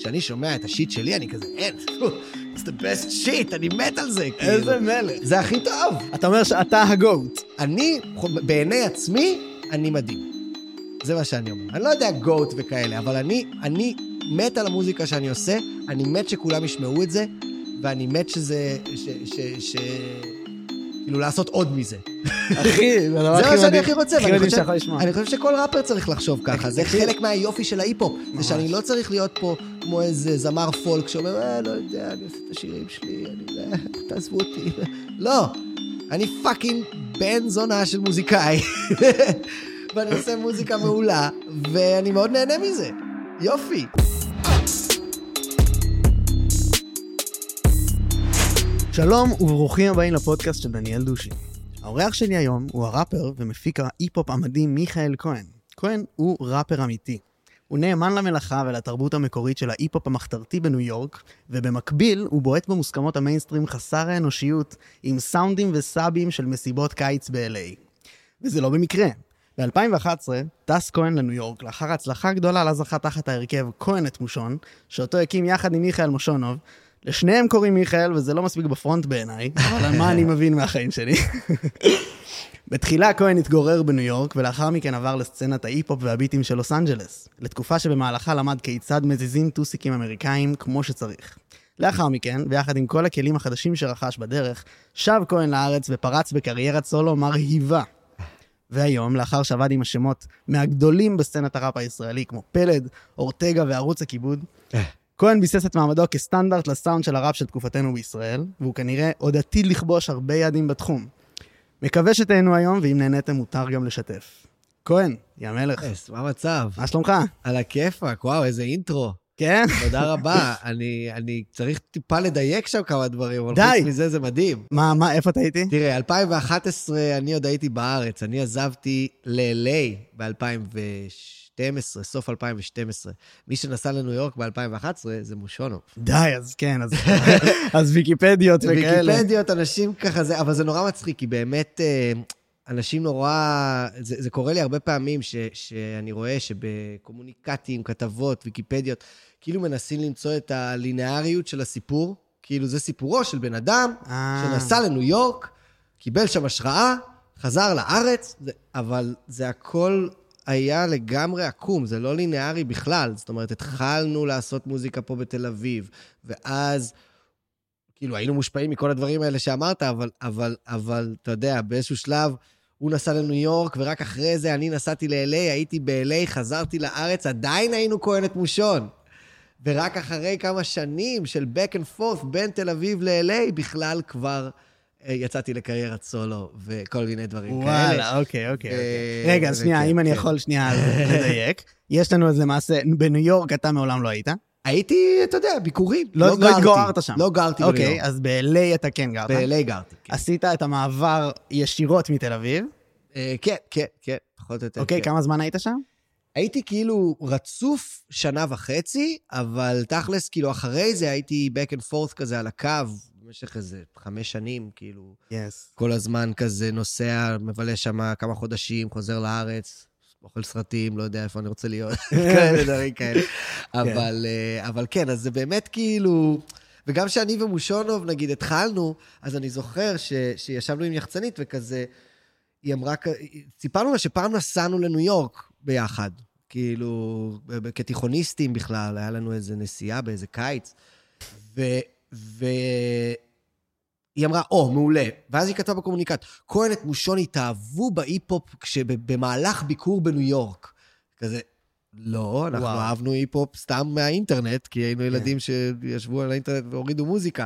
כשאני שומע את השיט שלי, אני כזה, אין, it's the best shit, אני מת על זה. איזה מלך. זה הכי טוב. אתה אומר שאתה הגוט. אני, בעיני עצמי, אני מדהים. זה מה שאני אומר. אני לא יודע גוט וכאלה, אבל אני מת על המוזיקה שאני עושה, אני מת שכולם ישמעו את זה, ואני מת שזה, כאילו לעשות עוד מזה. אחי, זה מה שאני הכי רוצה, אני חושב שכל ראפר צריך לחשוב ככה, זה חלק מהיופי של ההיפ-הופ, זה שאני לא צריך להיות פה כמו איזה זמר פולק שאומר, לא יודע, אני עושה את השירים שלי, תעזבו אותי. לא, אני פאקינג בן זונה של מוזיקאי, ואני עושה מוזיקה מעולה, ואני מאוד נהנה מזה. יופי. שלום וברוכים הבאים לפודקאסט של דניאל דושי. האורח שלי היום הוא הראפר ומפיק ההיפ-הופ המדהים מיכאל כהן. כהן הוא ראפר אמיתי. הוא נאמן למלאכה ולתרבות המקורית של ההיפ-הופ המחתרתי בניו יורק, ובמקביל הוא בועט במוסכמות המיינסטרים חסר האנושיות עם סאונדים וסאבים של מסיבות קיץ ב-LA. וזה לא במקרה. ב-2011 טס כהן לניו יורק לאחר הצלחה גדולה לה זכה תחת ההרכב כהן את מושון, שאותו הקים יחד עם מיכאל מושונוב. לשניהם קוראים מיכאל, וזה לא מספיק בפרונט בעיניי, אבל מה אני מבין מהחיים שלי. בתחילה כהן התגורר בניו יורק, ולאחר מכן עבר לסצנת ההיפ-הופ והביטים של לוס אנג'לס, לתקופה שבמהלכה למד כיצד מזיזים טוסיקים אמריקאים כמו שצריך. לאחר מכן, ויחד עם כל הכלים החדשים שרכש בדרך, שב כהן לארץ ופרץ בקריירת סולו מרהיבה. והיום, לאחר שעבד עם השמות מהגדולים בסצנת הראפ הישראלי, כמו פלד, אורטגה וערוץ הכיבוד, כהן ביסס את מעמדו כסטנדרט לסאונד של הראפ של תקופתנו בישראל, והוא כנראה עוד עתיד לכבוש הרבה יעדים בתחום. מקווה שתהנו היום, ואם נהניתם מותר גם לשתף. כהן, יא מלך. מה המצב? מה שלומך? על הכיפק, וואו, איזה אינטרו. כן? תודה רבה. אני צריך טיפה לדייק שם כמה דברים, אבל די. חוץ מזה זה מדהים. מה, איפה אתה הייתי? תראה, 2011 אני עוד הייתי בארץ, אני עזבתי ל-LA ב-2012, סוף 2012. מי שנסע לניו יורק ב-2011 זה מושונוב. די, אז כן, אז ויקיפדיות וכאלה. ויקיפדיות, אנשים ככה זה, אבל זה נורא מצחיק, כי באמת אנשים נורא, זה קורה לי הרבה פעמים שאני רואה שבקומוניקטים, כתבות, ויקיפדיות, כאילו מנסים למצוא את הלינאריות של הסיפור, כאילו זה סיפורו של בן אדם שנסע לניו יורק, קיבל שם השראה, חזר לארץ, אבל זה הכל היה לגמרי עקום, זה לא לינארי בכלל, זאת אומרת, התחלנו לעשות מוזיקה פה בתל אביב, ואז, כאילו, היינו מושפעים מכל הדברים האלה שאמרת, אבל, אתה יודע, באיזשהו שלב, הוא נסע לניו יורק, ורק אחרי זה אני נסעתי ל-LA, הייתי ב-LA, חזרתי לארץ, עדיין היינו כהן את מושון. ורק אחרי כמה שנים של back and forth בין תל אביב ל-LA, בכלל כבר יצאתי לקריירת סולו וכל מיני דברים כאלה. וואלה, אוקיי. רגע, שנייה, אם אני יכול שנייה לדייק. יש לנו איזה מעשה, בניו יורק אתה מעולם לא היית? הייתי, אתה יודע, ביקורים. לא התגוררת שם? לא גרתי בניו יורק. אוקיי, אז ב-LA אתה כן גרת? ב-LA גרתי, כן. עשית את המעבר ישירות מתל אביב? כן, פחות או יותר. אוקיי, כמה זמן היית שם? הייתי כאילו רצוף 1.5 שנה, אבל תכלס, כאילו אחרי זה הייתי back and forth כזה על הקו, במשך איזה 5 שנים, כאילו, כל הזמן כזה נוסע, מבלה שם כמה חודשים, חוזר לארץ, אוכל סרטים, לא יודע איפה אני רוצה להיות, כאלה דברים כאלה. אבל כן, אז זה באמת כאילו, וגם שאני ומושונוב, נגיד, התחלנו, אז אני זוכר שישבנו עם יחצנית וכזה, היא אמרה, סיפרנו לה שפעם נסענו לניו יורק ביחד, כאילו, כתיכוניסטים בכלל, היה לנו איזו נסיעה באיזה קיץ, היא אמרה, מעולה. ואז היא כתבה בקומוניקט, כהן את מושון התאהבו בהיפ-הופ במהלך ביקור בניו יורק. כזה, לא, אנחנו אהבנו היפ-הופ סתם מהאינטרנט, כי היינו ילדים שישבו על האינטרנט והורידו מוזיקה.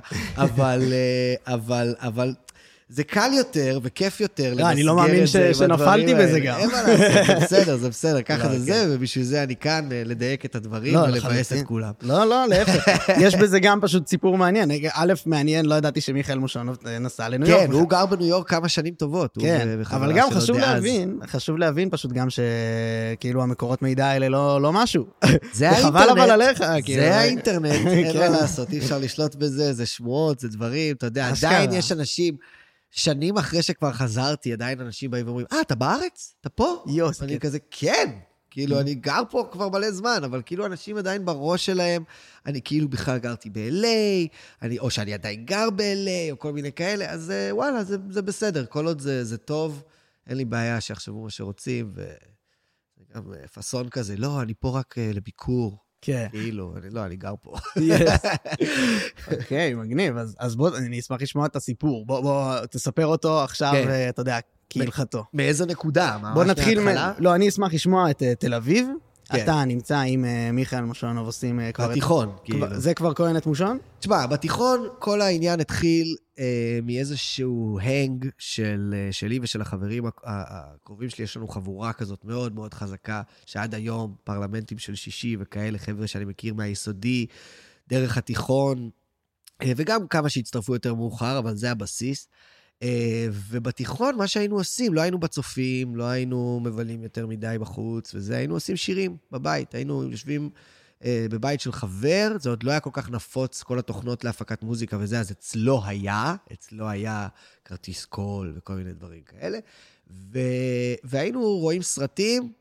אבל זה קל יותר וכיף יותר. אני לא מאמין שנפלתי בזה גם. זה בסדר, ככה זה, ובשביל זה אני כאן לדייק את הדברים ולבאס את כולם. לא, להפך. יש בזה גם פשוט סיפור מעניין. א', מעניין, לא ידעתי שמיכאל מושונוב נסע לניו יורק. כן, הוא גר בניו יורק כמה שנים טובות. כן, אבל גם חשוב להבין פשוט גם שכאילו המקורות מידע האלה לא משהו. זה האינטרנט. זה האינטרנט, אין מה לעשות, אי אפשר לשלוט בזה, זה שמועות, זה דברים, אתה יודע, עדיין יש אנשים שנים אחרי שכבר חזרתי, עדיין אנשים באים ואומרים, אתה בארץ? אתה פה? יוס. אני כזה, כן, כאילו, אני גר פה כבר מלא זמן, אבל כאילו אנשים עדיין בראש שלהם, אני כאילו בכלל גרתי ב-LA, או שאני עדיין גר ב-LA, או כל מיני כאלה, אז וואלה, זה בסדר, כל עוד זה טוב, אין לי בעיה שיחשבו מה שרוצים, וגם פסון כזה, לא, אני פה רק לביקור. כן. כאילו, אני גר פה. אוקיי, מגניב. אז בוא, אני אשמח לשמוע את הסיפור. בוא, תספר אותו עכשיו, אתה יודע, כהלכתו. מאיזו נקודה? בוא נתחיל, לא, אני אשמח לשמוע את תל אביב. אתה נמצא עם מיכאל מושונוב עושים כבר... בתיכון. זה כבר כהן את מושון? תשמע, בתיכון כל העניין התחיל מאיזשהו הנג שלי ושל החברים הקרובים שלי. יש לנו חבורה כזאת מאוד מאוד חזקה, שעד היום פרלמנטים של שישי וכאלה, חבר'ה שאני מכיר מהיסודי, דרך התיכון, וגם כמה שהצטרפו יותר מאוחר, אבל זה הבסיס. ובתיכון מה שהיינו עושים, לא היינו בצופים, לא היינו מבלים יותר מדי בחוץ, וזה היינו עושים שירים בבית, היינו יושבים בבית של חבר, זה עוד לא היה כל כך נפוץ, כל התוכנות להפקת מוזיקה וזה, אז אצלו היה כרטיס קול וכל מיני דברים כאלה, והיינו רואים סרטים,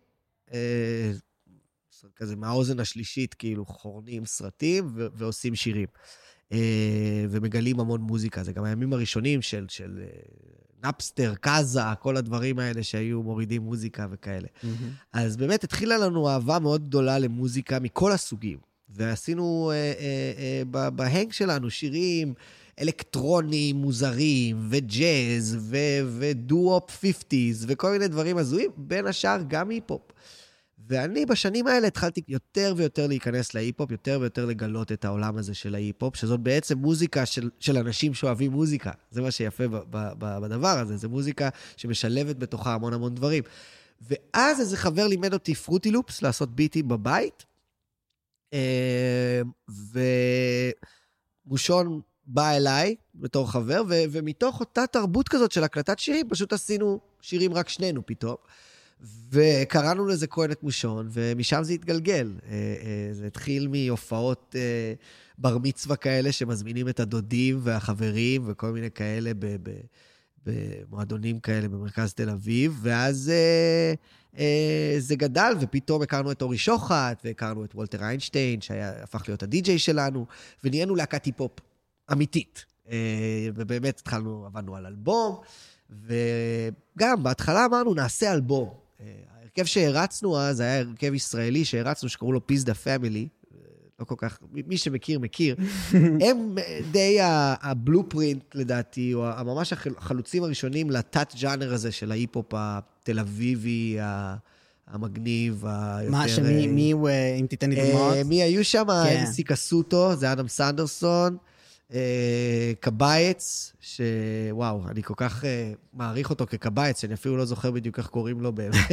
כזה מהאוזן השלישית, כאילו חורנים סרטים ועושים שירים. ומגלים המון מוזיקה. זה גם הימים הראשונים של נאפסטר, קאזה, כל הדברים האלה שהיו מורידים מוזיקה וכאלה. אז באמת התחילה לנו אהבה מאוד גדולה למוזיקה מכל הסוגים. ועשינו בהנג שלנו שירים אלקטרונים, מוזרים, וג'אז, ודו-אופ 50s, וכל מיני דברים הזויים, בין השאר גם היפ-הופ. ואני בשנים האלה התחלתי יותר ויותר להיכנס להיפ-הופ, יותר ויותר לגלות את העולם הזה של ההיפ-הופ, שזאת בעצם מוזיקה של אנשים שאוהבים מוזיקה. זה מה שיפה בדבר הזה, זה מוזיקה שמשלבת בתוכה המון המון דברים. ואז איזה חבר לימד אותי פרוטי לופס, לעשות ביטים בבית, ומושון בא אליי בתור חבר, ומתוך אותה תרבות כזאת של הקלטת שירים, פשוט עשינו שירים רק שנינו פתאום. וקראנו לזה כהן את מושון, ומשם זה התגלגל. זה התחיל מהופעות בר מצווה כאלה, שמזמינים את הדודים והחברים, וכל מיני כאלה במועדונים כאלה במרכז תל אביב, ואז זה גדל, ופתאום הכרנו את אורי שוחט, והכרנו את וולטר איינשטיין, שהפך להיות הדי-ג'יי שלנו, ונהיינו להקת היפ-הופ אמיתית. ובאמת עבדנו על אלבום, וגם בהתחלה אמרנו, נעשה אלבום. ההרכב שהרצנו אז, היה הרכב ישראלי שהרצנו, שקראו לו פיזדה פמילי, לא כל כך, מי שמכיר, מכיר. הם די הבלופרינט, לדעתי, או ממש החלוצים הראשונים לתת ג'אנר הזה של ההיפ-הופ התל אביבי, המגניב, מה, מי הוא, אם תיתן לי דוגמאות? מי היו שם? אמסי קסוטו, זה אדם סנדרסון, קבייץ, שוואו, אני כל כך מעריך אותו כקבייץ, שאני אפילו לא זוכר בדיוק איך קוראים לו באמת.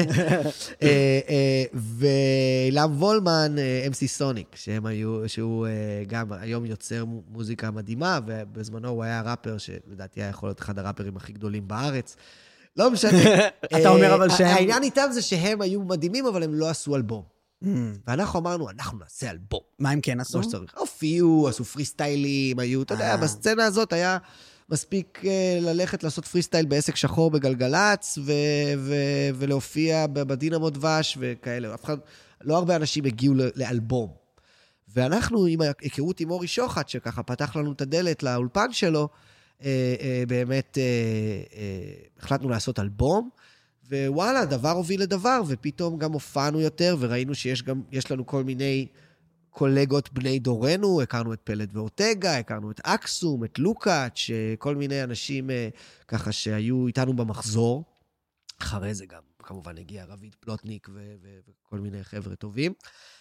ואילם וולמן, אמסי סוניק, שהוא גם היום יוצר מוזיקה מדהימה, ובזמנו הוא היה ראפר, שלדעתי היה יכול להיות אחד הראפרים הכי גדולים בארץ. לא משנה. אתה אומר אבל שהם... העניין איתם זה שהם היו מדהימים, אבל הם לא עשו אלבום. ואנחנו אמרנו, אנחנו נעשה אלבום. מה הם כן עשו? הופיעו, עשו פרי סטיילים, היו, אתה יודע, בסצנה הזאת היה מספיק ללכת לעשות פרי סטייל בעסק שחור בגלגלץ, ולהופיע בדינמו דבש וכאלה. לא הרבה אנשים הגיעו לאלבום. ואנחנו, עם ההיכרות עם אורי שוחט, שככה פתח לנו את הדלת לאולפן שלו, באמת החלטנו לעשות אלבום, ווואלה, דבר הוביל לדבר, ופתאום גם הופענו יותר, וראינו שיש לנו כל מיני קולגות בני דורנו, הכרנו את פלד ואורטגה, הכרנו את אקסום, את לוקאץ', כל מיני אנשים ככה שהיו איתנו במחזור. אחרי זה גם, כמובן, הגיע רביד פלוטניק וכל מיני חבר'ה טובים.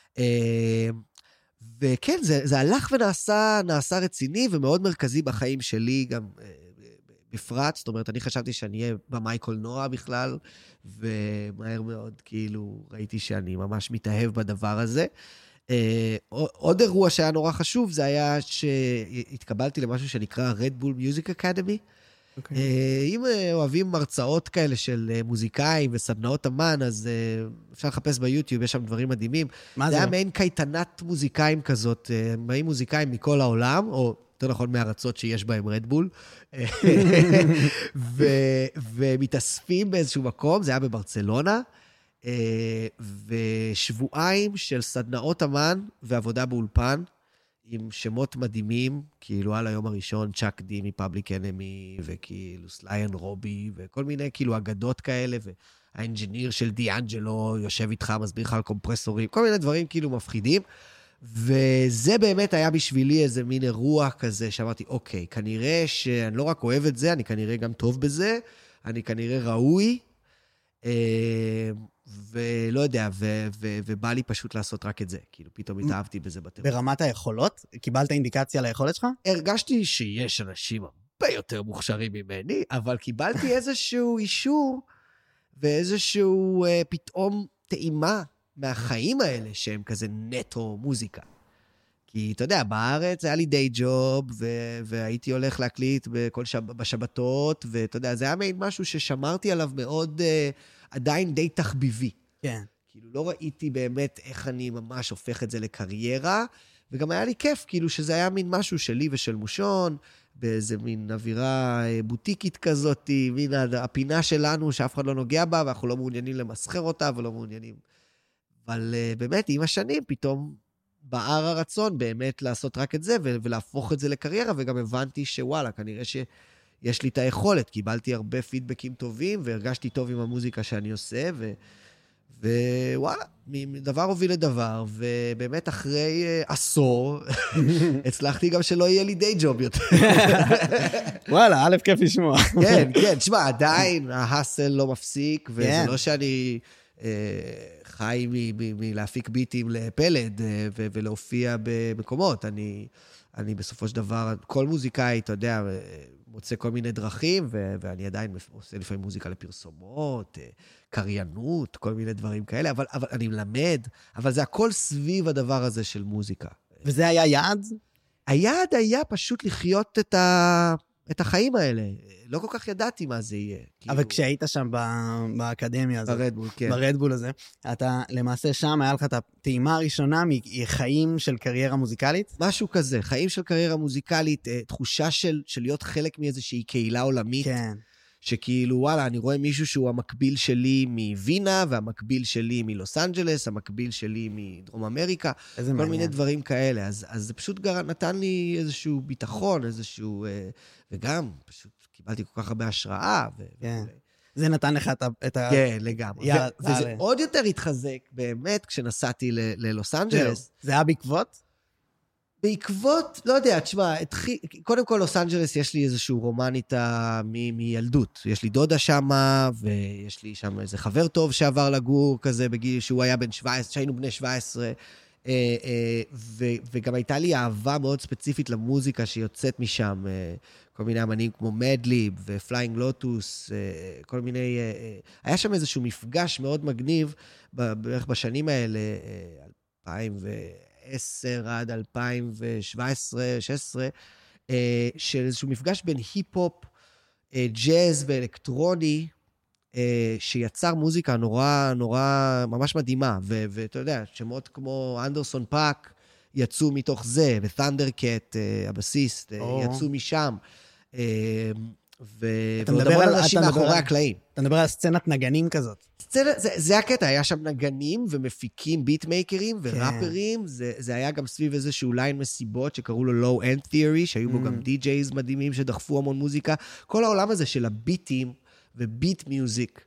וכן, זה הלך ונעשה רציני ומאוד מרכזי בחיים שלי, גם בפרט, זאת אומרת, אני חשבתי שאני אהיה במאי קולנוע בכלל, ומהר מאוד כאילו ראיתי שאני ממש מתאהב בדבר הזה. עוד אירוע שהיה נורא חשוב, זה היה שהתקבלתי למשהו שנקרא Red Bull Music Academy. אם אוהבים הרצאות כאלה של מוזיקאים וסדנאות אמן, אז אפשר לחפש ביוטיוב, יש שם דברים מדהימים. זה היה מעין קייטנת מוזיקאים כזאת, באים מוזיקאים מכל העולם, או יותר נכון מהארצות שיש בהם רדבול, ומתאספים באיזשהו מקום, זה היה בברצלונה, ושבועיים של סדנאות אמן ועבודה באולפן, עם שמות מדהימים, כאילו על היום הראשון, צ'אק די מפאבליק אנמי, וכאילו סליין רובי, וכל מיני כאילו אגדות כאלה, והאנג'יניר של דיאנג'לו יושב איתך, מסביר לך על קומפרסורים, כל מיני דברים כאילו מפחידים, וזה באמת היה בשבילי איזה מין אירוע כזה, שאמרתי, אוקיי, כנראה שאני לא רק אוהב את זה, אני כנראה גם טוב בזה, אני כנראה ראוי, ולא יודע, ובא לי פשוט לעשות רק את זה. כאילו, פתאום התאהבתי בזה בטרור. ברמת היכולות? קיבלת אינדיקציה ליכולת שלך? הרגשתי שיש אנשים הרבה יותר מוכשרים ממני, אבל קיבלתי איזשהו אישור, ואיזשהו פתאום טעימה מהחיים האלה, שהם כזה נטו מוזיקה. כי אתה יודע, בארץ היה לי די ג'וב, והייתי הולך להקליט בשבתות, ואתה יודע, זה היה מעין משהו ששמרתי עליו מאוד, עדיין די תחביבי. כן. כאילו, לא ראיתי באמת איך אני ממש הופך את זה לקריירה, וגם היה לי כיף, כאילו, שזה היה מין משהו שלי ושל מושון, באיזה מין אווירה בוטיקית כזאת, מין הפינה שלנו שאף אחד לא נוגע בה, ואנחנו לא מעוניינים למסחר אותה, ולא מעוניינים. אבל באמת, עם השנים, פתאום בער הרצון באמת לעשות רק את זה, ולהפוך את זה לקריירה, וגם הבנתי שוואלה, כנראה שיש לי את היכולת, קיבלתי הרבה פידבקים טובים, והרגשתי טוב עם המוזיקה שאני עושה, ווואלה, מדבר הוביל לדבר, ובאמת אחרי עשור, הצלחתי גם שלא יהיה לי די ג'וב יותר. וואלה, א', כיף לשמוע. כן, כן, תשמע, עדיין ההסל לא מפסיק, וזה לא שאני חי מלהפיק ביטים לפלד, ולהופיע במקומות. אני בסופו של דבר, כל מוזיקאי, אתה יודע, מוצא כל מיני דרכים, ואני עדיין עושה לפעמים מוזיקה לפרסומות, קריינות, כל מיני דברים כאלה, אבל אני מלמד, אבל זה הכל סביב הדבר הזה של מוזיקה. וזה היה יעד? היעד היה פשוט לחיות את החיים האלה. לא כל כך ידעתי מה זה יהיה. אבל כשהיית שם באקדמיה הזאת, ברדבול, כן. ברדבול הזה, אתה למעשה שם, היה לך את הטעימה הראשונה מחיים של קריירה מוזיקלית? משהו כזה, חיים של קריירה מוזיקלית, תחושה של להיות חלק מאיזושהי קהילה עולמית. כן. שכאילו, וואלה, אני רואה מישהו שהוא המקביל שלי מווינה, והמקביל שלי מלוס אנג'לס, המקביל שלי מדרום אמריקה, כל מעניין. מיני דברים כאלה. אז זה פשוט נתן לי איזשהו ביטחון, איזשהו, וגם פשוט קיבלתי כל כך הרבה השראה. כן. זה נתן לך את ה... כן, לגמרי. וזה עוד יותר התחזק, באמת, כשנסעתי ללוס אנג'לס. זה היה בעקבות? בעקבות, לא יודע, תשמע, קודם כל, לוס אנג'לס יש לי איזשהו רומן איתה מילדות. יש לי דודה שמה, ויש לי שם איזה חבר טוב שעבר לגור כזה, בגיל שהוא היה בן 17, שהיינו בני 17, וגם הייתה לי אהבה מאוד ספציפית למוזיקה שיוצאת משם, כל מיני אמנים כמו מדליב ופליינג לוטוס, כל מיני, היה שם איזשהו מפגש מאוד מגניב, בערך בשנים האלה, 2010 עד 2017-16, של איזשהו מפגש בין היפ-הופ, ג'אז ואלקטרוני, שיצר מוזיקה נורא, נורא, ממש מדהימה, ואתה יודע, שמות כמו אנדרסון פאק יצאו מתוך זה, ות'נדרקט, הבסיסט, יצאו משם, ועוד המון אנשים מאחורי הקלעים. אתה מדבר על סצנת נגנים כזאת. זה הקטע, היה שם נגנים ומפיקים, ביטמייקרים וראפרים, זה היה גם סביב איזשהו ליין מסיבות שקראו לו Low End Theory, שהיו בו גם די-ג'ייז מדהימים שדחפו המון מוזיקה. כל העולם הזה של הביטים וביט מיוזיק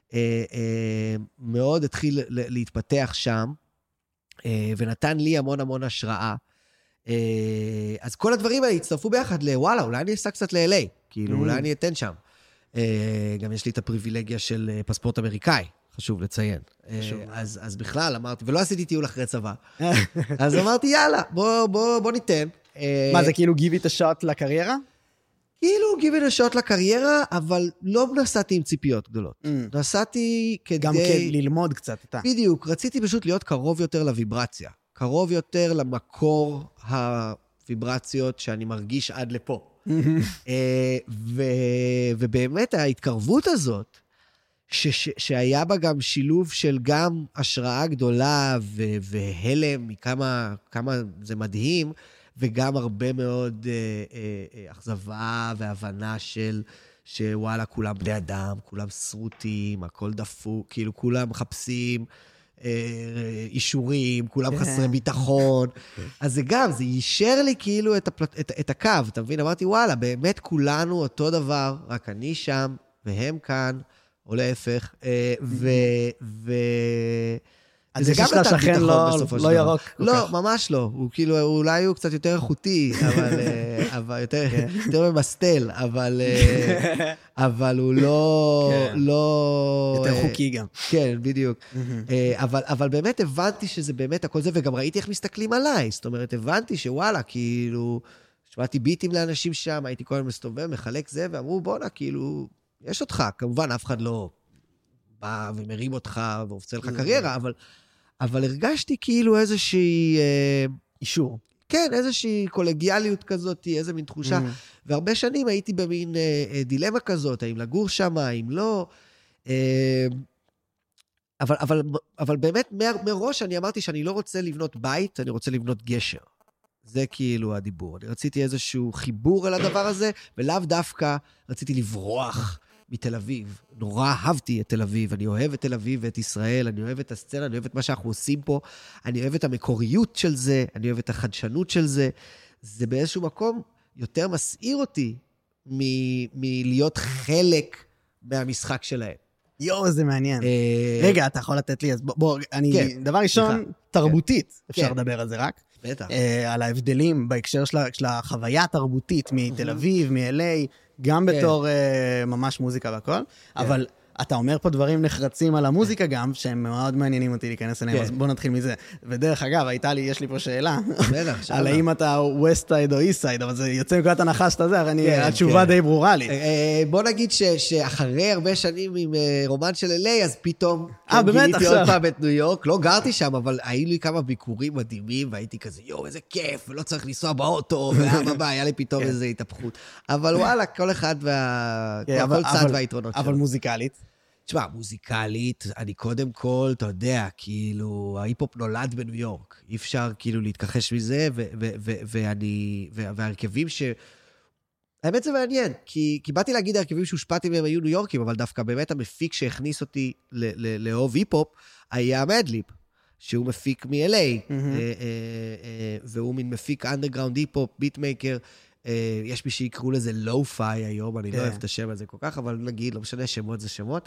מאוד התחיל להתפתח שם, ונתן לי המון המון השראה. אז כל הדברים האלה הצטרפו ביחד לוואלה, אולי אני אעשה קצת ל-LA, כאילו אולי אני אתן שם. גם יש לי את הפריבילגיה של פספורט אמריקאי, חשוב לציין. אז בכלל אמרתי, ולא עשיתי טיול אחרי צבא, אז אמרתי יאללה, בוא ניתן. מה זה כאילו give it a shot לקריירה? כאילו give it a shot לקריירה, אבל לא נסעתי עם ציפיות גדולות. נסעתי כדי... גם ללמוד קצת. בדיוק, רציתי פשוט להיות קרוב יותר לוויברציה. קרוב יותר למקור הוויברציות שאני מרגיש עד לפה. ובאמת ההתקרבות הזאת, שהיה בה גם שילוב של גם השראה גדולה והלם מכמה זה מדהים, וגם הרבה מאוד אכזבה והבנה שוואלה, כולם בני אדם, כולם סרוטים, הכל דפוק, כאילו כולם מחפשים אישורים, כולם חסרי ביטחון. אז זה גם, זה יישר לי כאילו את הקו, אתה מבין? אמרתי, וואלה, באמת כולנו אותו דבר, רק אני שם, והם כאן, או להפך, אז זה של השכן לא ירוק. לא, ממש לא. הוא כאילו, אולי הוא קצת יותר איכותי, אבל יותר ממסטל, אבל הוא לא... יותר חוקי גם. כן, בדיוק. אבל באמת הבנתי שזה באמת הכל זה, וגם ראיתי איך מסתכלים עליי. זאת אומרת, הבנתי שוואלה, כאילו, שמעתי ביטים לאנשים שם, הייתי כל הזמן מסתובב, מחלק זה, ואמרו, בוא'נה, כאילו, יש אותך. כמובן, אף אחד לא בא ומרים אותך ועופצה לך קריירה, אבל הרגשתי כאילו איזושהי... אישור. כן, איזושהי קולגיאליות כזאת, איזו מין תחושה. והרבה שנים הייתי במין דילמה כזאת, האם לגור שם, האם לא. אבל באמת, מראש אני אמרתי שאני לא רוצה לבנות בית, אני רוצה לבנות גשר. זה כאילו הדיבור. אני רציתי איזשהו חיבור אל הדבר הזה, ולאו דווקא רציתי לברוח מתל אביב. נורא אהבתי את תל אביב, אני אוהב את תל אביב ואת ישראל, אני אוהב את הסצנה, אני אוהב את מה שאנחנו עושים פה, אני אוהב את המקוריות של זה, אני אוהב את החדשנות של זה. זה באיזשהו מקום יותר מסעיר אותי מלהיות חלק מהמשחק שלהם. זה מעניין. רגע, אתה יכול לתת לי, אז בוא, דבר ראשון, תרבותית, אפשר לדבר על זה רק. בטח. על ההבדלים בהקשר של החוויה התרבותית מתל אביב, מ-LA, גם בתור ממש מוזיקה והכל, אבל אתה אומר פה דברים נחרצים על המוזיקה גם, שהם מאוד מעניינים אותי להיכנס אליהם, אז בוא נתחיל מזה. ודרך אגב, יש לי פה שאלה, על האם אתה ווסט סייד או איסט סייד, אבל זה יוצא מנקודת הנחה שאתה זה, התשובה די ברורה לי. בוא נגיד שאחרי הרבה שנים עם רומן של LA, אז פתאום גיליתי עוד פעם את ניו יורק, לא גרתי שם, אבל היו לי כמה ביקורים מדהימים, והייתי כזה, איזה כיף, ולא צריך לנסוע באוטו, היה לי פתאום איזו התהפכות. אבל וואלה, כל אחד כל צד והיתרונות שלו. אבל מוזיקלית? תשמע, מוזיקלית, אני קודם כל, אתה יודע, כאילו, ההיפ-הופ נולד בניו יורק. אי אפשר כאילו להתכחש מזה, וההרכבים האמת זה מעניין, כי באתי להגיד ההרכבים שהושפעתי מהם היו ניו יורקים, אבל דווקא באמת המפיק שהכניס אותי לאהוב היפ-הופ, היה מדליפ, שהוא מפיק מ-LA, והוא מין מפיק אנדרגראונד היפ-הופ, ביטמייקר, יש מי שיקראו לזה לואו-פיי היום, אני לא אוהב את השם הזה כל כך, אבל נגיד, לא משנה, שמות זה שמות.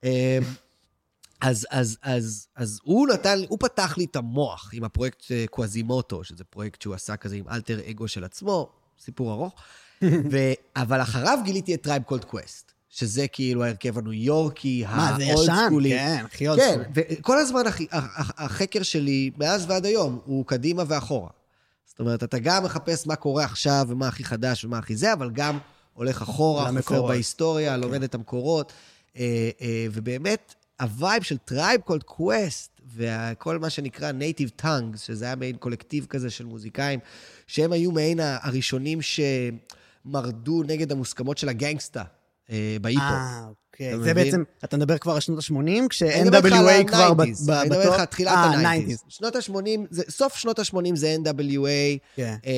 אז הוא פתח לי את המוח עם הפרויקט קוואזימוטו, שזה פרויקט שהוא עשה כזה עם אלטר אגו של עצמו, סיפור ארוך, אבל אחריו גיליתי את טרייב קולד קווסט, שזה כאילו ההרכב הניו יורקי, האולד סקולי. כן, הכי אולד סקולי. כן, וכל הזמן החקר שלי, מאז ועד היום, הוא קדימה ואחורה. זאת אומרת, אתה גם מחפש מה קורה עכשיו, ומה הכי חדש, ומה הכי זה, אבל גם הולך אחורה, חופר בהיסטוריה, לומד את המקורות, ובאמת, הווייב של טרייב קולד קווסט, וכל מה שנקרא נייטיב טאנגס, שזה היה מעין קולקטיב כזה של מוזיקאים, שהם היו מעין הראשונים שמרדו נגד המוסכמות של הגנגסטה בהיפ-הופ. אוקיי. זה בעצם, אתה מדבר כבר על שנות ה-80, כש-NWA כבר אני מדבר לך תחילת ה-90s. שנות ה-80, סוף שנות ה-80 זה NWA,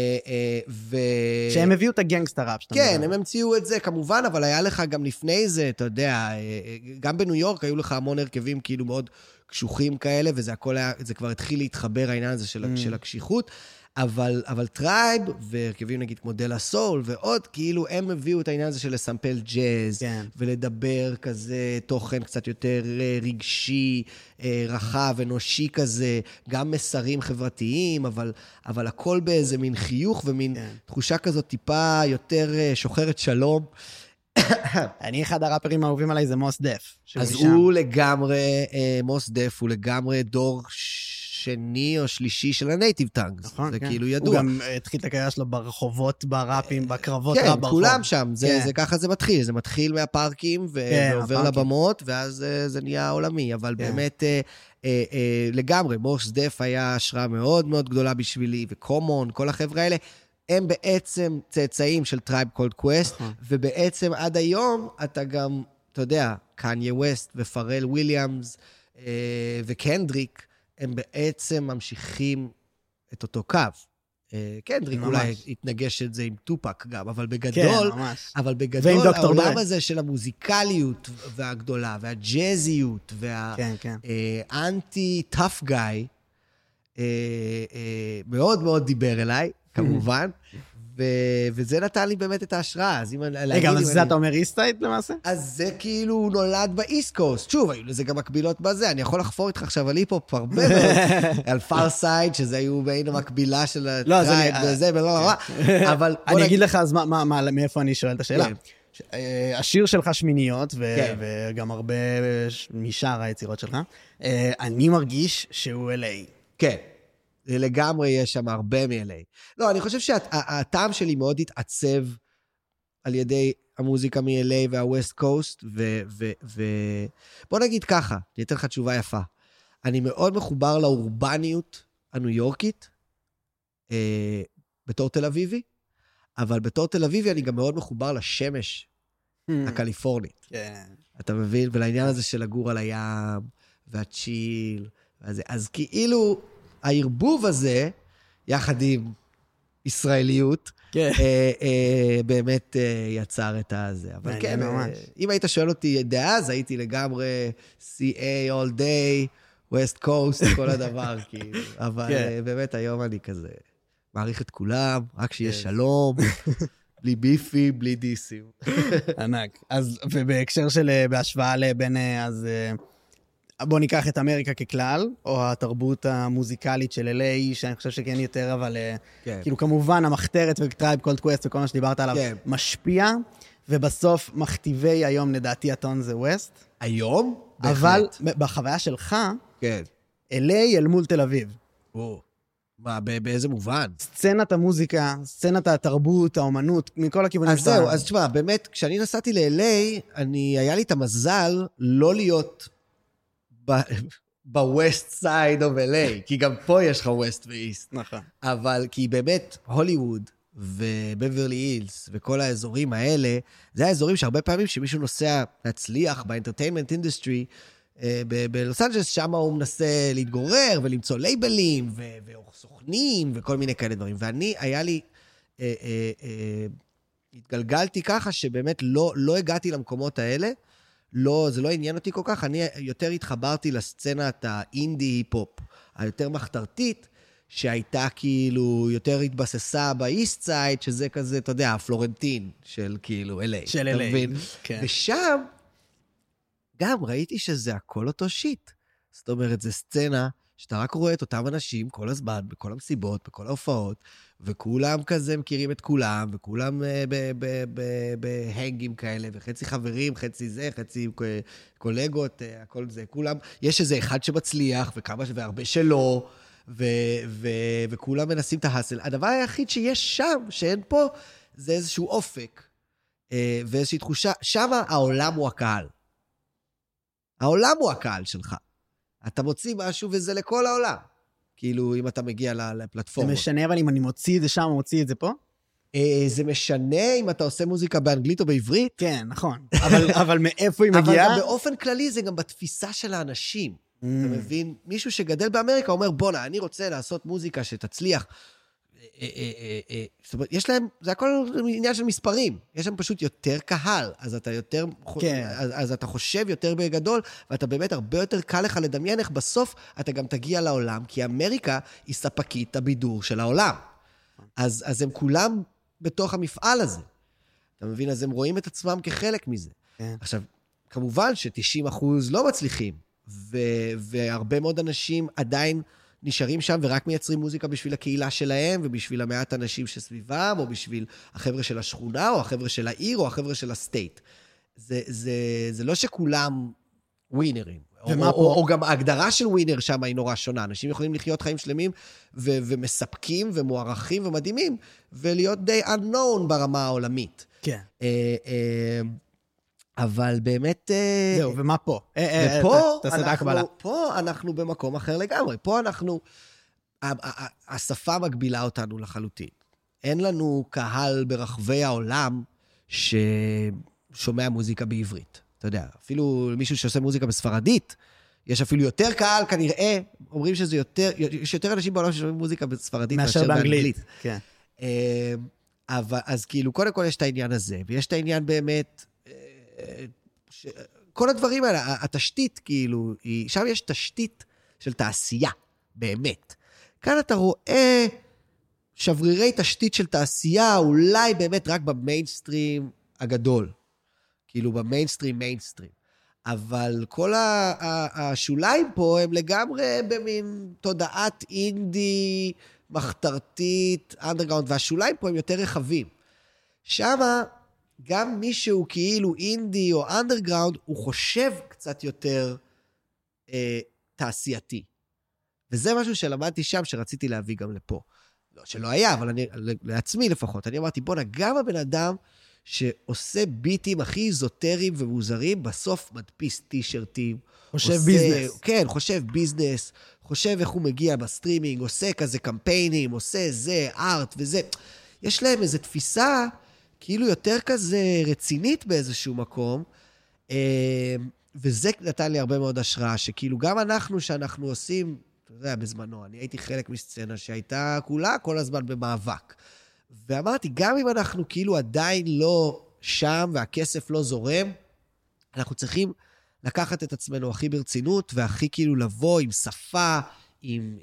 שהם הביאו את הגנגסטה ראפ. כן, הם המציאו את זה כמובן, אבל היה לך גם לפני זה, אתה יודע, גם בניו יורק היו לך המון הרכבים כאילו מאוד קשוחים כאלה, וזה כבר התחיל להתחבר העניין הזה של הקשיחות, אבל טרייב, והרכבים נגיד כמו דלה סול, ועוד כאילו הם הביאו את העניין הזה של לסמפל ג'אז, ולדבר כזה תוכן קצת יותר רגשי, רחב, אנושי כזה, גם מסרים חברתיים, אבל הכל באיזה מין חיוך ומין תחושה כזאת טיפה יותר שוחרת שלום. אני אחד הראפרים האהובים עליי זה מוס דף. אז הוא לגמרי, מוס דף הוא לגמרי דור שני או שלישי של הנייטיב טאנגס. נכון, זה כן. כאילו ידוע. הוא גם התחיל את הקריירה שלו ברחובות, בראפים, בקרבות רב ברחוב. כן, כולם שם, זה ככה זה מתחיל. זה מתחיל מהפארקים ועובר לבמות, ואז זה נהיה עולמי. אבל באמת, לגמרי, מוס דף היה השראה מאוד מאוד גדולה בשבילי, וקומון, כל החבר'ה האלה, הם בעצם צאצאים של טרייב קולד קווסט, ובעצם עד היום אתה גם, אתה יודע, קניה ווסט ופרל וויליאמס וקנדריק, הם בעצם ממשיכים את אותו קו. קנדריק ממש. אולי התנגש את זה עם טופק גם, אבל בגדול, כן, ממש. אבל ועם בגדול, דוקטור העולם דרה. הזה של המוזיקליות והגדולה, והג'אזיות, כן, כן. והאנטי-טאף גאי, מאוד מאוד דיבר אליי, כמובן, וזה נתן לי באמת את ההשראה. אז אם רגע, אבל זה אתה אומר איסטייד למעשה? אז זה כאילו הוא נולד באיסט קוסט. שוב, היו לזה גם מקבילות בזה. אני יכול לחפור איתך עכשיו על היפ-הופ הרבה מאוד, על פאר סייד, שזה היו בין המקבילה של הטרייב וזה, אבל... אני אגיד לך אז מאיפה אני שואל את השאלה. השיר שלך שמיניות, וגם הרבה משאר היצירות שלך, אני מרגיש שהוא LA. כן. לגמרי יש שם הרבה מ-LA. לא, אני חושב שהטעם שלי מאוד התעצב על ידי המוזיקה מ-LA וה-West Coast, בוא נגיד ככה, אני אתן לך תשובה יפה. אני מאוד מחובר לאורבניות הניו יורקית, בתור תל אביבי, אבל בתור תל אביבי אני גם מאוד מחובר לשמש הקליפורנית. כן. אתה מבין? ולעניין הזה של לגור על הים, והצ'יל, אז כאילו... הערבוב הזה, יחד עם ישראליות, באמת יצר את הזה. אבל כן, אם היית שואל אותי דאז, הייתי לגמרי CA all day, West Coast, כל הדבר, כאילו. אבל באמת היום אני כזה מעריך את כולם, רק שיהיה שלום, בלי ביפי, בלי דיסים. ענק. אז, ובהקשר של, בהשוואה לבין, אז... בוא ניקח את אמריקה ככלל, או התרבות המוזיקלית של LA, שאני חושב שכן יותר, אבל כאילו כמובן המחתרת וטרייב קולד קווסט וכל מה שדיברת עליו משפיע, ובסוף מכתיבי היום לדעתי הטון זה ווסט. היום? אבל בחוויה שלך, LA אל מול תל אביב. מה, באיזה מובן? סצנת המוזיקה, סצנת התרבות, האומנות, מכל הכיוונים. אז זהו, אז תשמע, באמת, כשאני נסעתי ל-LA, היה לי את המזל לא להיות... ב-West Side of LA, כי גם פה יש לך West ו-East. נכון. אבל כי באמת הוליווד ובברלי הילס וכל האזורים האלה, זה האזורים שהרבה פעמים שמישהו נוסע להצליח באנטרטיינמנט אינדסטרי, בלוס אנג'לס, שם הוא מנסה להתגורר ולמצוא לייבלים וסוכנים וכל מיני כאלה דברים. ואני, היה לי, התגלגלתי ככה שבאמת לא הגעתי למקומות האלה, לא, זה לא עניין אותי כל כך, אני יותר התחברתי לסצנת האינדי היפ-הופ, היותר מחתרתית, שהייתה כאילו יותר התבססה באיסט סייד, שזה כזה, אתה יודע, הפלורנטין של כאילו LA. של LA, כן. ושם גם ראיתי שזה הכל אותו שיט. זאת אומרת, זה סצנה שאתה רק רואה את אותם אנשים כל הזמן, בכל המסיבות, בכל ההופעות, וכולם כזה מכירים את כולם, וכולם בהנגים כאלה, וחצי חברים, חצי זה, חצי קולגות, הכל זה, כולם, יש איזה אחד שמצליח, והרבה שלא, וכולם מנסים את ההסל. הדבר היחיד שיש שם, שאין פה, זה איזשהו אופק, ואיזושהי תחושה, שם העולם הוא הקהל. העולם הוא הקהל שלך. אתה מוציא משהו וזה לכל העולם. כאילו, אם אתה מגיע לפלטפורמה. זה משנה, אבל אם אני מוציא את זה שם, מוציא את זה פה? זה משנה אם אתה עושה מוזיקה באנגלית או בעברית? כן, נכון. אבל מאיפה היא מגיעה? אבל גם באופן כללי זה גם בתפיסה של האנשים. אתה מבין? מישהו שגדל באמריקה אומר, בונה, אני רוצה לעשות מוזיקה שתצליח. זאת אומרת, יש להם, זה הכל עניין של מספרים. יש להם פשוט יותר קהל, אז אתה יותר, אז אתה חושב יותר בגדול, ואתה באמת הרבה יותר קל לך לדמיין איך בסוף אתה גם תגיע לעולם, כי אמריקה היא ספקית הבידור של העולם. אז הם כולם בתוך המפעל הזה. אתה מבין? אז הם רואים את עצמם כחלק מזה. עכשיו, כמובן ש90% לא מצליחים, והרבה מאוד אנשים עדיין נשארים שם ורק מייצרים מוזיקה בשביל הקהילה שלהם, ובשביל המעט אנשים שסביבם, או בשביל החבר'ה של השכונה, או החבר'ה של העיר, או החבר'ה של הסטייט. זה לא שכולם ווינרים. או גם ההגדרה של ווינר שם היא נורא שונה. אנשים יכולים לחיות חיים שלמים, ומספקים, ומוערכים, ומדהימים, ולהיות די unknown ברמה העולמית. כן. אבל באמת... זהו, ומה פה? פה אנחנו במקום אחר לגמרי. פה אנחנו... השפה מגבילה אותנו לחלוטין. אין לנו קהל ברחבי העולם ששומע מוזיקה בעברית. אתה יודע, אפילו מישהו שעושה מוזיקה בספרדית, יש אפילו יותר קהל, כנראה, אומרים שזה יותר, יש יותר אנשים בעולם ששומעים מוזיקה בספרדית מאשר באנגלית. כן. אבל, אז כאילו, קודם כל יש את העניין הזה, ויש את העניין באמת, כל הדברים האלה, התשתית, כאילו, שם יש תשתית של תעשייה, באמת. כאן אתה רואה שברירי תשתית של תעשייה, אולי באמת רק במיינסטרים הגדול. כאילו, במיינסטרים. אבל כל השוליים פה הם לגמרי במין תודעת אינדי, מחתרתית, אנדרגראונד, והשוליים פה הם יותר רחבים. שמה, גם מישהו כאילו אינדי או אנדרגראונד, הוא חושב קצת יותר תעשייתי. וזה משהו שלמדתי שם, שרציתי להביא גם לפה. לא, שלא היה, אבל לעצמי לפחות. אני אמרתי, בוא, גם הבן אדם שעושה ביטים הכי איזוטריים ומוזרים, בסוף מדפיס טישרטים. חושב ביזנס. כן, חושב ביזנס, חושב איך הוא מגיע בסטרימינג, עושה כזה קמפיינים, עושה זה, ארט וזה. יש להם איזו תפיסה כאילו יותר כזה רצינית באיזשהו מקום, וזה נתן לי הרבה מאוד השראה, שכאילו גם אנחנו שאנחנו עושים, אתה יודע, בזמנו, אני הייתי חלק מסצנה שהייתה כולה כל הזמן במאבק. ואמרתי, גם אם אנחנו כאילו עדיין לא שם והכסף לא זורם, אנחנו צריכים לקחת את עצמנו הכי ברצינות, והכי כאילו לבוא עם שפה, עם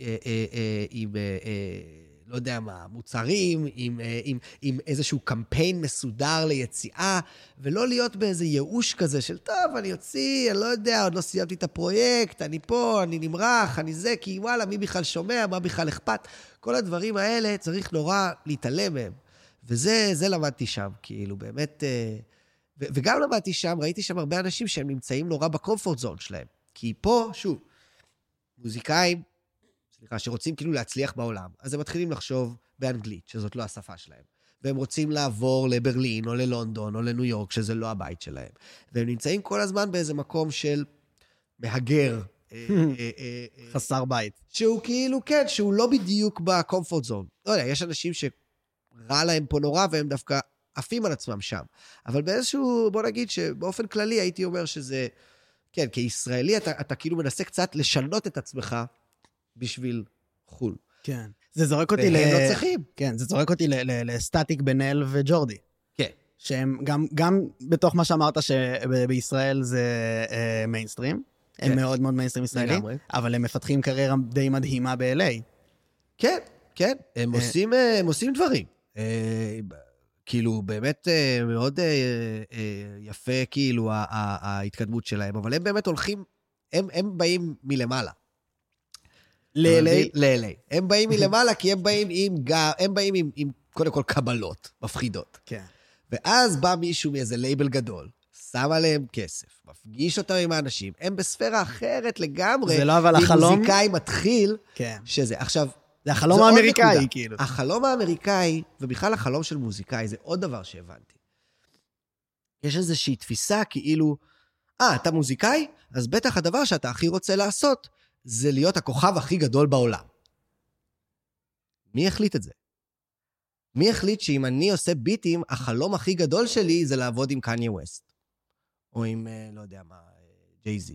לא יודע מה, מוצרים, עם איזשהו קמפיין מסודר ליציאה, ולא להיות באיזה ייאוש כזה של, טוב, אני יוציא, אני לא יודע, עוד לא סיימתי את הפרויקט, אני פה, אני נמרח, אני זה, כי וואלה, מי בכלל שומע, מה בכלל אכפת? כל הדברים האלה צריך נורא להתעלם מהם. וזה למדתי שם, כאילו, באמת, וגם למדתי שם, ראיתי שם הרבה אנשים שהם נמצאים נורא בקומפורט זון שלהם. כי פה, שוב, מוזיקאים, שרוצים כאילו להצליח בעולם, אז הם מתחילים לחשוב באנגלית, שזאת לא השפה שלהם. והם רוצים לעבור לברלין, או ללונדון, או לניו יורק, שזה לא הבית שלהם. והם נמצאים כל הזמן באיזה מקום של מהגר. חסר בית. שהוא כאילו, כן, שהוא לא בדיוק בקומפורט זון. לא יודע, יש אנשים שרע להם פה נורא, והם דווקא עפים על עצמם שם. אבל באיזשהו, בוא נגיד שבאופן כללי הייתי אומר שזה, כן, כישראלי אתה כאילו מנסה קצת לשנות את עצמך, בשביל חול. כן. זה זורק אותי והם לא צריכים. כן, זה זורק אותי לסטטיק בנל וג'ורדי. כן. שהם גם בתוך מה שאמרת שבישראל זה מיינסטרים, הם מאוד מאוד מיינסטרים ישראלים, אבל הם מפתחים קריירה די מדהימה ב-LA. כן, כן. הם עושים דברים. כאילו, באמת מאוד יפה, כאילו, ההתקדמות שלהם, אבל הם באמת הולכים, הם באים מלמעלה. ל-LA. הם באים מלמעלה, כי הם באים עם קודם כל קבלות מפחידות. כן. ואז בא מישהו מאיזה לייבל גדול, שם עליהם כסף, מפגיש אותם עם האנשים, הם בספירה אחרת לגמרי. זה לא אבל החלום. מוזיקאי מתחיל, כן. שזה. עכשיו, זה החלום האמריקאי, כאילו. החלום האמריקאי, ובכלל החלום של מוזיקאי, זה עוד דבר שהבנתי. יש איזושהי תפיסה כאילו, אתה מוזיקאי? אז בטח הדבר שאתה הכי רוצה לעשות, זה להיות הכוכב הכי גדול בעולם. מי החליט את זה? מי החליט שאם אני עושה ביטים, החלום הכי גדול שלי זה לעבוד עם קניה ווסט? או עם, לא יודע מה, ג'יי-זי.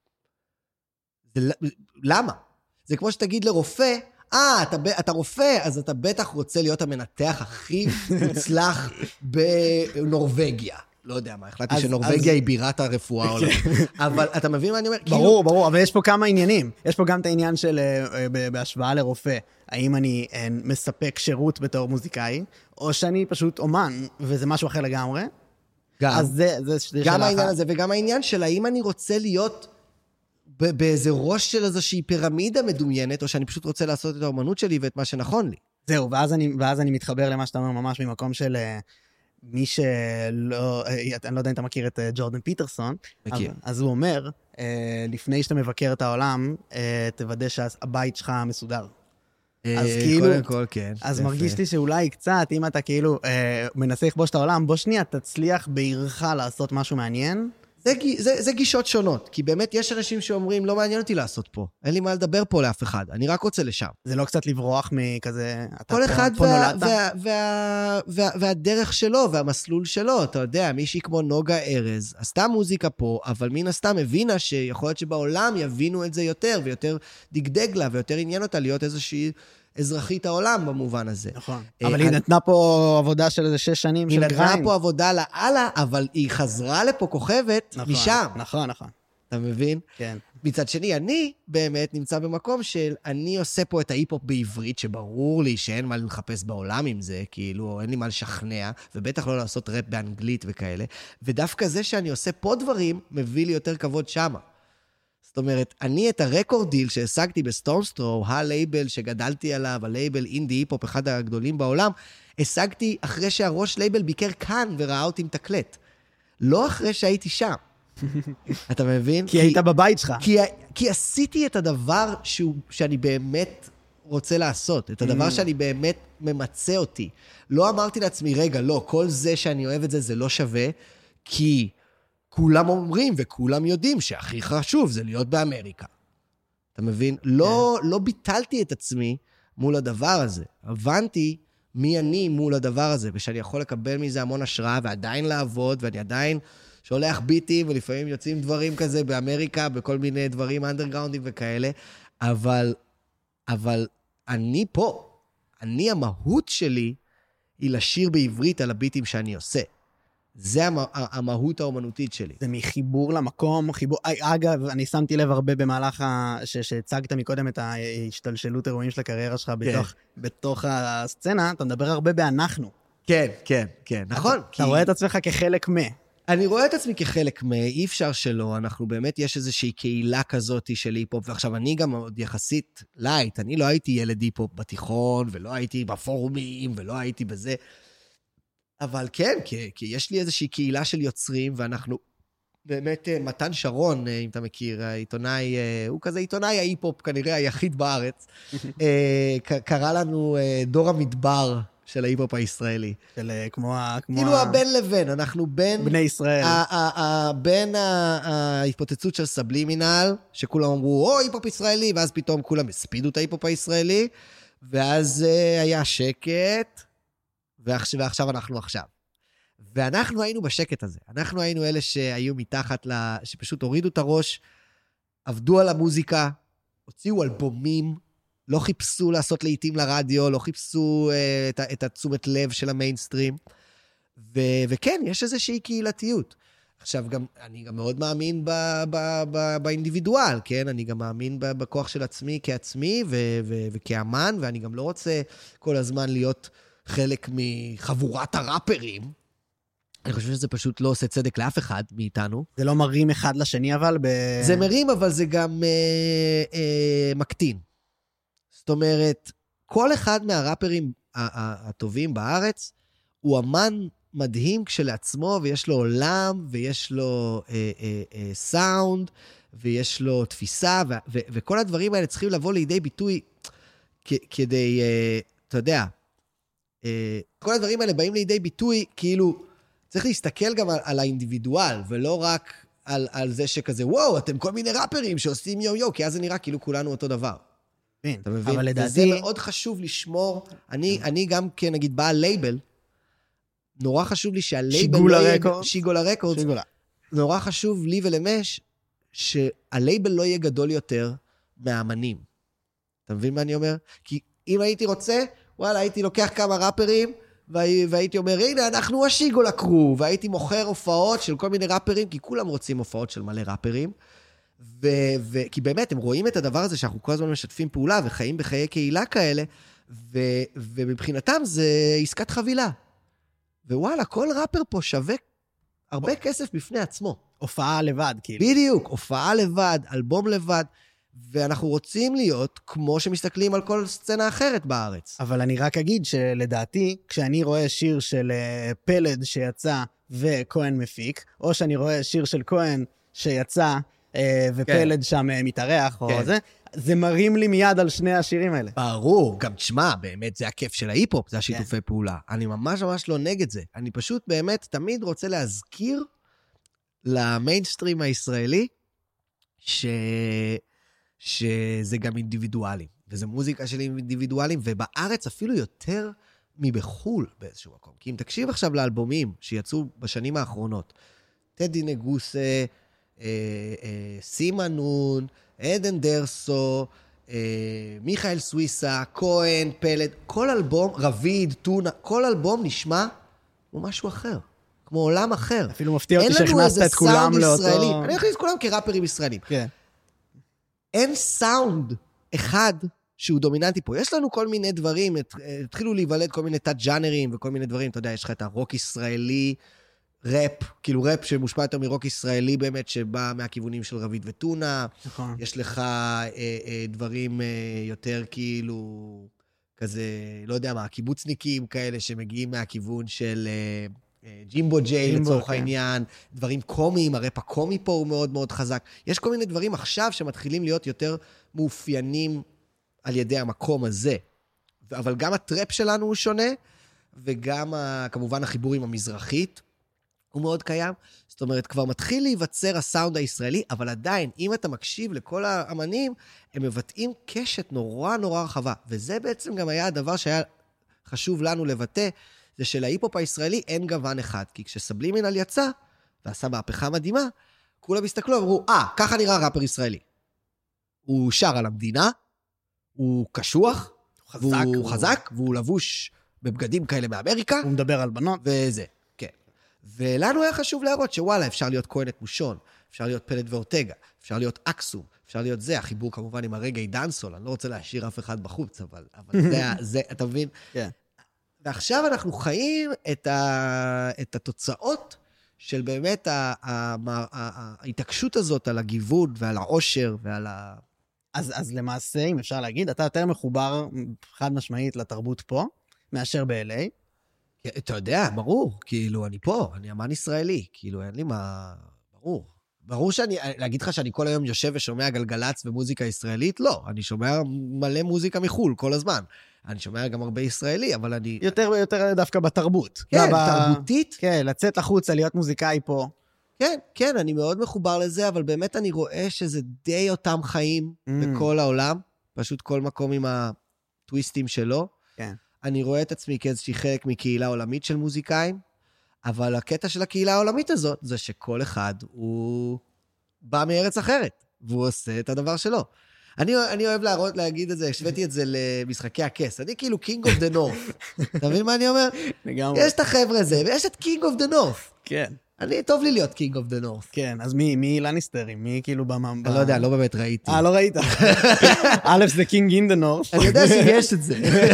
למה? זה כמו שתגיד לרופא, אתה רופא, אז אתה בטח רוצה להיות המנתח הכי מוצלח בנורווגיה. לא יודע מה, החלטתי שנורווגיה היא בירת הרפואה העולמית. אבל אתה מבין מה אני אומר? ברור, אבל יש פה כמה עניינים. יש פה גם את העניין של, בהשוואה לרופא, האם אני מספק שירות בתור מוזיקאי, או שאני פשוט אומן, וזה משהו אחר לגמרי. גם העניין הזה, וגם העניין של האם אני רוצה להיות באיזה ראש של איזושהי פירמידה מדומיינת, או שאני פשוט רוצה לעשות את האומנות שלי ואת מה שנכון לי. זהו, ואז אני מתחבר למה שאתה אומר ממש ממקום של מי שלא, אני לא יודע אם אתה מכיר את ג'ורדן פיטרסון, אז הוא אומר, לפני שאתה מבקר את העולם, תוודא שהבית שלך מסודר. אז כאילו, קודם כל, כן. אז מרגיש לי שאולי קצת, אם אתה כאילו מנסה לכבוש את העולם, בוא שנייה, תצליח בעירך לעשות משהו מעניין. זה גישות שונות, כי באמת יש אנשים שאומרים, לא מעניין אותי לעשות פה, אין לי מה לדבר פה לאף אחד, אני רק רוצה לשם. זה לא קצת לברוח מכזה, כל אחד והדרך שלו, והמסלול שלו, אתה יודע, מישהי כמו נוגה ארז, עשתה מוזיקה פה, אבל מן הסתם הבינה שיכול להיות שבעולם יבינו את זה יותר, ויותר דגדג לה, ויותר עניין אותה להיות איזושהי אזרחית העולם במובן הזה. נכון. אבל היא נתנה פה עבודה של איזה 6 שנים של גריינד. היא נתנה פה עבודה לאללה, אבל היא חזרה לפה כוכבת משם. נכון. אתה מבין? כן. מצד שני, אני באמת נמצא במקום של אני עושה פה את ההיפ-הופ בעברית, שברור לי שאין מה לחפש בעולם עם זה, כאילו אין לי מה לשכנע, ובטח לא לעשות ראפ באנגלית וכאלה, ודווקא זה שאני עושה פה דברים, מביא לי יותר כבוד שמה. זאת אומרת, אני את הרקורד דיל שהשגתי בסטורמסטרו, הלייבל שגדלתי עליו, הלייבל אינדי היפ-הופ, אחד הגדולים בעולם, השגתי אחרי שהראש לייבל ביקר כאן וראה אותי מתקלט. לא אחרי שהייתי שם. אתה מבין? כי היית בבית שלך. כי עשיתי את הדבר שאני באמת רוצה לעשות, את הדבר שאני באמת ממצא אותי. לא אמרתי לעצמי, רגע, לא, כל זה שאני אוהב את זה, זה לא שווה, כי כולם אומרים וכולם יודעים שהכי חשוב זה להיות באמריקה. אתה מבין? לא ביטלתי את עצמי מול הדבר הזה. הבנתי מי אני מול הדבר הזה, ושאני יכול לקבל מזה המון השראה, ועדיין לעבוד, ואני עדיין שולח ביטים, ולפעמים יוצאים דברים כזה באמריקה, בכל מיני דברים אנדרגראונדים וכאלה, אבל אני פה. אני, המהות שלי היא לשיר בעברית על הביטים שאני עושה. זה המהות האומנותית שלי. זה מחיבור למקום, חיבור... אגב, אני שמתי לב הרבה במהלך שהצגת מקודם את ההשתלשלות אירועים של הקריירה שלך בתוך הסצנה, אתה מדבר הרבה באנחנו. כן, נכון. אתה רואה את עצמך כחלק אני רואה את עצמי כחלק אי אפשר שלא, אנחנו באמת, יש איזושהי קהילה כזאת של היפ-הופ, ועכשיו אני גם עוד יחסית לייט, אני לא הייתי ילד היפ-הופ בתיכון, ולא הייתי בפורומים, ולא הייתי בזה, אבל כן, כי יש לי איזושהי קהילה של יוצרים, ואנחנו באמת, מתן שרון, אם אתה מכיר, העיתונאי, הוא כזה עיתונאי ההיפ-הופ, כנראה היחיד בארץ, קרא לנו דור המדבר של ההיפ-הופ הישראלי. של כמו כאילו הבן לבן, אנחנו בין... בני ישראל. בין ההתפוצצות של סבלימינל, שכולם אמרו, היפ-הופ ישראלי, ואז פתאום כולם הספידו את ההיפ-הופ הישראלי, ואז היה שקט, ועכשיו אנחנו עכשיו. ואנחנו היינו בשקט הזה. אנחנו היינו אלה שהיו מתחת שפשוט הורידו את הראש, עבדו על המוזיקה, הוציאו אלבומים, לא חיפשו לעשות לעיתים לרדיו, לא חיפשו את התשומת לב של המיינסטרים. וכן, יש איזושהי קהילתיות. עכשיו, אני גם מאוד מאמין באינדיבידואל, כן? אני גם מאמין בכוח של עצמי כעצמי וכאמן, ואני גם לא רוצה כל הזמן להיות חלק מחבורת הראפרים. אני חושב שזה פשוט לא עושה צדק לאף אחד מאיתנו. זה לא מרים אחד לשני, אבל זה מרים, אבל זה גם מקטין. זאת אומרת, כל אחד מהראפרים הטובים בארץ, הוא אמן מדהים כשלעצמו, ויש לו עולם, ויש לו סאונד, ויש לו תפיסה, וכל הדברים האלה צריכים לבוא לידי ביטוי כדי, אתה יודע, כל הדברים האלה באים לידי ביטוי, כאילו, צריך להסתכל גם על האינדיבידואל, ולא רק על זה שכזה, וואו, אתם כל מיני ראפרים שעושים יו-יו, כי אז זה נראה כאילו כולנו אותו דבר. אתה מבין? אבל לדעתי... וזה מאוד חשוב לשמור, אני גם כנגיד בעל לייבל, נורא חשוב לי שהלייבל... שיגולה רקורדס. נורא חשוב לי ולמש, שהלייבל לא יהיה גדול יותר מהאמנים. אתה מבין מה אני אומר? כי אם הייתי רוצה, וואלה, הייתי לוקח כמה ראפרים, והייתי אומר, הנה, אנחנו השיגולה קרו, והייתי מוכר הופעות של כל מיני ראפרים, כי כולם רוצים הופעות של מלא ראפרים, כי באמת, הם רואים את הדבר הזה שאנחנו כל הזמן משתפים פעולה, וחיים בחיי קהילה כאלה, ומבחינתם זה עסקת חבילה. ווואלה, כל ראפר פה שווה הרבה כסף בפני עצמו. הופעה לבד, כאילו. בדיוק, הופעה לבד, אלבום לבד, ואנחנו רוצים להיות כמו שמסתכלים על כל סצנה אחרת בארץ. אבל אני רק אגיד שלדעתי, כשאני רואה שיר של פלד שיצא וכהן מפיק, או שאני רואה שיר של כהן שיצא ופלד שם מתארח, או זה מרים לי מיד על שני השירים האלה. ברור, גם תשמע, באמת זה הכיף של ההיפ-הופ, זה השיתופי פעולה. אני ממש ממש לא נגד זה. אני פשוט באמת תמיד רוצה להזכיר למיינסטרים הישראלי, שזה גם אינדיבידואלים, וזה מוזיקה של אינדיבידואלים, ובארץ אפילו יותר מבחול באיזשהו מקום. כי אם תקשיב עכשיו לאלבומים שיצאו בשנים האחרונות, טדי נגוסה, סימנון, עדן דרסו, מיכאל סוויסה, כהן, פלד, כל אלבום, רביד, טונה, כל אלבום נשמע כמו משהו אחר, כמו עולם אחר. אפילו מפתיע אותי שהכנסת את כולם לאותו... אני אכניס כולם כראפרים ישראלים. כן. אין סאונד אחד שהוא דומיננטי פה. יש לנו כל מיני דברים, התחילו להיוולד כל מיני תת-ג'אנרים וכל מיני דברים, אתה יודע, יש לך את הרוק ישראלי, ראפ, כאילו ראפ שמושפע יותר מרוק ישראלי באמת, שבא מהכיוונים של רביד וטונה. נכון. יש לך דברים יותר כאילו, כזה, לא יודע מה, קיבוצניקים כאלה שמגיעים מהכיוון של ג'ימבו ג'יי לצורך העניין, דברים קומיים, הראפ הקומי פה הוא מאוד מאוד חזק. יש כל מיני דברים עכשיו שמתחילים להיות יותר מאופיינים על ידי המקום הזה. אבל גם הטראפ שלנו הוא שונה, וגם כמובן החיבור עם המזרחית הוא מאוד קיים. זאת אומרת, כבר מתחיל להיווצר הסאונד הישראלי, אבל עדיין, אם אתה מקשיב לכל האמנים, הם מבטאים קשת נורא נורא רחבה. וזה בעצם גם היה הדבר שהיה חשוב לנו לבטא, זה שלהיפ-הופ הישראלי אין גוון אחד. כי כשסבלימינל יצא, ועשה מהפכה מדהימה, כולם הסתכלו ואמרו, ככה נראה ראפר ישראלי. הוא שר על המדינה, הוא קשוח, הוא חזק, והוא לבוש בבגדים כאלה מאמריקה. הוא מדבר על בנות. וזה, כן. ולנו היה חשוב להראות שוואלה, אפשר להיות כהן את מושון, אפשר להיות פלד ואורטגה, אפשר להיות אקסום, אפשר להיות זה, החיבור כמובן עם הרגעי דאנסול, אני לא רוצה להשאיר אף אחד בחוץ, אבל זה, אתה מבין? כן. ועכשיו אנחנו חיים את התוצאות של באמת ההתעקשות הזאת על הגיוון ועל העושר ועל ה... אז למעשה, אם אפשר להגיד, אתה יותר מחובר חד משמעית לתרבות פה, מאשר ב-LA. אתה יודע, ברור, כאילו, אני פה, אני אמן ישראלי, כאילו, אין לי מה... ברור. ברור להגיד לך שאני כל היום יושב ושומע גלגלץ ומוזיקה ישראלית? לא, אני שומע מלא מוזיקה מחול כל הזמן. אני שומע גם הרבה ישראלי, אבל אני... יותר דווקא בתרבות. כן, תרבותית. כן, לצאת לחוץ, להיות מוזיקאי פה. כן, אני מאוד מחובר לזה, אבל באמת אני רואה שזה די אותם חיים בכל העולם, פשוט כל מקום עם הטוויסטים שלו. כן. אני רואה את עצמי כאיזושהי חלק מקהילה עולמית של מוזיקאים, אבל הקטע של הקהילה העולמית הזאת, זה שכל אחד הוא בא מארץ אחרת, והוא עושה את הדבר שלו. אני אוהב להגיד את זה, השוויתי את זה למשחקי הכס. אני כאילו King of the North. אתה מבין מה אני אומר? לגמרי. יש את החבר'ה הזה, ויש את King of the North. כן. טוב לי להיות King of the North. כן, אז מי לניסטרים? מי כאילו אני לא יודע, לא באמת ראיתי. לא ראית. א' זה King in the North. אני יודע שיש את זה.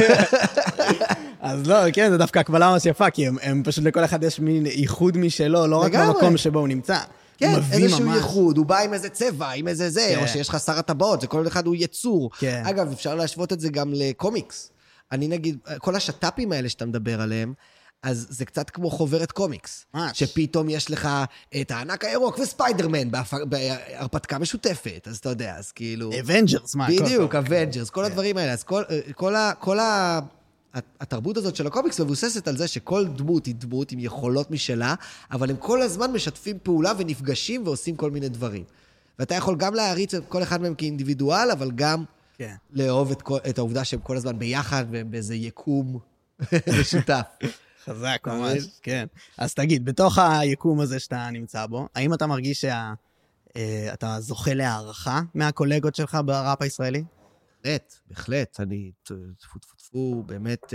אז לא, כן, זה דווקא הקבלה ממש יפה, כי הם פשוט לכל אחד יש מין ייחוד משלו, לא רק במקום שבו הוא נמצא. כן, איזשהו ייחוד, הוא בא עם איזה צבע, עם איזה זה, או שיש לך שר הטבעות, זה כל אחד הוא יצור. אגב, אפשר להשוות את זה גם לקומיקס. אני נגיד, כל השטאפים האלה שאתה מדבר עליהם, אז זה קצת כמו חוברת קומיקס. שפתאום יש לך את הענק הירוק וספיידרמן בהרפתקה משותפת, אז אתה יודע, אז כאילו... אבנג'רס, מה? בדיוק, אבנג'רס, כל הדברים האלה. אז כל התרבות הזאת של הקומיקס מבוססת על זה שכל דמות היא דמות עם יכולות משלה, אבל הם כל הזמן משתפים פעולה ונפגשים ועושים כל מיני דברים. ואתה יכול גם להריץ את כל אחד מהם כאינדיבידואל, אבל גם לאהוב את העובדה שהם כל הזמן ביחד, והם באיזה יקום משותף. חזק, ממש, כן. אז תגיד, בתוך היקום הזה שאתה נמצא בו, האם אתה מרגיש שאתה זוכה להערכה מהקולגות שלך בראפ הישראלי? בהחלט, אני תפו, באמת,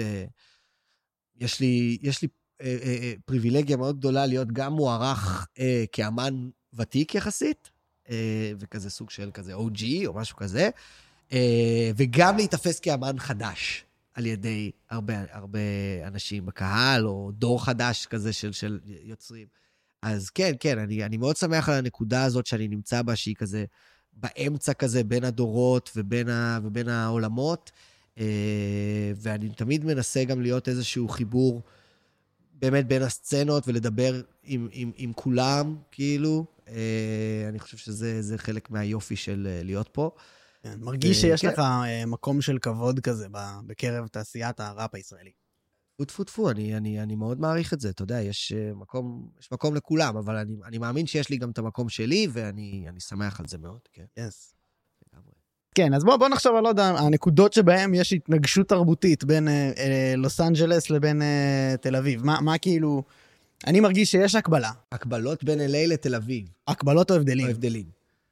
יש לי פריבילגיה מאוד גדולה להיות גם מוערך כאמן ותיק יחסית, וכזה סוג של כזה OG או משהו כזה, וגם להתאפס כאמן חדש על ידי הרבה אנשים בקהל, או דור חדש כזה של יוצרים. אז כן, אני מאוד שמח על הנקודה הזאת שאני נמצא בה, שהיא כזה באמצע כזה בין הדורות ובין העולמות, ואני תמיד מנסה גם להיות איזשהו חיבור באמת בין הסצנות, ולדבר עם כולם, כאילו. אני חושב שזה חלק מהיופי של להיות פה. מרגיש שיש לך מקום של כבוד כזה בקרב תעשיית הראפ הישראלי. טפו, אני מאוד מעריך את זה, אתה יודע, יש מקום לכולם, אבל אני מאמין שיש לי גם את המקום שלי, ואני שמח על זה מאוד, כן. Yes. כן, אז בוא נחשוב על עוד הנקודות שבהם יש התנגשות תרבותית בין לוס אנג'לס לבין תל אביב. מה כאילו, אני מרגיש שיש הקבלה. הקבלות בין LA לתל אביב. הקבלות או הבדלים? או הבדלים.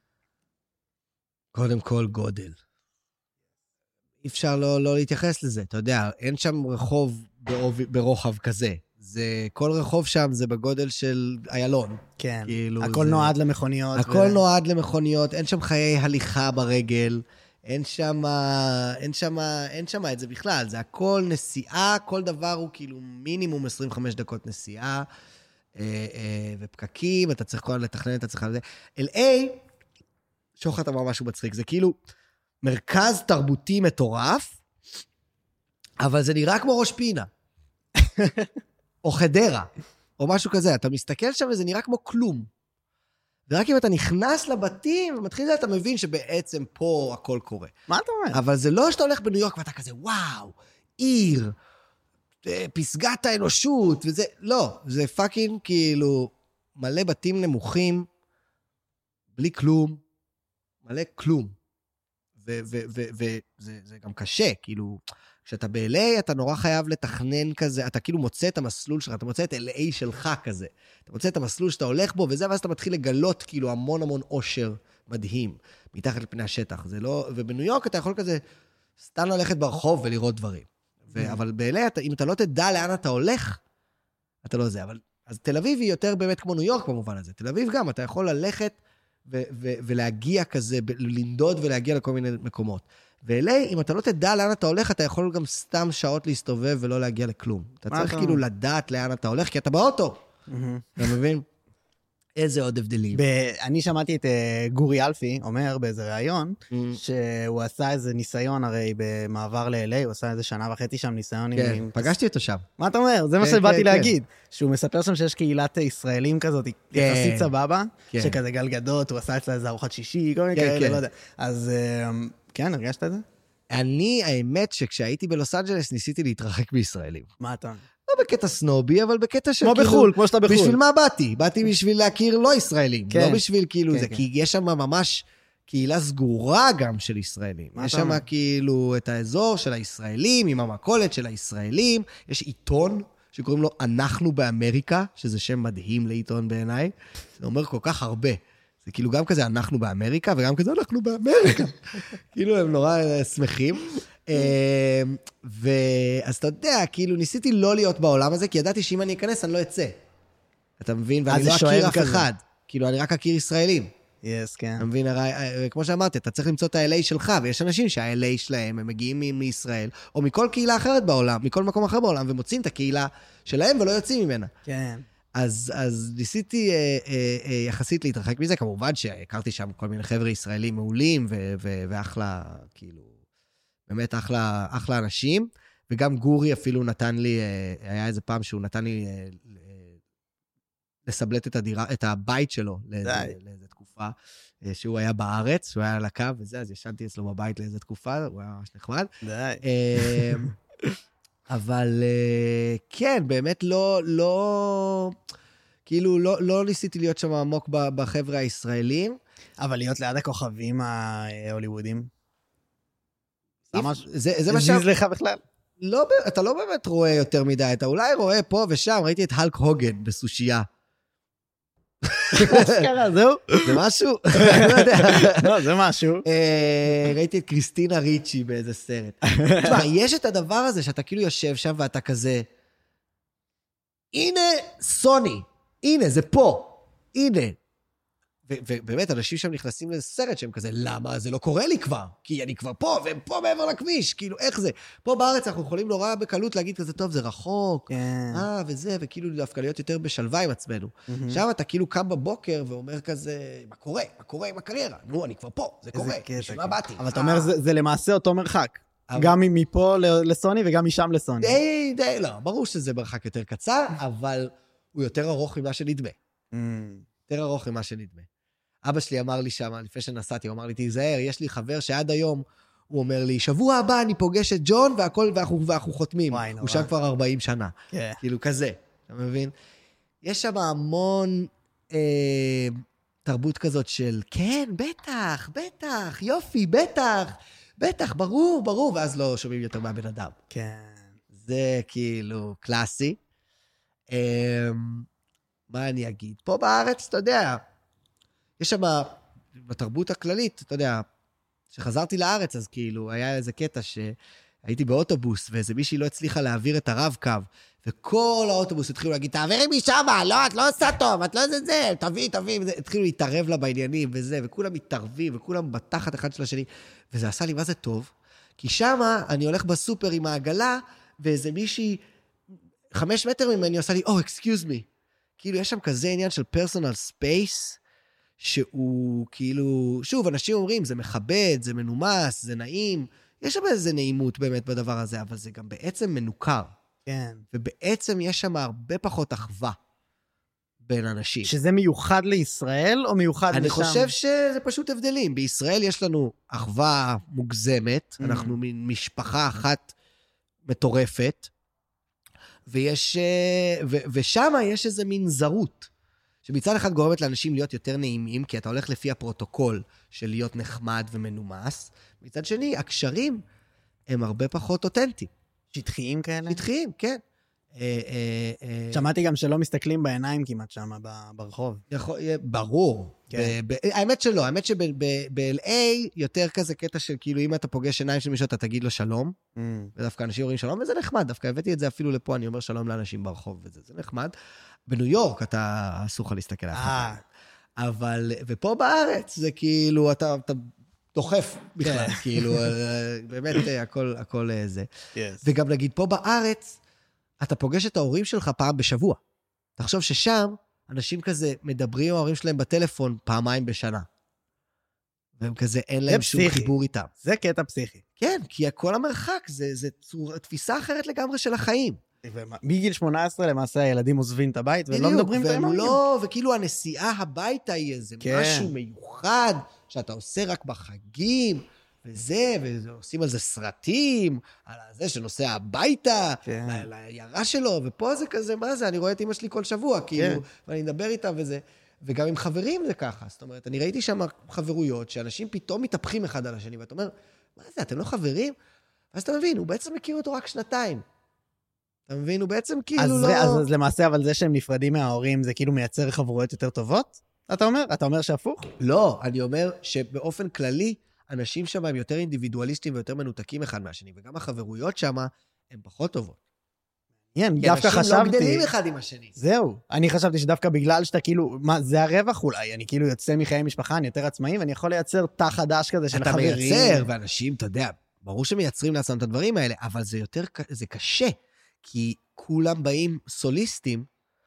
קודם כל גודל. אי אפשר לא להתייחס לזה, אתה יודע, אין שם רחוב ברוחב כזה. כל רחוב שם זה בגודל של איילון. כן, כאילו הכל זה... נועד למכוניות. הכל נועד למכוניות, אין שם חיי הליכה ברגל, אין שם את זה בכלל, זה הכל נסיעה, כל דבר הוא כאילו מינימום 25 דקות נסיעה, ופקקים, אתה צריך כל הזמן לתכנן, אתה צריך לזה. LA, שוחט אמר משהו מצחיק, זה כאילו מרכז תרבותי מטורף, אבל זה נראה כמו ראש פינה. או חדרה, או משהו כזה. אתה מסתכל שם וזה נראה כמו כלום. ורק אם אתה נכנס לבתים ומתחיל לזה, אתה מבין שבעצם פה הכל קורה. מה אתה אומר? אבל זה לא שאתה הולך בניו יורק ואתה כזה, וואו, עיר, פסגת האנושות, וזה, לא, זה פאקינג כאילו מלא בתים נמוכים, בלי כלום, מלא כלום. וזה גם קשה, כאילו, כשאתה ב-LA, אתה נורא חייב לתכנן כזה, אתה כאילו מוצא את המסלול שלך, אתה מוצא את LA שלך כזה, אתה מוצא את המסלול שאתה הולך בו, וזה, ואז אתה מתחיל לגלות כאילו המון אושר מדהים, מתחת לפני השטח, זה לא, ובניו יורק אתה יכול כזה, סתם ללכת ברחוב ולראות דברים, אבל ב-LA, אם אתה לא תדע לאן אתה הולך, אתה לא זה, אבל, אז תל אביב היא יותר באמת כמו ניו יורק במובן הזה, תל אביב גם, אתה יכול ללכת ולהגיע כזה, לנדוד ולהגיע לכל מיני מקומות. ו-LA, אם אתה לא תדע לאן אתה הולך, אתה יכול גם סתם שעות להסתובב ולא להגיע לכלום. אתה צריך כאילו לדעת לאן אתה הולך, כי אתה באוטו. אתה מבין? איזה עוד הבדלים. אני שמעתי את גורי אלפי אומר באיזה ראיון, שהוא עשה איזה ניסיון הרי במעבר ל-LA, הוא עשה איזה 1.5 שנה שם ניסיון. כן, פגשתי אותו שם. מה אתה אומר? זה מה שבאתי להגיד. שהוא מספר שם שיש קהילת ישראלים כזאת, יחסית סבבה, שכזה גלגדות, הוא עשה אצלה איזה ארוחת שישי, כל מיני כאלה, לא יודע. אז כן, הרגשת את זה? אני, האמת שכשהייתי בלוס אנג'לס, ניסיתי להתרחק בישראלים. מה אתה? לא בקטע סנובי, אבל בקטע של כמו בחול, כמו שאתה בחול. בשביל מה באתי? באתי בשביל להכיר לא ישראלים, לא בשביל כאילו זה, כי יש שם ממש קהילה סגורה גם של ישראלים. יש שם כאילו את האזור של הישראלים, עם המקולת של הישראלים, יש עיתון שקוראים לו אנחנו באמריקה, שזה שם מדהים לעיתון בעיניי, זה אומר כל כך הרבה. זה כאילו גם כזה אנחנו באמריקה, וגם כזה אנחנו באמריקה. כאילו הם נורא שמחים. ואז אתה יודע, כאילו ניסיתי לא להיות בעולם הזה, כי ידעתי שאם אני אכנס, אני לא אצא. אתה מבין? ואני לא אכיר אף אחד. כאילו, אני רק אכיר ישראלים. כן. אתה מבין? כמו שאמרתי, אתה צריך למצוא את ה-LA שלך, ויש אנשים שה-LA שלהם, הם מגיעים מישראל, או מכל קהילה אחרת בעולם, מכל מקום אחר בעולם, ומוצאים את הקהילה שלהם ולא יוצאים ממנה. כן. אז ניסיתי יחסית להתרחק מזה, כמובן שהכרתי שם כל מיני חבר'ה ישראלים מעולים, ואחלה, כאילו, באמת אחלה אנשים, וגם גורי אפילו נתן לי, היה איזה פעם שהוא נתן לי לסבלט את הבית שלו לאיזו תקופה, שהוא היה בארץ, שהוא היה על הקו וזה, אז ישנתי אצלו בבית לאיזו תקופה, הוא היה ממש נחמד. די. אבל כן, באמת כאילו לא ניסיתי להיות שם עמוק בחבר'ה הישראלים. אבל להיות ליד הכוכבים ההוליוודים? זה מה זיז לך בכלל? לא, אתה לא באמת רואה יותר מדי, אתה אולי רואה פה ושם, ראיתי את הלק הוגן בסושייה. זהו? זה משהו? לא יודע. לא, זה משהו. ראיתי את קריסטינה ריצ'י באיזה סרט. תשמע, יש את הדבר הזה שאתה כאילו יושב שם ואתה כזה, הנה סוני, הנה זה פה, הנה. ובאמת, אנשים שם נכנסים לסרט שהם כזה, למה? זה לא קורה לי כבר, כי אני כבר פה, והם פה מעבר לכביש, כאילו, איך זה? פה בארץ אנחנו יכולים נורא בקלות להגיד כזה, טוב, זה רחוק, וזה, וכאילו דווקא להיות יותר בשלווה עם עצמנו. עכשיו אתה כאילו קם בבוקר ואומר כזה, מה קורה עם הקריירה? נו, אני כבר פה, זה קורה, בשביל מה באתי? אבל אתה אומר, זה למעשה אותו מרחק. גם מפה לסוני וגם משם לסוני. די, לא, ברור שזה מרחק יותר קצר, אבל הוא יותר ארוך ממה שנדמה. יותר ארוך ממה שנדמה. אבא שלי אמר לי שם, לפני שנסעתי, הוא אמר לי, תיזהר, יש לי חבר שעד היום, הוא אומר לי, שבוע הבא אני פוגש את ג'ון, ואנחנו חותמים. וואי, נורא. הוא שם כבר 40 שנה. כן. כאילו כזה, אתה מבין? יש שם המון תרבות כזאת של, כן, בטח, יופי, בטח, ברור, ואז לא שומעים יותר מהבן אדם. כן. זה כאילו קלאסי. מה אני אגיד? פה בארץ, אתה יודע, יש שם, בתרבות הכללית, אתה יודע, כשחזרתי לארץ, אז כאילו, היה איזה קטע שהייתי באוטובוס, ואיזה מישהי לא הצליחה להעביר את הרב-קו, וכל האוטובוס התחילו להגיד, תעבירי משם, לא, את לא עושה טוב, את לא זה, תביא, התחילו להתערב לה בעניינים וזה, וכולם מתערבים, וכולם בתחת אחד של השני, וזה עשה לי מה זה טוב, כי שמה אני הולך בסופר עם העגלה, ואיזה מישהי 5 מטר ממני עושה לי, excuse me. כאילו, יש שם כזה עניין של personal space, שהוא כאילו, שוב, אנשים אומרים, זה מכבד, זה מנומס, זה נעים, יש שם איזה נעימות באמת בדבר הזה, אבל זה גם בעצם מנוכר. כן. ובעצם יש שם הרבה פחות אחווה בין אנשים. שזה מיוחד לישראל או מיוחד לשם? אני חושב שזה פשוט הבדלים. בישראל יש לנו אחווה מוגזמת, אנחנו מין משפחה אחת מטורפת, ושם יש איזה מין זרות, שמצד אחד גורמת לאנשים להיות יותר נעימים, כי אתה הולך לפי הפרוטוקול של להיות נחמד ומנומס, מצד שני, הקשרים הם הרבה פחות אותנטיים. שטחיים כאלה? שטחיים, כן. שמעתי גם שלא מסתכלים בעיניים כמעט שם ברחוב. ברור. האמת שלא, האמת שב-LA יותר כזה קטע של כאילו אם אתה פוגש עיניים של מישהו, אתה תגיד לו שלום, ודווקא אנשים אומרים שלום, וזה נחמד, דווקא הבאתי את זה אפילו לפה, אני אומר שלום לאנשים ברחוב, וזה נחמד. בניו יורק אתה אסור לך להסתכל עליך. אבל, ופה בארץ זה כאילו, אתה דוחף בכלל, כאילו, באמת הכל זה. וגם נגיד פה בארץ, אתה פוגש את ההורים שלך פעם בשבוע. תחשוב ששם, אנשים כזה מדברים עם ההורים שלהם בטלפון פעמיים בשנה. והם כזה, אין להם שום חיבור איתם. זה קטע פסיכי. כן, כי כל המרחק, זה תפיסה אחרת לגמרי של החיים. מגיל 18 למעשה הילדים עוזבים את הבית, ולא מדברים את ההורים. לא, וכאילו הנסיעה הביתה היא איזה משהו מיוחד, שאתה עושה רק בחגים, ועושים על זה סרטים, על זה שנוסע הביתה, לעיירה שלו, ופה זה כזה, מה זה? אני רואה את אמא שלי כל שבוע, כאילו, ואני מדבר איתה וזה, וגם עם חברים זה ככה, זאת אומרת, אני ראיתי שם חברויות, שאנשים פתאום מתהפכים אחד על השני, ואתה אומר, מה זה, אתם לא חברים? ואז אתה מבין, הוא בעצם מכיר אותו רק 2. אתה מבין, הוא בעצם כאילו לא... אז למעשה, אבל זה שהם נפרדים מההורים, זה כאילו מייצר חברויות יותר טובות? אתה אומר? אתה אומר שהפוך? לא, אני אומר שבאופן כללי, אנשים שם הם יותר אינדיבידואליסטים ויותר מנותקים אחד מהשני, וגם החברויות שם הן פחות טובות. כן, דווקא חשבתי... אנשים לא גדלים אחד עם השני. זהו, אני חשבתי שדווקא בגלל שאתה כאילו, מה, זה הרווח אולי, אני כאילו יוצא מחיי משפחה, אני יותר עצמאי, ואני יכול לייצר תא חדש כזה של חברים. אתה מייצר, ואנשים, אתה יודע, ברור שמייצרים לעצמם את הדברים האלה, אבל זה יותר, זה קשה, כי כולם באים סוליסטים,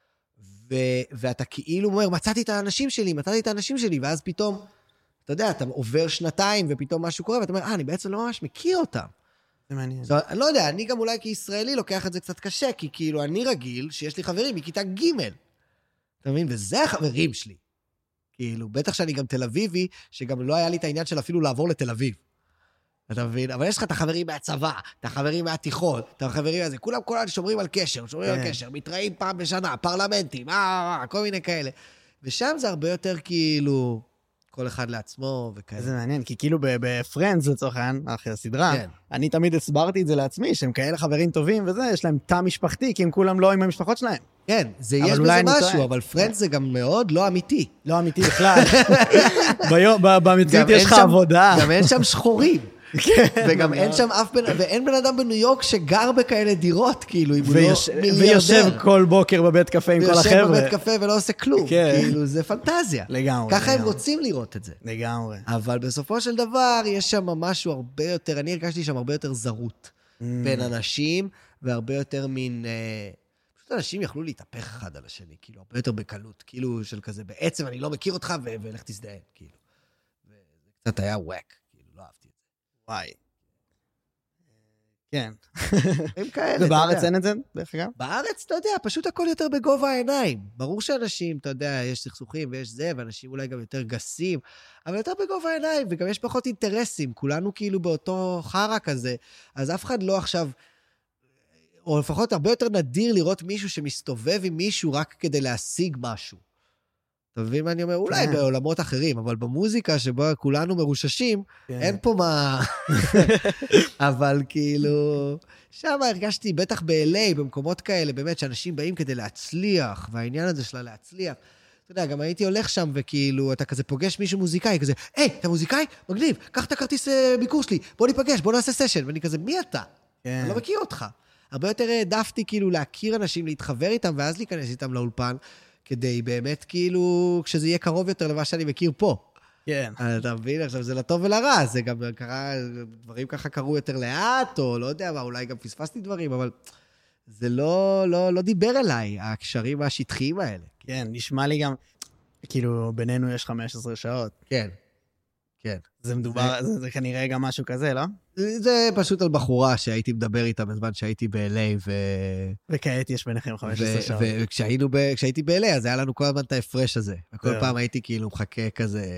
ואתה כאילו אומר, מצאתי את האנשים שלי, ואז פתאום, אתה יודע, אתה עובר 2 ופתאום משהו קורה, ואתה אומר, אני בעצם לא ממש מכיר אותם. זה מעניין. אני לא יודע, אני גם אולי כישראלי לוקח את זה קצת קשה, כי כאילו אני רגיל שיש לי חברים מכיתה ג'. אתה מבין? וזה החברים שלי. כאילו, בטח שאני גם תל אביבי, שגם לא היה לי את העניין של אפילו לעבור לתל אביב. אתה מבין? אבל יש לך את החברים מהצבא, את החברים מהתיכון, את החברים הזה, כולם שומרים על קשר, מתראים פעם בשנה, פרלמנטים, כל מיני כאלה. ושם זה הרבה יותר כאילו... כל אחד לעצמו וכאלה. זה מעניין, כי כאילו בפרנדס לצורך העניין, אחרי הסדרה, אני תמיד הסברתי את זה לעצמי, שהם כאלה חברים טובים וזה, יש להם תא משפחתי, כי הם כולם לא עם המשפחות שלהם. כן, זה יש בזה משהו, אבל פרנדס זה גם מאוד לא אמיתי. לא אמיתי בכלל. במציאות יש לך עבודה. גם אין שם שחורים. וגם אין שם ואין בן אדם בניו יורק שגר בכאלה דירות, כאילו, אם הוא לא מיליארדר. ויושב כל בוקר בבית קפה עם כל החבר'ה. ויושב בבית קפה ולא עושה כלום. כאילו, זה פנטזיה. לגמרי. ככה הם רוצים לראות את זה. לגמרי. אבל בסופו של דבר, יש שם משהו הרבה יותר, אני הרגשתי שם הרבה יותר זרות בין אנשים, והרבה יותר מין... פשוט אנשים יכלו להתהפך אחד על השני, כאילו, הרבה יותר בקלות, כאילו, של כזה, בעצם אני לא מכיר אותך, ולך תזדהן, כאילו. וזה קצת היה וואק, כאילו, לא אהבתי את זה. וואי. כן. הם כאלה, ובארץ אין את זה, דרך אגב? בארץ, אתה יודע, פשוט הכל יותר בגובה העיניים. ברור שאנשים, אתה יודע, יש סכסוכים ויש זה, ואנשים אולי גם יותר גסים, אבל יותר בגובה העיניים, וגם יש פחות אינטרסים. כולנו כאילו באותו חרה כזה, אז אף אחד לא עכשיו, או לפחות הרבה יותר נדיר לראות מישהו שמסתובב עם מישהו רק כדי להשיג משהו. אתה מבין מה אני אומר? אולי בעולמות אחרים, אבל במוזיקה שבה כולנו מרוששים, אין פה מה... אבל כאילו... שם הרגשתי, בטח ב-LA, במקומות כאלה, באמת, שאנשים באים כדי להצליח, והעניין הזה שלה להצליח. אתה יודע, גם הייתי הולך שם, וכאילו, אתה כזה פוגש מישהו מוזיקאי, כזה, היי, אתה מוזיקאי? מגניב, קח את הכרטיס ביקור שלי, בוא ניפגש, בוא נעשה סשן. ואני כזה, מי אתה? אני לא מכיר אותך. הרבה יותר העדפתי כאילו להכיר אנשים, להתחבר איתם, ואז להיכנס איתם לאולפן, כדי באמת כאילו, כשזה יהיה קרוב יותר למה שאני מכיר פה. כן. אתה מבין? עכשיו, זה לטוב ולרע, זה גם קרה, דברים ככה קרו יותר לאט, או לא יודע מה, אולי גם פספסתי דברים, אבל זה לא דיבר אליי, הקשרים השטחיים האלה. כן, נשמע לי גם, כאילו, בינינו יש 15 שעות. כן, כן. זה מדובר, זה כנראה גם משהו כזה, לא? זה פשוט על בחורה שהייתי מדבר איתה בזמן שהייתי ב-LA, וכעת יש ביניכם 15 שעות. וכשהייתי ב-LA, אז היה לנו כל הזמן את ההפרש הזה. וכל פעם הייתי כאילו מחכה כזה,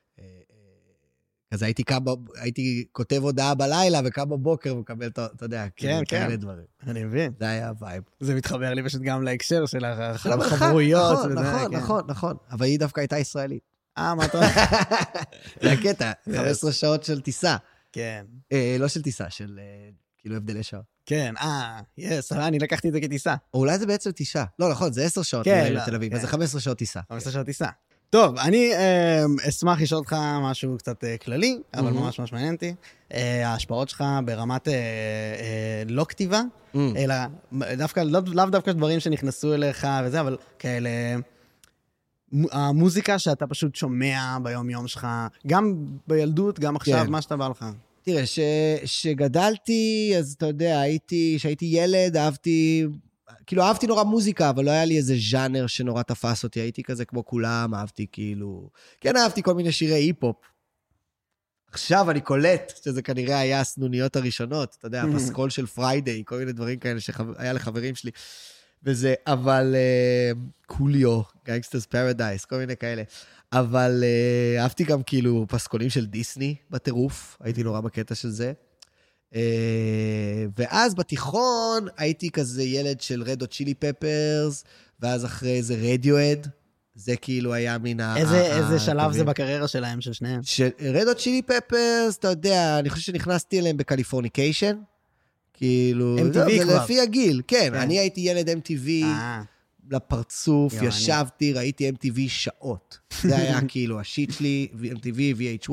אז הייתי כותב הודעה בלילה, וקם בבוקר ומקבל, אתה יודע, כן, כאלה דברים. אני מבין. זה היה הווייב. זה מתחבר לי פשוט גם להקשר של החברויות. נכון. אבל היא דווקא הייתה ישראלית. מה אתה אומר? זה הקטע, 15 שעות של טיסה. כן. לא של טיסה, של כאילו הבדלי שעות. כן, אני לקחתי את זה כטיסה. או אולי זה בעצם טיסה. לא, נכון, זה 10 שעות לתל אביב, אז זה 15 שעות טיסה. 15 שעות טיסה. טוב, אני אשמח לשאול אותך משהו קצת כללי, אבל ממש ממש מעניין אותי. ההשפעות שלך ברמת לא כתיבה, אלא לאו דווקא דברים שנכנסו אליך וזה, אבל כאלה, המוזיקה שאתה פשוט שומע ביום-יום שלך, גם בילדות, גם עכשיו, מה שאתה בא לך. תראה, שגדלתי, אז אתה יודע, שהייתי ילד, אהבתי נורא מוזיקה, אבל לא היה לי איזה ז'אנר שנורא תפס אותי, הייתי כזה כמו כולם, אהבתי כל מיני שירי היפ-הופ. עכשיו אני קולט שזה כנראה היה הסנוניות הראשונות, אתה יודע, הפסקול של פריידיי, כל מיני דברים כאלה שהיה לחברים שלי, וזה, אבל קוליו, גנגסטרס פרדייס, כל מיני כאלה. אבל אהבתי גם כאילו פסקולים של דיסני בטירוף, הייתי נורא בקטע של זה. ואז בתיכון הייתי כזה ילד של רד הוט צ'ילי פפרס, ואז אחרי זה רדיואד, זה כאילו היה מן איזה שלב זה בקריירה שלהם, של שניהם? רד הוט צ'ילי פפרס, אתה יודע, אני חושב שנכנסתי אליהם בקליפורניקיישן, כאילו, זה לפי הגיל, כן, אני הייתי ילד MTV לפרצוף, ישבתי, ראיתי MTV שעות, זה היה כאילו השיט שלי, MTV, VH1,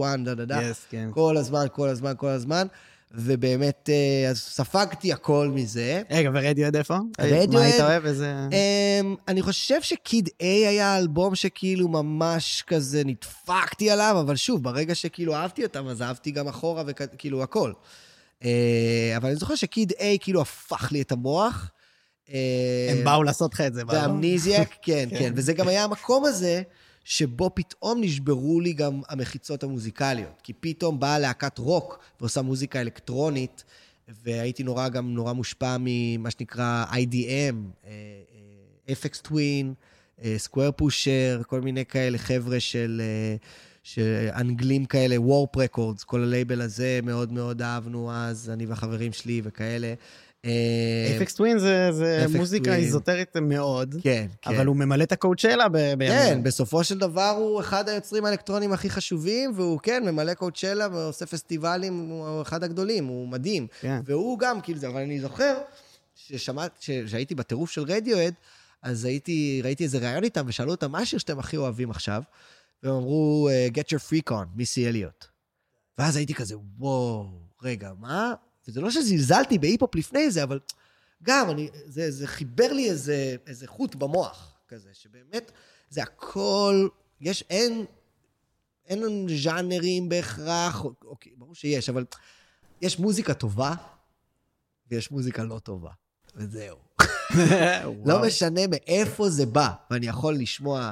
כל הזמן, ובאמת, אז ספגתי הכל מזה. רגע, ורדיואד איפה? רדיואד, מה היית אוהב? אני חושב שקיד A היה אלבום שכאילו ממש כזה נדפקתי עליו, אבל שוב, ברגע שכאילו אהבתי אותם, אז אהבתי גם אחורה וכאילו הכל. אבל אני זוכר שקיד A כאילו הפך לי את המוח. הם באו לעשות לך את זה. ואמניזיאק, כן. וזה גם היה המקום הזה, שבו פתאום נשברו לי גם המחיצות המוזיקליות, כי פתאום באה להקת רוק ועושה מוזיקה אלקטרונית, והייתי נורא מושפע ממה שנקרא IDM, FX Twin, Square Pusher, כל מיני כאלה חבר'ה של אנגלים כאלה, Warp Records, כל הלייבל הזה מאוד מאוד אהבנו אז, אני והחברים שלי וכאלה. FX Twin זה מוזיקה איזוטרית מאוד, כן. אבל הוא ממלא את הקואוצ'לה. כן, בסופו של דבר הוא אחד היוצרים האלקטרונים הכי חשובים, והוא כן, ממלא קואוצ'לה ועושה פסטיבלים, הוא אחד הגדולים, הוא מדהים. והוא גם, כאילו זה, אבל אני זוכר שהייתי בטירוף של רדיואד, אז ראיתי איזה רעיון איתם, ושאלו אותם, מה השיר שאתם הכי אוהבים עכשיו? והם אמרו, Get Your Freak On, מיסי אליוט. ואז הייתי כזה, וואו, רגע, מה? וזה לא שזלזלתי בהיפ-הופ לפני זה, אבל גם זה חיבר לי איזה חוט במוח כזה, שבאמת זה הכל, אין ז'אנרים בהכרח, אוקיי, ברור שיש, אבל יש מוזיקה טובה, ויש מוזיקה לא טובה, וזהו. לא משנה מאיפה זה בא, ואני יכול לשמוע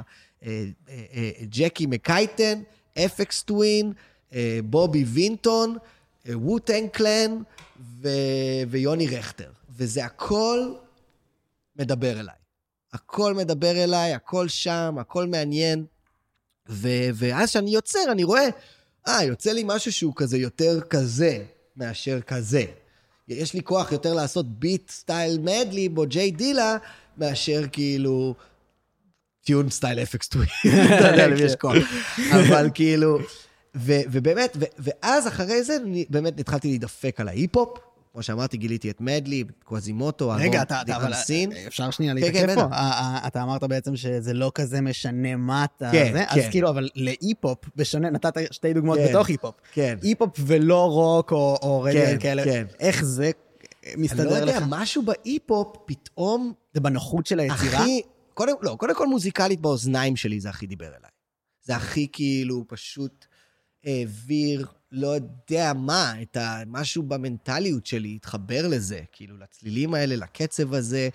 ג'קי מקייטן, FX טווין, בובי וינטון, ווטנג קלן ויוני רכטר. וזה הכל מדבר אליי. הכל מדבר אליי, הכל שם, הכל מעניין. ואז שאני יוצר, אני רואה, יוצא לי משהו שהוא כזה יותר כזה, מאשר כזה. יש לי כוח יותר לעשות ביט סטייל מדליב או ג'יי דילה, מאשר כאילו טיון סטייל אפקס טוי. אתה יודע, למי יש כוח. אבל כאילו, ובאמת, ואז אחרי זה, באמת התחלתי להידפק על ההיפ-הופ, כמו שאמרתי, גיליתי את מדליב, קווזימוטו, רגע, אבל אפשר שנייה להתעכב פה. אתה אמרת בעצם שזה לא כזה משנה מה אתה זה, אז כאילו, אבל להיפ-הופ, בשונה, נתת שתי דוגמאות בתוך היפ-הופ. היפ-הופ ולא רוק או רדיו כאלה, איך זה מסתדר לך? אני לא יודע, משהו בהיפ-הופ פתאום... זה בנוחות של היצירה? קודם כל מוזיקלית באוזניים שלי זה הכי דיבר אליי. זה הכי כאילו פשוט העביר... לא יודע מה, את משהו במנטליות שלי, התחבר לזה, כאילו, לצלילים האלה, לקצב הזה,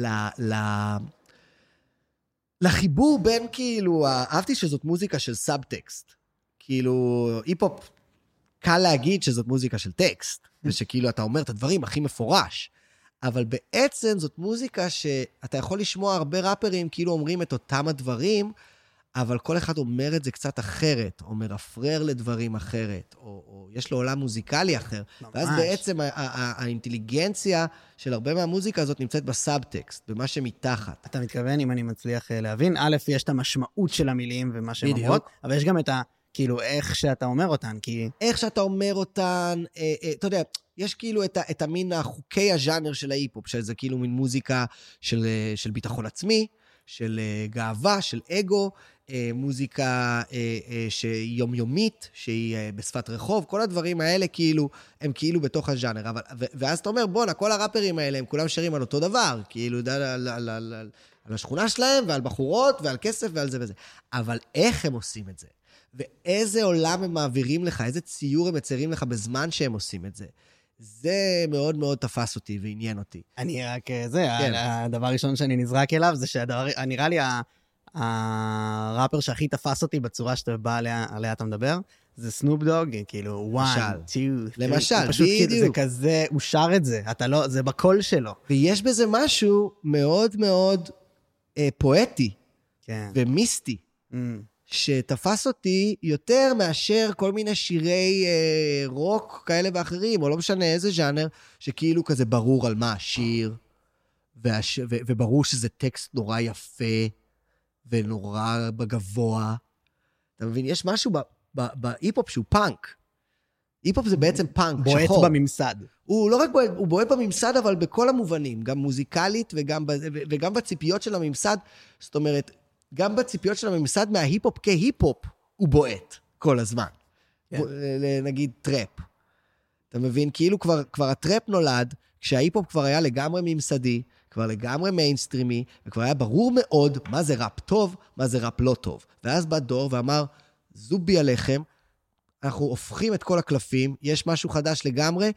לחיבור בין, כאילו, אהבתי שזאת מוזיקה של סאבטקסט. כאילו, היפ-הופ, קל להגיד שזאת מוזיקה של טקסט, ושכאילו אתה אומר את הדברים הכי מפורש, אבל בעצם זאת מוזיקה שאתה יכול לשמוע הרבה ראפרים, כאילו אומרים את אותם הדברים, אבל כל אחד אומר את זה קצת אחרת, או מרפרר לדברים אחרת, או יש לו עולם מוזיקלי אחר. ממש. ואז בעצם האינטליגנציה של הרבה מהמוזיקה הזאת נמצאת בסאבטקסט, במה שמתחת. אתה מתכוון, אם אני מצליח להבין, א', יש את המשמעות של המילים ומה שהן אומרות, אבל יש גם את כאילו, איך שאתה אומר אותן, כי... איך שאתה אומר אותן, אתה יודע, יש כאילו את המין החוקי הז'אנר של ההיפ-הופ, שזה כאילו מין מוזיקה של ביטחון עצמי, של גאווה, של אגו, מוזיקה שהיא יומיומית, שהיא בשפת רחוב, כל הדברים האלה כאילו, הם כאילו בתוך הז'אנר. ואז אתה אומר, בואנה, כל הראפרים האלה, הם כולם שרים על אותו דבר, כאילו, על השכונה שלהם, ועל בחורות, ועל כסף, ועל זה וזה. אבל איך הם עושים את זה? ואיזה עולם הם מעבירים לך, איזה ציור הם מציירים לך בזמן שהם עושים את זה. זה מאוד מאוד תפס אותי ועניין אותי. אני רק, הדבר הראשון שאני נזרק אליו, זה נראה לי הראפר שהכי תפס אותי בצורה שאתה בא עליה אתה מדבר, זה סנופ דוג, כאילו, 1, 2, 3. למשל, בדיוק. זה כזה, הוא שר את זה, זה בקול שלו. ויש בזה משהו מאוד מאוד פואטי ומיסטי. שתפס אותי יותר מאשר כל מיני שירי רוק כאלה ואחרים, או לא משנה איזה ז'אנר, שכאילו כזה ברור על מה השיר, וברור שזה טקסט נורא יפה, ונורא בגבוה. אתה מבין? יש משהו בהיפ-הופ שהוא פאנק. היפ-הופ זה בעצם פאנק, שחור. בועט בממסד. הוא לא רק בועט, הוא בועט בממסד, אבל בכל המובנים, גם מוזיקלית וגם בציפיות של הממסד, זאת אומרת, גם בציפיות של הממסד מההיפ-הופ כהיפ-הופ, הוא בועט כל הזמן. נגיד טראפ. אתה מבין? כאילו כבר הטראפ נולד, כשההיפ-הופ כבר היה לגמרי ממסדי, כבר לגמרי מיינסטרימי, וכבר היה ברור מאוד מה זה ראפ טוב, מה זה ראפ לא טוב. ואז בא דור ואמר, זובי עליכם, אנחנו הופכים את כל הקלפים, יש משהו חדש לגמרי,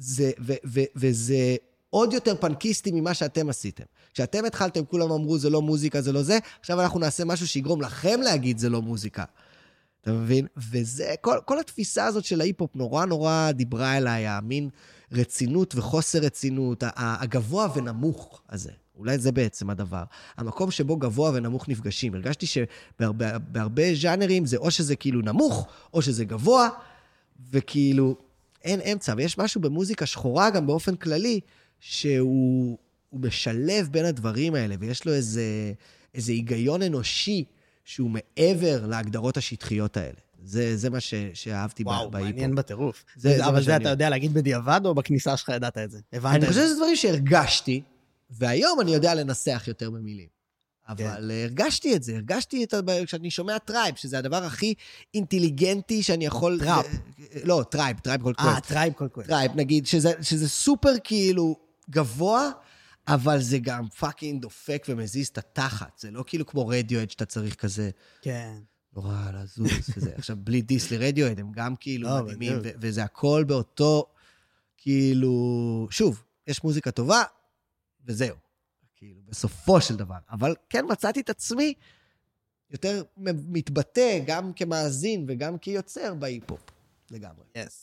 וזה עוד יותר פנקיסטי ממה שאתם עשיתם. כשאתם התחלתם, כולם אמרו, זה לא מוזיקה, זה לא זה, עכשיו אנחנו נעשה משהו שיגרום לכם להגיד, זה לא מוזיקה. אתה מבין? וזה, כל התפיסה הזאת של ההיפ-הופ נורא נורא דיברה אליי, המין רצינות וחוסר רצינות, הגבוה ונמוך הזה. אולי זה בעצם הדבר. המקום שבו גבוה ונמוך נפגשים. הרגשתי שבהרבה ז'אנרים זה או שזה כאילו נמוך, או שזה גבוה, וכאילו אין אמצע. ויש משהו במוזיקה שחורה גם באופן כללי, שהוא משלב בין הדברים האלה, ויש לו איזה היגיון אנושי, שהוא מעבר להגדרות השטחיות האלה. זה מה שאהבתי בהיפ-הופ. וואו, מעניין בטירוף. אבל זה אתה יודע להגיד בדיעבד, או בכניסה שלך ידעת את זה? אני חושב שזה דברים שהרגשתי, והיום אני יודע לנסח יותר במילים. אבל הרגשתי את זה, כשאני שומע טרייב, שזה הדבר הכי אינטליגנטי שאני יכול... טראפ. לא, טרייב כל קווסט. טרייב כל קווסט. טרייב, נגיד, שזה סופר כאילו גבוה, אבל זה גם פאקינג דופק ומזיז את התחת. זה לא כאילו כמו רדיואד שאתה צריך כזה... כן. נורא לזוז וזה. עכשיו, בלי דיס לרדיואד, הם גם כאילו מדהימים, וזה הכל באותו, כאילו... שוב, יש מוזיקה טובה, וזהו. כאילו, בסופו של דבר. אבל כן מצאתי את עצמי יותר מתבטא, גם כמאזין וגם כיוצר בהיפ-הופ, לגמרי. Yes.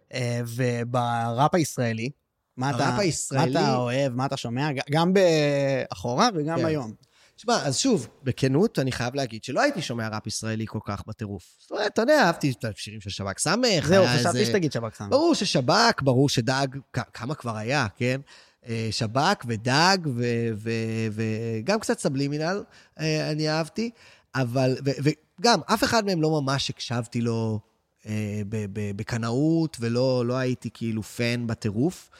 ובראפ הישראלי, מה אתה אוהב, מה אתה שומע, גם באחורה וגם היום. תשמע, אז שוב, בכנות, אני חייב להגיד שלא הייתי שומע ראפ ישראלי כל כך בטירוף. זאת אומרת, אתה יודע, אהבתי את השירים של שב"כ סמך. זהו, חשבתי שתגיד שב"כ סמך. ברור ששב"כ, ברור שדג, כמה כבר היה, כן? שב"כ ודג, וגם קצת סבלימינל, אני אהבתי, אבל, וגם, אף אחד מהם לא ממש הקשבתי לו בקנאות, ולא הייתי כאילו פן בטירוף.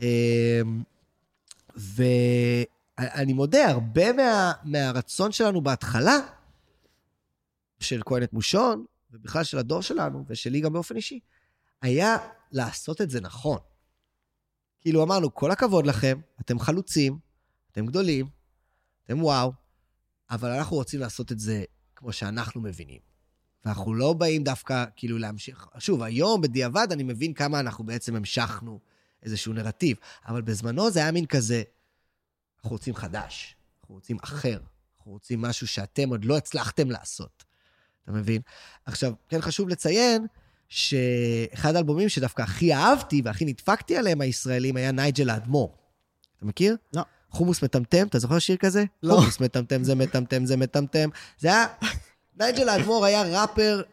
ואני מודה, הרבה מהרצון שלנו בהתחלה, של כהנת מושון, ובכלל של הדור שלנו, ושלי גם באופן אישי, היה לעשות את זה נכון. כאילו אמרנו, כל הכבוד לכם, אתם חלוצים, אתם גדולים, אתם וואו, אבל אנחנו רוצים לעשות את זה כמו שאנחנו מבינים. ואנחנו לא באים דווקא כאילו להמשיך. שוב, היום בדיעבד אני מבין כמה אנחנו בעצם המשכנו איזשהו נרטיב, אבל בזמנו זה היה מין כזה, אנחנו רוצים חדש, אנחנו רוצים אחר, אנחנו רוצים משהו שאתם עוד לא הצלחתם לעשות. אתה מבין? עכשיו, כן חשוב לציין שאחד האלבומים שדווקא הכי אהבתי והכי נדפקתי עליהם הישראלים היה נייג'ל האדמו"ר. אתה מכיר? לא. חומוס מטמטם, אתה זוכר שיר כזה? לא. חומוס מטמטם, זה מטמטם, זה מטמטם. זה היה, נייג'ל האדמו"ר היה ראפר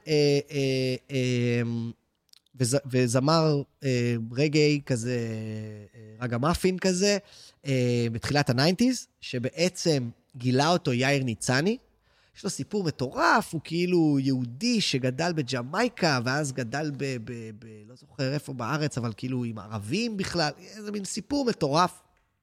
וזמר רגעי כזה, רגע מאפין כזה, בתחילת ה-90s, שבעצם גילה אותו יאיר ניצני. יש לו סיפור מטורף, הוא כאילו יהודי שגדל בג'מייקה, ואז גדל לא זוכר איפה בארץ, אבל כאילו עם ערבים בכלל, איזה מין סיפור מטורף.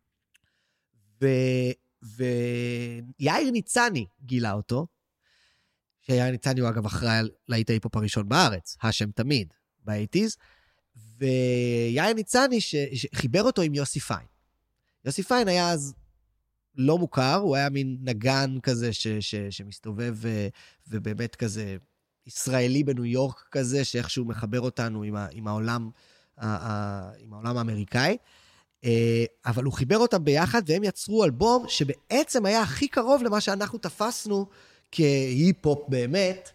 ויאיר ניצני גילה אותו, שיאיר ניצני הוא אגב אחראי להיט ההיפ-הופ הראשון בארץ, השם תמיד, ב-80s, ויאיר ניצני שחיבר אותו עם יוסי פיין. יוסי פיין היה אז לא מוכר, הוא היה מין נגן כזה שמסתובב ובאמת כזה ישראלי בניו יורק כזה, שאיכשהו מחבר אותנו עם העולם האמריקאי, אבל הוא חיבר אותם ביחד והם יצרו אלבום שבעצם היה הכי קרוב למה שאנחנו תפסנו כהיפ-הופ באמת,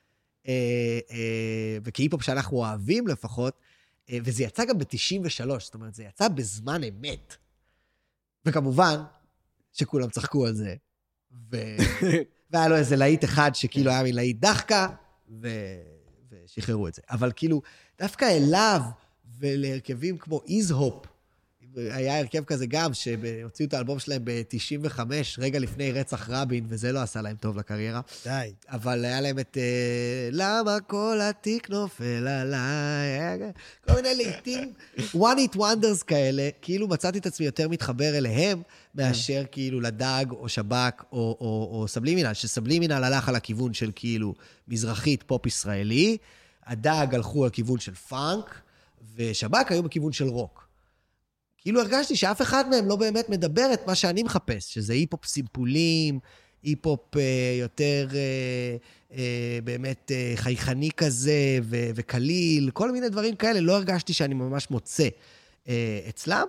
וכהיפ-הופ שאנחנו אוהבים לפחות, וזה יצא גם ב-93, זאת אומרת, זה יצא בזמן אמת. וכמובן, שכולם צחקו על זה, והיה לו איזה להיט אחד שכאילו היה מלהיט דחקה, ושחררו את זה. אבל כאילו, דווקא אליו ולהרכבים כמו איז-הופ, היה הרכב כזה גם, שהוציאו את האלבום שלהם ב-95, רגע לפני רצח רבין, וזה לא עשה להם טוב לקריירה. די. אבל היה להם את למה כל התיק נופל עליי, כל מיני לעיתים, one hit wonders כאלה, כאילו מצאתי את עצמי יותר מתחבר אליהם, מאשר כאילו לדג או שב"כ או סבלימינל, שסבלימינל הלך על הכיוון של כאילו מזרחית פופ ישראלי, הדג הלכו על כיוון של פאנק, ושב"כ היו בכיוון של רוק. כאילו הרגשתי שאף אחד מהם לא באמת מדבר את מה שאני מחפש, שזה היפ-הופ סימפולים, היפ-הופ יותר באמת חייכני כזה וקליל, כל מיני דברים כאלה, לא הרגשתי שאני ממש מוצא אצלם,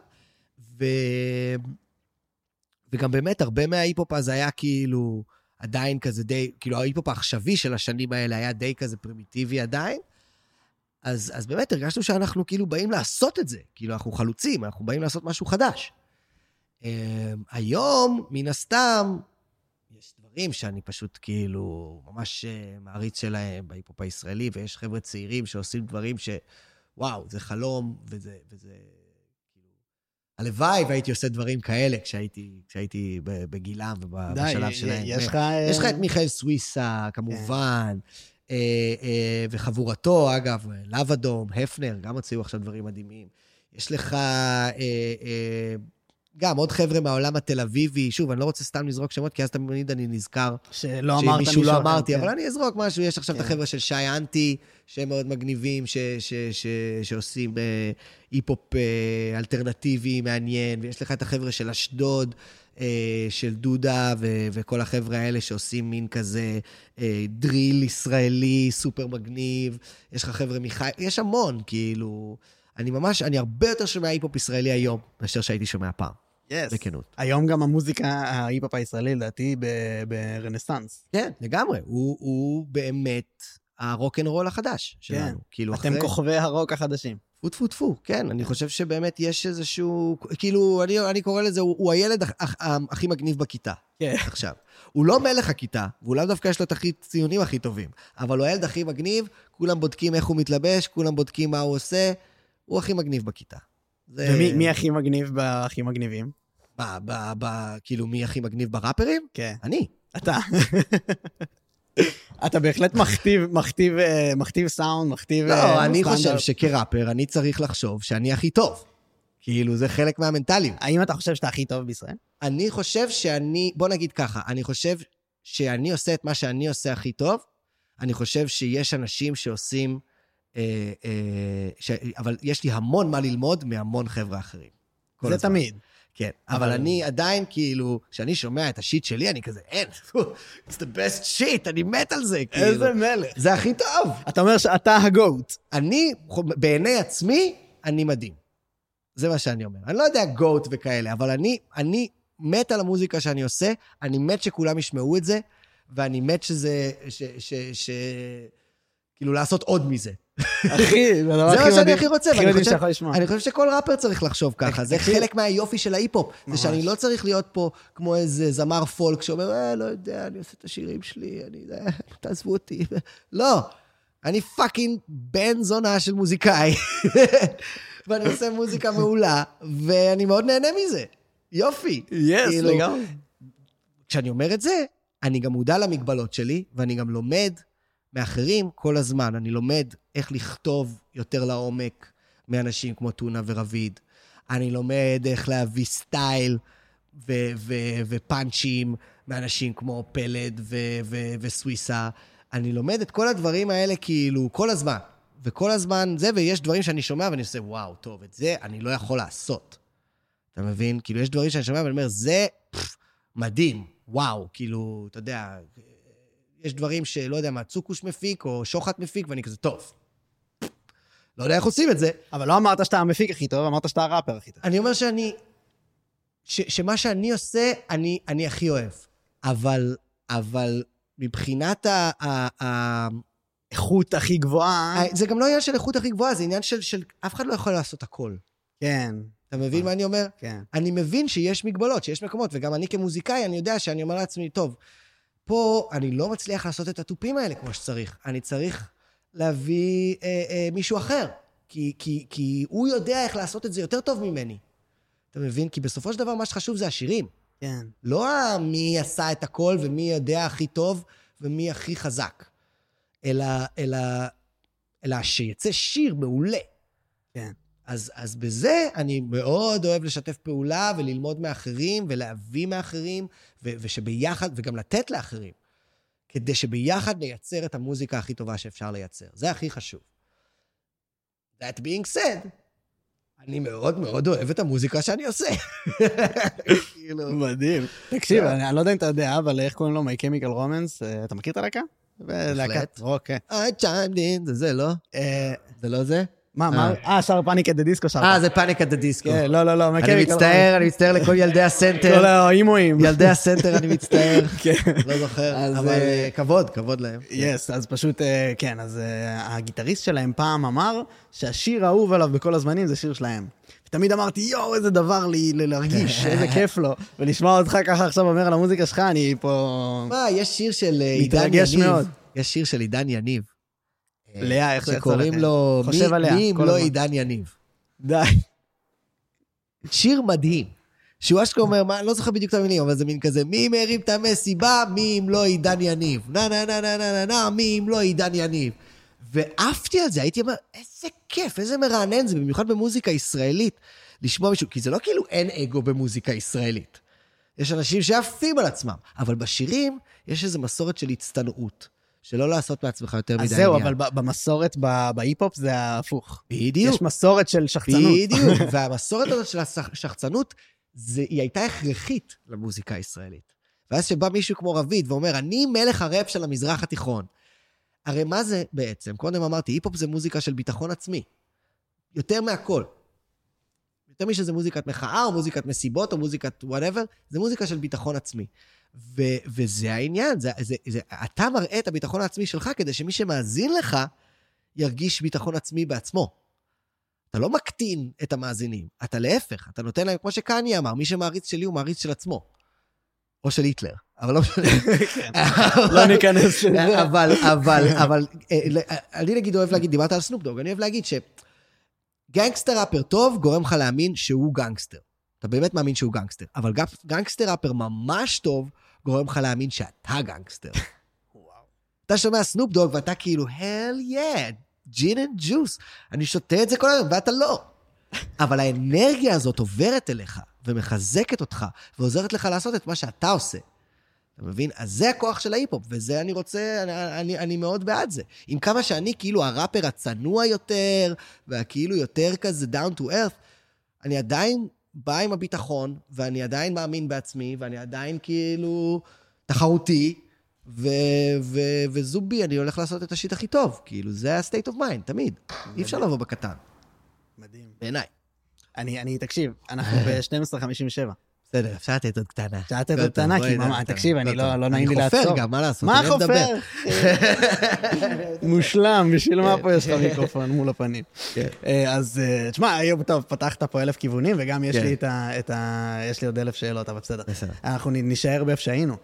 וגם באמת הרבה מההיפ-הופ הזה היה כאילו עדיין כזה די, כאילו ההיפ-הופ העכשווי של השנים האלה היה די כזה פרימיטיבי עדיין, אז באמת הרגשנו שאנחנו כאילו באים לעשות את זה, כאילו אנחנו חלוצים, אנחנו באים לעשות משהו חדש. היום, מן הסתם, יש דברים שאני פשוט כאילו ממש מעריץ שלהם בהיפ-הופ הישראלי, ויש חבר'ה צעירים שעושים דברים שוואו, זה חלום, וזה כאילו, הלוואי והייתי עושה דברים כאלה כשהייתי בגילם ובשלב שלהם. יש לך את מיכאל סוויסה, כמובן, וחבורתו, אגב, לב אדום, הפנר, גם הוציאו עכשיו דברים מדהימים. יש לך גם עוד חבר'ה מהעולם התל אביבי, שוב, אני לא רוצה סתם לזרוק שמות, כי אז תמיד אני נזכר שלא אמרת שמישהו לא אמרתי, אבל אני אזרוק משהו, יש עכשיו את החבר'ה של שי אנטי, שהם מאוד מגניבים, שעושים היפ-הופ אלטרנטיבי מעניין, ויש לך את החבר'ה של אשדוד, של דודה, וכל החבר'ה האלה שעושים מין כזה דריל ישראלי, סופר מגניב, יש לך חבר'ה מחי, יש המון, כאילו, אני הרבה יותר שומע היפ-הופ ישראלי היום, מאשר שהייתי שומע פעם. בכנות. היום גם המוזיקה, ההיפ-הופ הישראלי, לדעתי, ברנסנס. כן, לגמרי. הוא באמת הרוק אנד רול החדש שלנו. אתם כוכבי הרוק החדשים. טפו, טפו, טפו, כן, אני חושב שבאמת יש איזשהו, כאילו, אני קורא לזה, הוא הילד הכי מגניב בכיתה, עכשיו. הוא לא מלך הכיתה, והוא לא דווקא יש לו את הציונים הכי טובים, אבל הוא הילד הכי מגניב, כולם בודקים איך הוא מתלבש, כולם בודקים מה הוא עושה, הוא הכי מגניב בכיתה. ומי הכי מגניב בהכי מגניבים? כאילו, מי הכי מגניב בראפרים? כן. אני. אתה. אתה בהחלט מכתיב סאונד, מכתיב... לא, אני חושב שכראפר אני צריך לחשוב שאני הכי טוב. כאילו, זה חלק מהמנטליות. האם אתה חושב שאתה הכי טוב בישראל? אני חושב בוא נגיד ככה, אני חושב שאני עושה את מה שאני עושה הכי טוב, אני חושב שיש אנשים שעושים, אבל יש לי המון מה ללמוד מהמון חבר'ה אחרים. זה תמיד. כן, אבל אני עדיין כאילו, כשאני שומע את השיט שלי, אני כזה, אין, it's the best shit, אני מת על זה. איזה מלך. זה הכי טוב. אתה אומר שאתה הגוט. אני, בעיני עצמי, אני מדהים. זה מה שאני אומר. אני לא יודע גוט וכאלה, אבל אני מת על המוזיקה שאני עושה, אני מת שכולם ישמעו את זה, ואני מת שזה, כאילו לעשות עוד מזה. אחי, זה מה שאני הכי רוצה, אני חושב שכל ראפר צריך לחשוב ככה, זה חלק מהיופי של ההיפ-הופ, זה שאני לא צריך להיות פה כמו איזה זמר פולק שאומר, לא יודע, אני עושה את השירים שלי, תעזבו אותי. לא, אני פאקינג בן זונה של מוזיקאי, ואני עושה מוזיקה מעולה, ואני מאוד נהנה מזה. יופי. יס, לגמרי. כשאני אומר את זה, אני גם מודע למגבלות שלי, ואני גם לומד מאחרים כל הזמן. אני לומד איך לכתוב יותר לעומק מאנשים כמו טונה ורביד. אני לומד איך להביא סטייל ופאנצ'ים מאנשים כמו פלד וסוויסה. אני לומד את כל הדברים האלה כאילו כל הזמן. וכל הזמן זה, ויש דברים שאני שומע ואני עושה, וואו, טוב, את זה אני לא יכול לעשות. אתה מבין? כאילו, יש דברים שאני שומע ואני אומר, זה מדהים, וואו, כאילו, אתה יודע, יש דברים שלא יודע מה, צוקוש מפיק או שוחט מפיק, ואני כזה, טוב. לא יודע איך עושים את זה. אבל לא אמרת שאתה המפיק הכי טוב, אמרת שאתה הראפר הכי טוב. אני אומר שמה שאני עושה, אני הכי אוהב. אבל מבחינת איכות הכי גבוהה. זה גם לא עניין של איכות הכי גבוהה, זה עניין של אף אחד לא יכול לעשות הכל. כן. אתה מבין מה אני אומר? כן. אני מבין שיש מגבלות, שיש מקומות, וגם אני כמוזיקאי, אני יודע שאני אומר לעצמי, טוב, פה אני לא מצליח לעשות את הטופים האלה כמו שצריך. אני צריך להביא מישהו אחר, כי הוא יודע איך לעשות את זה יותר טוב ממני. אתה מבין? כי בסופו של דבר מה שחשוב זה השירים. כן. לא מי עשה את הכל ומי יודע הכי טוב ומי הכי חזק. אלא שיצא שיר מעולה. כן. אז בזה אני מאוד אוהב לשתף פעולה וללמוד מאחרים ולהביא מאחרים, ושביחד, וגם לתת לאחרים, כדי שביחד נייצר את המוזיקה הכי טובה שאפשר לייצר. זה הכי חשוב. That being said, אני מאוד מאוד אוהב את המוזיקה שאני עושה. מדהים. תקשיב, אני לא יודע אם אתה יודע, אבל איך קוראים לו My Chemical Romance? אתה מכיר את הלהקה? בהחלט. אוקיי. I chimed in, זה לא? זה לא זה? מה? שר פאניק את הדיסקו שר. זה פאניק את הדיסקו. לא. אני מצטער לכל ילדי הסנטר. כל האימואים. ילדי הסנטר, אני מצטער. לא זוכר, אבל כבוד להם. יס, אז פשוט, כן, אז הגיטריסט שלהם פעם אמר שהשיר האהוב עליו בכל הזמנים זה שיר שלהם. ותמיד אמרתי, יואו, איזה דבר לי להרגיש, איזה כיף לו. ולשמוע אותך ככה עכשיו אומר על המוזיקה שלך, אני פה... מה, יש שיר של עידן יניב. יש שיר של עידן יניב. לאה, איך זה יצא לכם? שקוראים לו, מי אם לא עידן יניב. די. שיר מדהים. שהוא אשכה אומר, לא זוכר בדיוק את המילים, אבל זה מין כזה, מי מרים את המסיבה, מי אם לא עידן יניב. נה, מי אם לא עידן יניב. ועפתי על זה, הייתי אומר, איזה כיף, איזה מרענן זה, במיוחד במוזיקה ישראלית, לשמוע מישהו, כי זה לא כאילו אין אגו במוזיקה ישראלית. יש אנשים שעפים על עצמם, אבל בשירים יש איזו מסורת של הצטנעות. שלא לעשות מעצמך יותר מדי עניין. אז זהו, אבל במסורת, בהיפ-הופ זה ההפוך. בדיוק. יש מסורת של שחצנות. בדיוק, והמסורת הזאת של השחצנות, היא הייתה הכרחית למוזיקה הישראלית. ואז שבא מישהו כמו רביד ואומר, אני מלך הראפ של המזרח התיכון. הרי מה זה בעצם? קודם אמרתי, היפ-הופ זה מוזיקה של ביטחון עצמי. יותר מהכל. יותר משזה מוזיקת מחאה, או מוזיקת מסיבות, או מוזיקת whatever, זה מוזיקה של ביטחון עצמי. וזה העניין, אתה מראה את הביטחון העצמי שלך, כדי שמי שמאזין לך, ירגיש ביטחון עצמי בעצמו. אתה לא מקטין את המאזינים, אתה להפך, אתה נותן להם, כמו שקניה אמר, מי שמעריץ שלי הוא מעריץ של עצמו. או של היטלר, אבל לא משנה. לא ניכנס של זה. אבל, אני נגיד אוהב להגיד, דיברת על סנופ דוג, אני אוהב להגיד שגנגסטר ראפר טוב גורם לך להאמין שהוא גנגסטר. אתה באמת מאמין שהוא גנגסטר, אבל גנגסטר ראפר ממש טוב גורם לך להאמין שאתה גנגסטר. אתה שומע סנופ דוג ואתה כאילו, hell yeah, gin and juice. אני שותה את זה כל היום, ואתה לא. אבל האנרגיה הזאת עוברת אליך, ומחזקת אותך, ועוזרת לך לעשות את מה שאתה עושה. אתה מבין? אז זה הכוח של ההיפ-הופ, וזה אני רוצה, אני מאוד בעד זה. עם כמה שאני כאילו הראפר הצנוע יותר, והכאילו יותר כזה down to earth, אני עדיין בא עם הביטחון, ואני עדיין מאמין בעצמי, ואני עדיין כאילו תחרותי, וזובי, אני הולך לעשות את השיט הכי טוב. כאילו, זה ה-state of mind, תמיד. אי אפשר לבוא בקטן. מדהים. בעיניי. תקשיב, אנחנו ב-12:57. בסדר, אפשר לתת עוד קטנה. אפשר לתת עוד קטנה, כי תקשיב, אני לא נעים לי לעצור. אני חופר גם, מה לעשות? מה חופר? מושלם, בשביל מה פה יש לך מיקרופון מול הפנים. אז תשמע, היום טוב, פתחת פה 1,000 כיוונים, וגם יש לי יש לי עוד 1,000 שאלות, אבל בסדר. אנחנו נשאר באיפה שהיינו,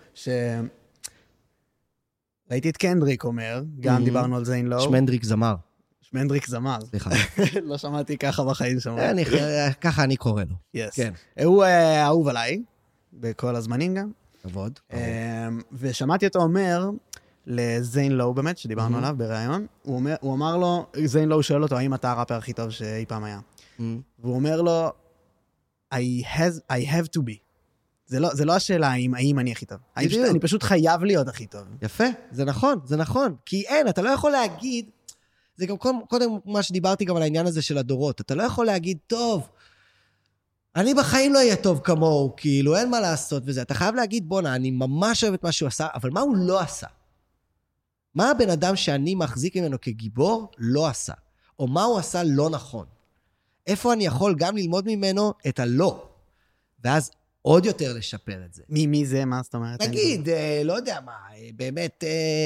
ראיתי את קנדריק אומר, גם דיברנו על זיין לואו. שמנדריק זמר. שמנדריק זמר. סליחה. לא שמעתי ככה בחיים שם. ככה אני קורא לו. כן. הוא אהוב עליי, בכל הזמנים גם. עבוד. ושמעתי אותו אומר לזיין לואו, באמת, שדיברנו עליו בראיון, הוא אמר לו, זיין לואו שואל אותו, האם אתה הראפר הכי טוב שאי פעם היה? והוא אומר לו, I have to be. זה לא השאלה האם אני הכי טוב. אני פשוט חייב להיות הכי טוב. יפה, זה נכון, זה נכון. כי אין, אתה לא יכול להגיד, זה גם קודם מה שדיברתי גם על העניין הזה של הדורות, אתה לא יכול להגיד, טוב, אני בחיים לא אהיה טוב כמוהו, כאילו, אין מה לעשות וזה. אתה חייב להגיד, בונה, אני ממש אוהב את מה שהוא עשה, אבל מה הוא לא עשה? מה הבן אדם שאני מחזיק ממנו כגיבור לא עשה? או מה הוא עשה לא נכון? איפה אני יכול גם ללמוד ממנו את הלא? ואז עוד יותר לשפר את זה. מי זה? מה זאת אומרת? נגיד, לא יודע מה, באמת,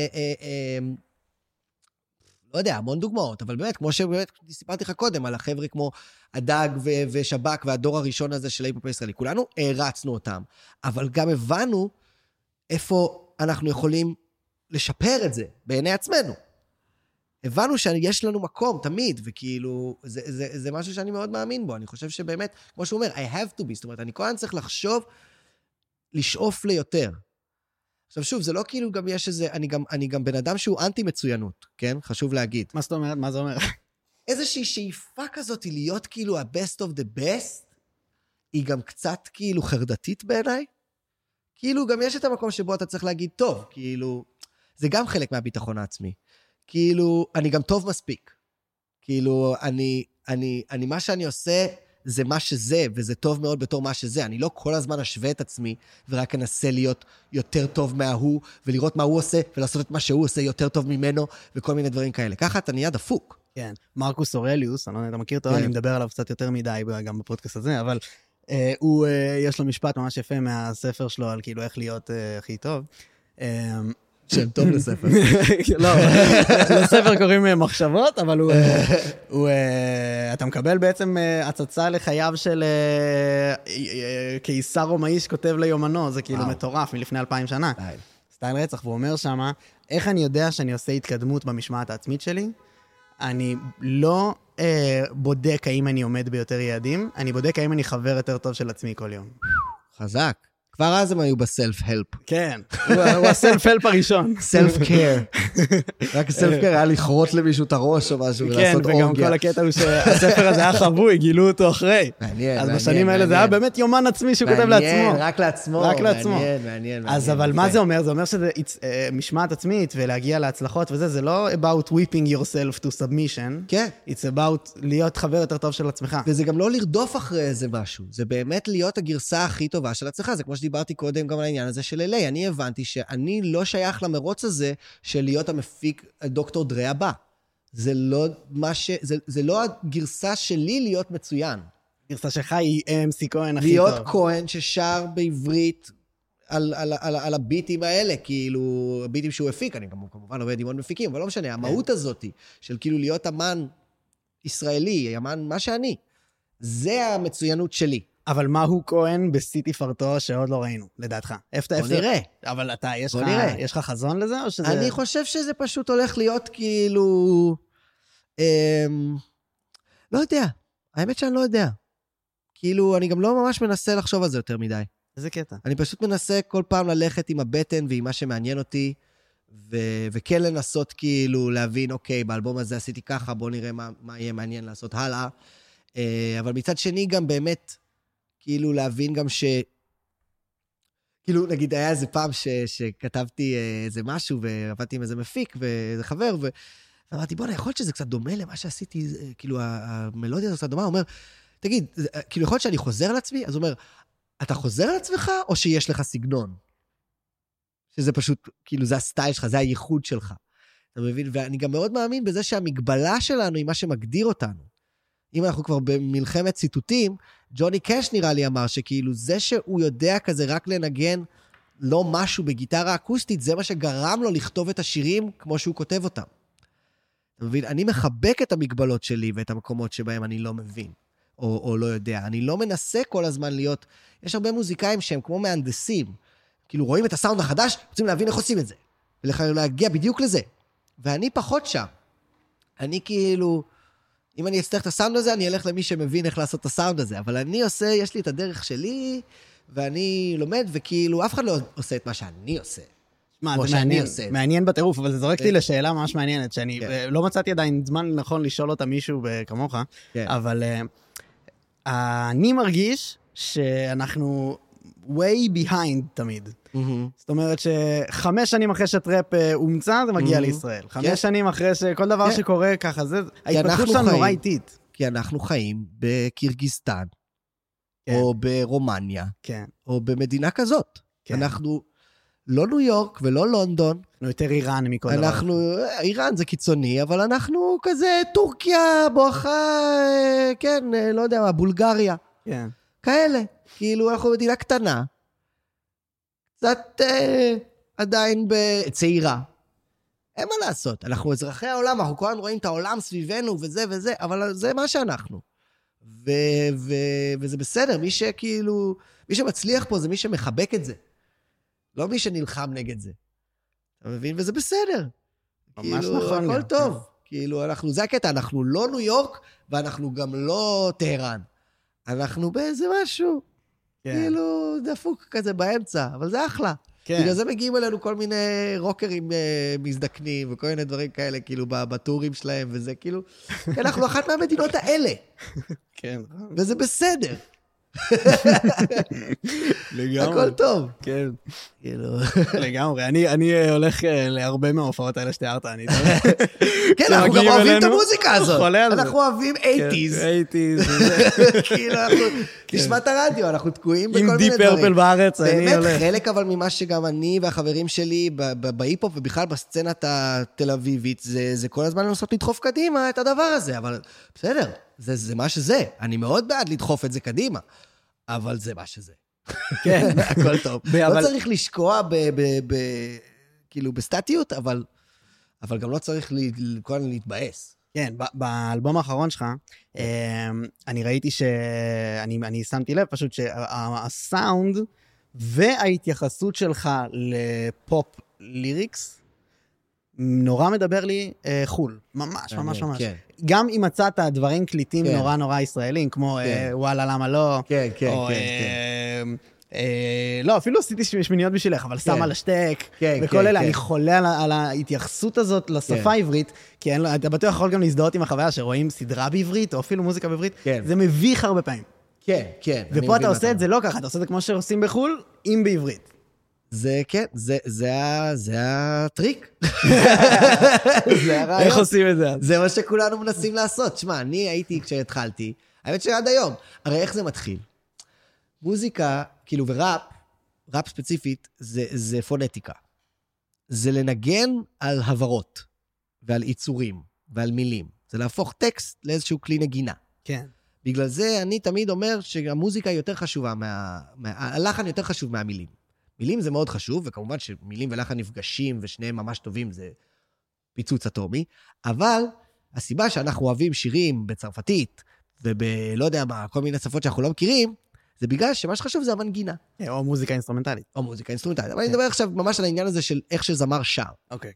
לא יודע, המון דוגמאות, אבל באמת, כמו שבאמת סיפרתי לך קודם, על החבר'ה כמו הדג ושבק והדור הראשון הזה של ההיפ-הופ הישראלי, כולנו הרצנו אותם, אבל גם הבנו איפה אנחנו יכולים לשפר את זה בעיני עצמנו. הבנו שיש לנו מקום תמיד, וכאילו, זה משהו שאני מאוד מאמין בו. אני חושב שבאמת, כמו שהוא אומר, I have to be, זאת אומרת, אני כל הזמן צריך לחשוב, לשאוף ליותר. עכשיו שוב, זה לא כאילו גם יש איזה, אני גם בן אדם שהוא אנטי מצוינות, כן? חשוב להגיד. מה זאת אומרת? מה זה אומר? איזושהי שאיפה כזאת היא להיות כאילו ה-best of the best, היא גם קצת כאילו חרדתית בעיניי. כאילו גם יש את המקום שבו אתה צריך להגיד טוב, כאילו, זה גם חלק מהביטחון העצמי. כאילו, אני גם טוב מספיק. כאילו, אני מה שאני עושה, זה מה שזה, וזה טוב מאוד בתור מה שזה. אני לא כל הזמן אשווה את עצמי, ורק אנסה להיות יותר טוב מההוא, ולראות מה הוא עושה, ולעשות את מה שהוא עושה יותר טוב ממנו, וכל מיני דברים כאלה. ככה אתה נהיה דפוק. כן. מרקוס אורליוס, אני לא יודע, אתה מכיר אותו, אני מדבר עליו קצת יותר מדי, גם בפודקאסט הזה, אבל יש לו משפט ממש יפה מהספר שלו, על כאילו איך להיות הכי טוב. שם טוב לספר. לא, לספר קוראים מחשבות, אבל אתה מקבל בעצם הצצה לחייו של קיסר רומאי שכותב ליומנו, זה כאילו מטורף מלפני 2000 שנה. סטייל רצח, והוא אומר שמה, איך אני יודע שאני עושה התקדמות במשמעת העצמית שלי? אני לא בודק האם אני עומד ביותר יעדים, אני בודק האם אני חבר יותר טוב של עצמי כל יום. חזק. כבר אז הם היו בסלף-הלפ. כן, הוא הסלף-הלפ הראשון. סלף-קר. רק סלף-קר היה לכרות למישהו את הראש או משהו, ולעשות אורגיה. כן, וגם כל הקטע הוא שהספר הזה היה חבוי, גילו אותו אחרי. מעניין, אז בשנים האלה זה היה באמת יומן עצמי שהוא כותב לעצמו. מעניין, רק לעצמו. רק לעצמו. מעניין. אז אבל מה זה אומר? זה אומר שזה משמעת עצמית ולהגיע להצלחות וזה, זה לא about whipping yourself to submission. כן. It's about להיות חבר יותר טוב של עצמך. וזה גם לא לרדוף אחרי איזה משהו. זה באמת להיות הגרסה הכי טובה של עצמך. זה כמו שדיברתי קודם גם על העניין הזה של LA. אני הבנתי שאני לא שייך למרוץ הזה של להיות המפיק דוקטור דרי הבא. זה לא הגרסה שלי להיות מצוין. גרסה שלך היא MC כהן הכי טוב. להיות כהן ששר בעברית על הביטים האלה, כאילו, הביטים שהוא הפיק, אני כמובן עובד עם עוד מפיקים, אבל לא משנה, המהות הזאת של כאילו להיות אמן ישראלי, אמן מה שאני. זה המצוינות שלי. אבל מהו כהן בסיטי פרטו שעוד לא ראינו, לדעתך? בוא נראה. אבל אתה, יש לך חזון לזה, או שזה... אני חושב שזה פשוט הולך להיות כאילו... לא יודע. האמת שאני לא יודע. כאילו, אני גם לא ממש מנסה לחשוב על זה יותר מדי. איזה קטע. אני פשוט מנסה כל פעם ללכת עם הבטן ועם מה שמעניין אותי, וכן לנסות כאילו להבין, אוקיי, באלבום הזה עשיתי ככה, בוא נראה מה יהיה מעניין לעשות הלאה. אבל מצד שני גם באמת, כאילו להבין גם כאילו, נגיד, היה איזה פעם שכתבתי איזה משהו, ועבדתי עם איזה מפיק ואיזה חבר, ואמרתי, בוא, יכול להיות שזה קצת דומה למה שעשיתי, כאילו, המלודיה הזאת קצת דומה, הוא אומר, תגיד, כאילו, יכול להיות שאני חוזר על עצמי? אז הוא אומר, אתה חוזר על עצמך, או שיש לך סגנון? שזה פשוט, כאילו, זה הסטייל שלך, זה הייחוד שלך. אתה מבין? ואני גם מאוד מאמין בזה שהמגבלה שלנו היא מה שמגדיר אותנו. אם אנחנו כבר במלחמת ציטוטים, ג'וני קאש נראה לי אמר שכאילו זה שהוא יודע כזה רק לנגן לא משהו בגיטרה אקוסטית, זה מה שגרם לו לכתוב את השירים כמו שהוא כותב אותם. אתה מבין? אני מחבק את המגבלות שלי ואת המקומות שבהם אני לא מבין, או לא יודע. אני לא מנסה כל הזמן להיות... יש הרבה מוזיקאים שהם כמו מהנדסים, כאילו רואים את הסאונד החדש, רוצים להבין איך עושים את זה, ולהגיע בדיוק לזה. ואני פחות שם. אני כאילו... אם אני אצטרך את הסאונד הזה, אני אלך למי שמבין איך לעשות את הסאונד הזה. אבל אני עושה, יש לי את הדרך שלי, ואני לומד, וכאילו, אף אחד לא עושה את מה שאני עושה. מה, זה מעניין בטירוף, אבל זה זורק אותי לשאלה ממש מעניינת, שאני לא מצאתי עדיין זמן נכון לשאול אותה מישהו כמוך, אבל אני מרגיש שאנחנו way behind תמיד. זאת אומרת ש5 שנים אחרי שטראפ הומצא, זה מגיע לישראל. 5 שנים אחרי שכל דבר שקורה ככה, זה ההתפתחות שלנו נורא איטית. כי אנחנו חיים בקירגיסטן, או ברומניה, או במדינה כזאת. אנחנו לא ניו יורק ולא לונדון. אנחנו יותר איראן מכל דבר. איראן זה קיצוני, אבל אנחנו כזה טורקיה, בואכה, כן, לא יודע מה, בולגריה. כן. כאלה. כאילו אנחנו מדינה קטנה. קצת עדיין צעירה. אין מה לעשות. אנחנו אזרחי העולם, אנחנו כל הזמן רואים את העולם סביבנו וזה וזה, אבל זה מה שאנחנו. וזה בסדר. מי שמצליח פה זה מי שמחבק את זה. לא מי שנלחם נגד זה. אתה מבין? וזה בסדר. ממש נכון. הכל טוב. כאילו, זה הקטע, אנחנו לא ניו יורק, ואנחנו גם לא טהרן. אנחנו באיזה משהו. כאילו דפוק כזה באמצע, אבל זה אחלה. בגלל זה מגיעים אלינו כל מיני רוקרים מזדקנים, וכל מיני דברים כאלה, כאילו בטורים שלהם, וזה כאילו, אנחנו אחת מהמדינות האלה. כן. וזה בסדר. לגמרי. הכל טוב. כן. לגמרי. אני הולך להרבה מההופעות האלה שתיארת, אני יודע. כן, אנחנו גם אוהבים את המוזיקה הזאת. אנחנו אוהבים 80s. 80s. כאילו, תשמע את הרדיו, אנחנו תקועים בכל מיני דברים. עם דיפ פרפל בארץ, אני הולך. באמת, חלק אבל ממה שגם אני והחברים שלי בהיפ-הופ ובכלל בסצנת התל אביבית, זה כל הזמן לנסות לדחוף קדימה את הדבר הזה, אבל בסדר, זה מה שזה. אני מאוד בעד לדחוף את זה קדימה, אבל זה מה שזה. כן, הכל טוב. לא צריך לשקוע כאילו בסטטיות, אבל גם לא צריך כל הזמן להתבאס. כן, באלבום האחרון שלך, אני ראיתי אני שמתי לב פשוט שהסאונד וההתייחסות שלך לפופ ליריקס, נורא מדבר לי חול, ממש ממש ממש. גם אם מצאת דברים קליטים נורא נורא ישראלים, כמו וואלה למה לא, כן, כן, לא, אפילו עשיתי שמיניות בשבילך, אבל שם על השטק, וכל אלה, אני חולה על ההתייחסות הזאת לשפה העברית, כי אתה בטוח יכול גם להזדהות עם החוויה שרואים סדרה בעברית, או אפילו מוזיקה בעברית, זה מביך הרבה פעמים. כן, כן. ופה אתה עושה את זה לא ככה, אתה עושה את זה כמו שעושים בחול, עם בעברית. זה, כן, זה הטריק. איך עושים את זה? זה מה שכולנו מנסים לעשות. תשמע, אני הייתי כשהתחלתי, האמת שעד היום, הרי איך זה מתחיל? מוזיקה, כאילו, ראפ ספציפית, זה פונטיקה. זה לנגן על הברות, ועל עיצורים, ועל מילים. זה להפוך טקסט לאיזשהו כלי נגינה. כן. בגלל זה אני תמיד אומר שהמוזיקה היא יותר חשובה, הלחן יותר חשוב מהמילים. מילים זה מאוד חשוב, וכמובן שמילים ולחן נפגשים, ושניהם ממש טובים, זה פיצוץ אטומי, אבל הסיבה שאנחנו אוהבים שירים בצרפתית, ובלא יודע מה, כל מיני שפות שאנחנו לא מכירים, זה בגלל שמה שחשוב זה המנגינה. או מוזיקה אינסטרומנטלית. או מוזיקה אינסטרומנטלית. אבל אני מדבר עכשיו ממש על העניין הזה של איך שזמר שר. אוקיי.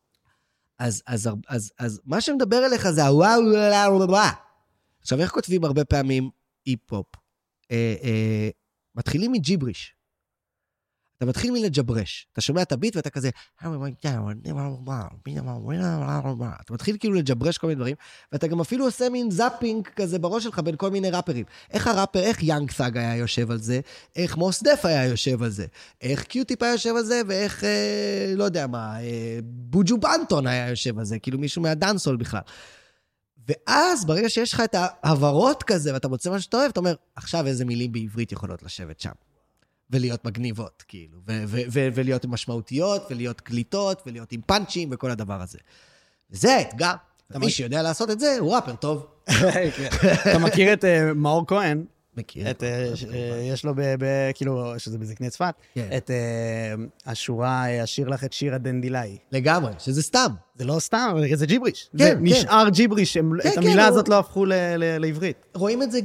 אז מה שמדבר אליך זה הוואו, וואו, וואו. עכשיו, איך כותבים הרבה פעמים היפ-הופ? מתחילים מג'יבריש. אתה מתחיל מלג'ברש. אתה שומע את הביט ואתה כזה... אתה מתחיל כאילו לג'ברש כל מיני דברים, ואתה גם אפילו עושה מין זאפינג כזה בראש שלך בין כל מיני ראפרים. איך יאנג ת'אג היה יושב על זה, איך מוס דף היה יושב על זה, איך קיוטיפ היה יושב על זה, ואיך, לא יודע מה, בוג'ו בנטון היה יושב על זה, כאילו מישהו מהדאנסול בכלל. ואז ברגע שיש לך את העברות כזה, ואתה מוצא מה שאתה אוהב, אתה אומר, עכשיו איזה מילים בעברית יכולות לשבת שם. ולהיות מגניבות, כאילו, ולהיות משמעותיות, ולהיות קליטות, ולהיות עם פאנצ'ים, וכל הדבר הזה. וזה האתגר. מי שיודע לעשות את זה, הוא ראפר טוב. אתה מכיר את מאור כהן? מכיר. יש לו, כאילו, שזה בזקני צפת, את השורה, השיר לך את שיר הדנדילאי. לגמרי, שזה סתם. זה לא סתם, זה ג'יבריש. זה נשאר ג'יבריש, את המילה הזאת לא הפכו לעברית. רואים את זה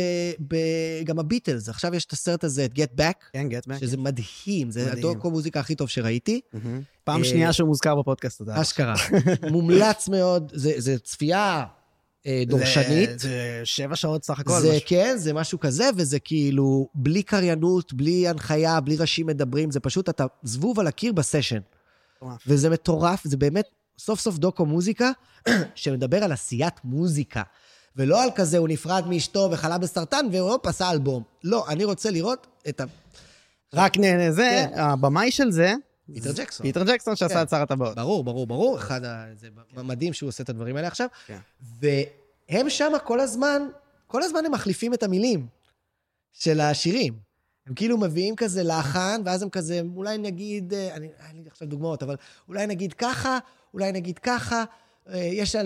גם הביטלס. עכשיו יש את הסרט הזה, את Get Back. כן, Get Back. שזה מדהים, זה הדוקו מוזיקה הכי טוב שראיתי. פעם שנייה שהוא מוזכר בפודקאסט הזה. אשכרה. מומלץ מאוד, זה צפייה דורשנית. זה 7 שעות סך הכל. זה כן, זה משהו כזה, וזה כאילו בלי קריינות, בלי הנחיה, בלי ראשים מדברים, זה פשוט אתה זבוב על הקיר בסשן. וזה מטורף, זה באמת סוף סוף דוקו מוזיקה, שמדבר על עשיית מוזיקה. ולא על כזה, הוא נפרד מאשתו וחלה בסרטן, והוא עשה אלבום. לא, אני רוצה לראות את רק נהנה זה, הבמאי של זה, פיטר ג'קסון שעשה את שר הטבעות. ברור. זה מדהים שהוא עושה את הדברים האלה עכשיו. והם שם כל הזמן הם מחליפים את המילים של השירים. הם כאילו מביאים כזה לחן, ואז הם כזה, אולי נגיד, אני עכשיו דוגמאות, אבל אולי נגיד ככה, אולי נגיד ככה, יש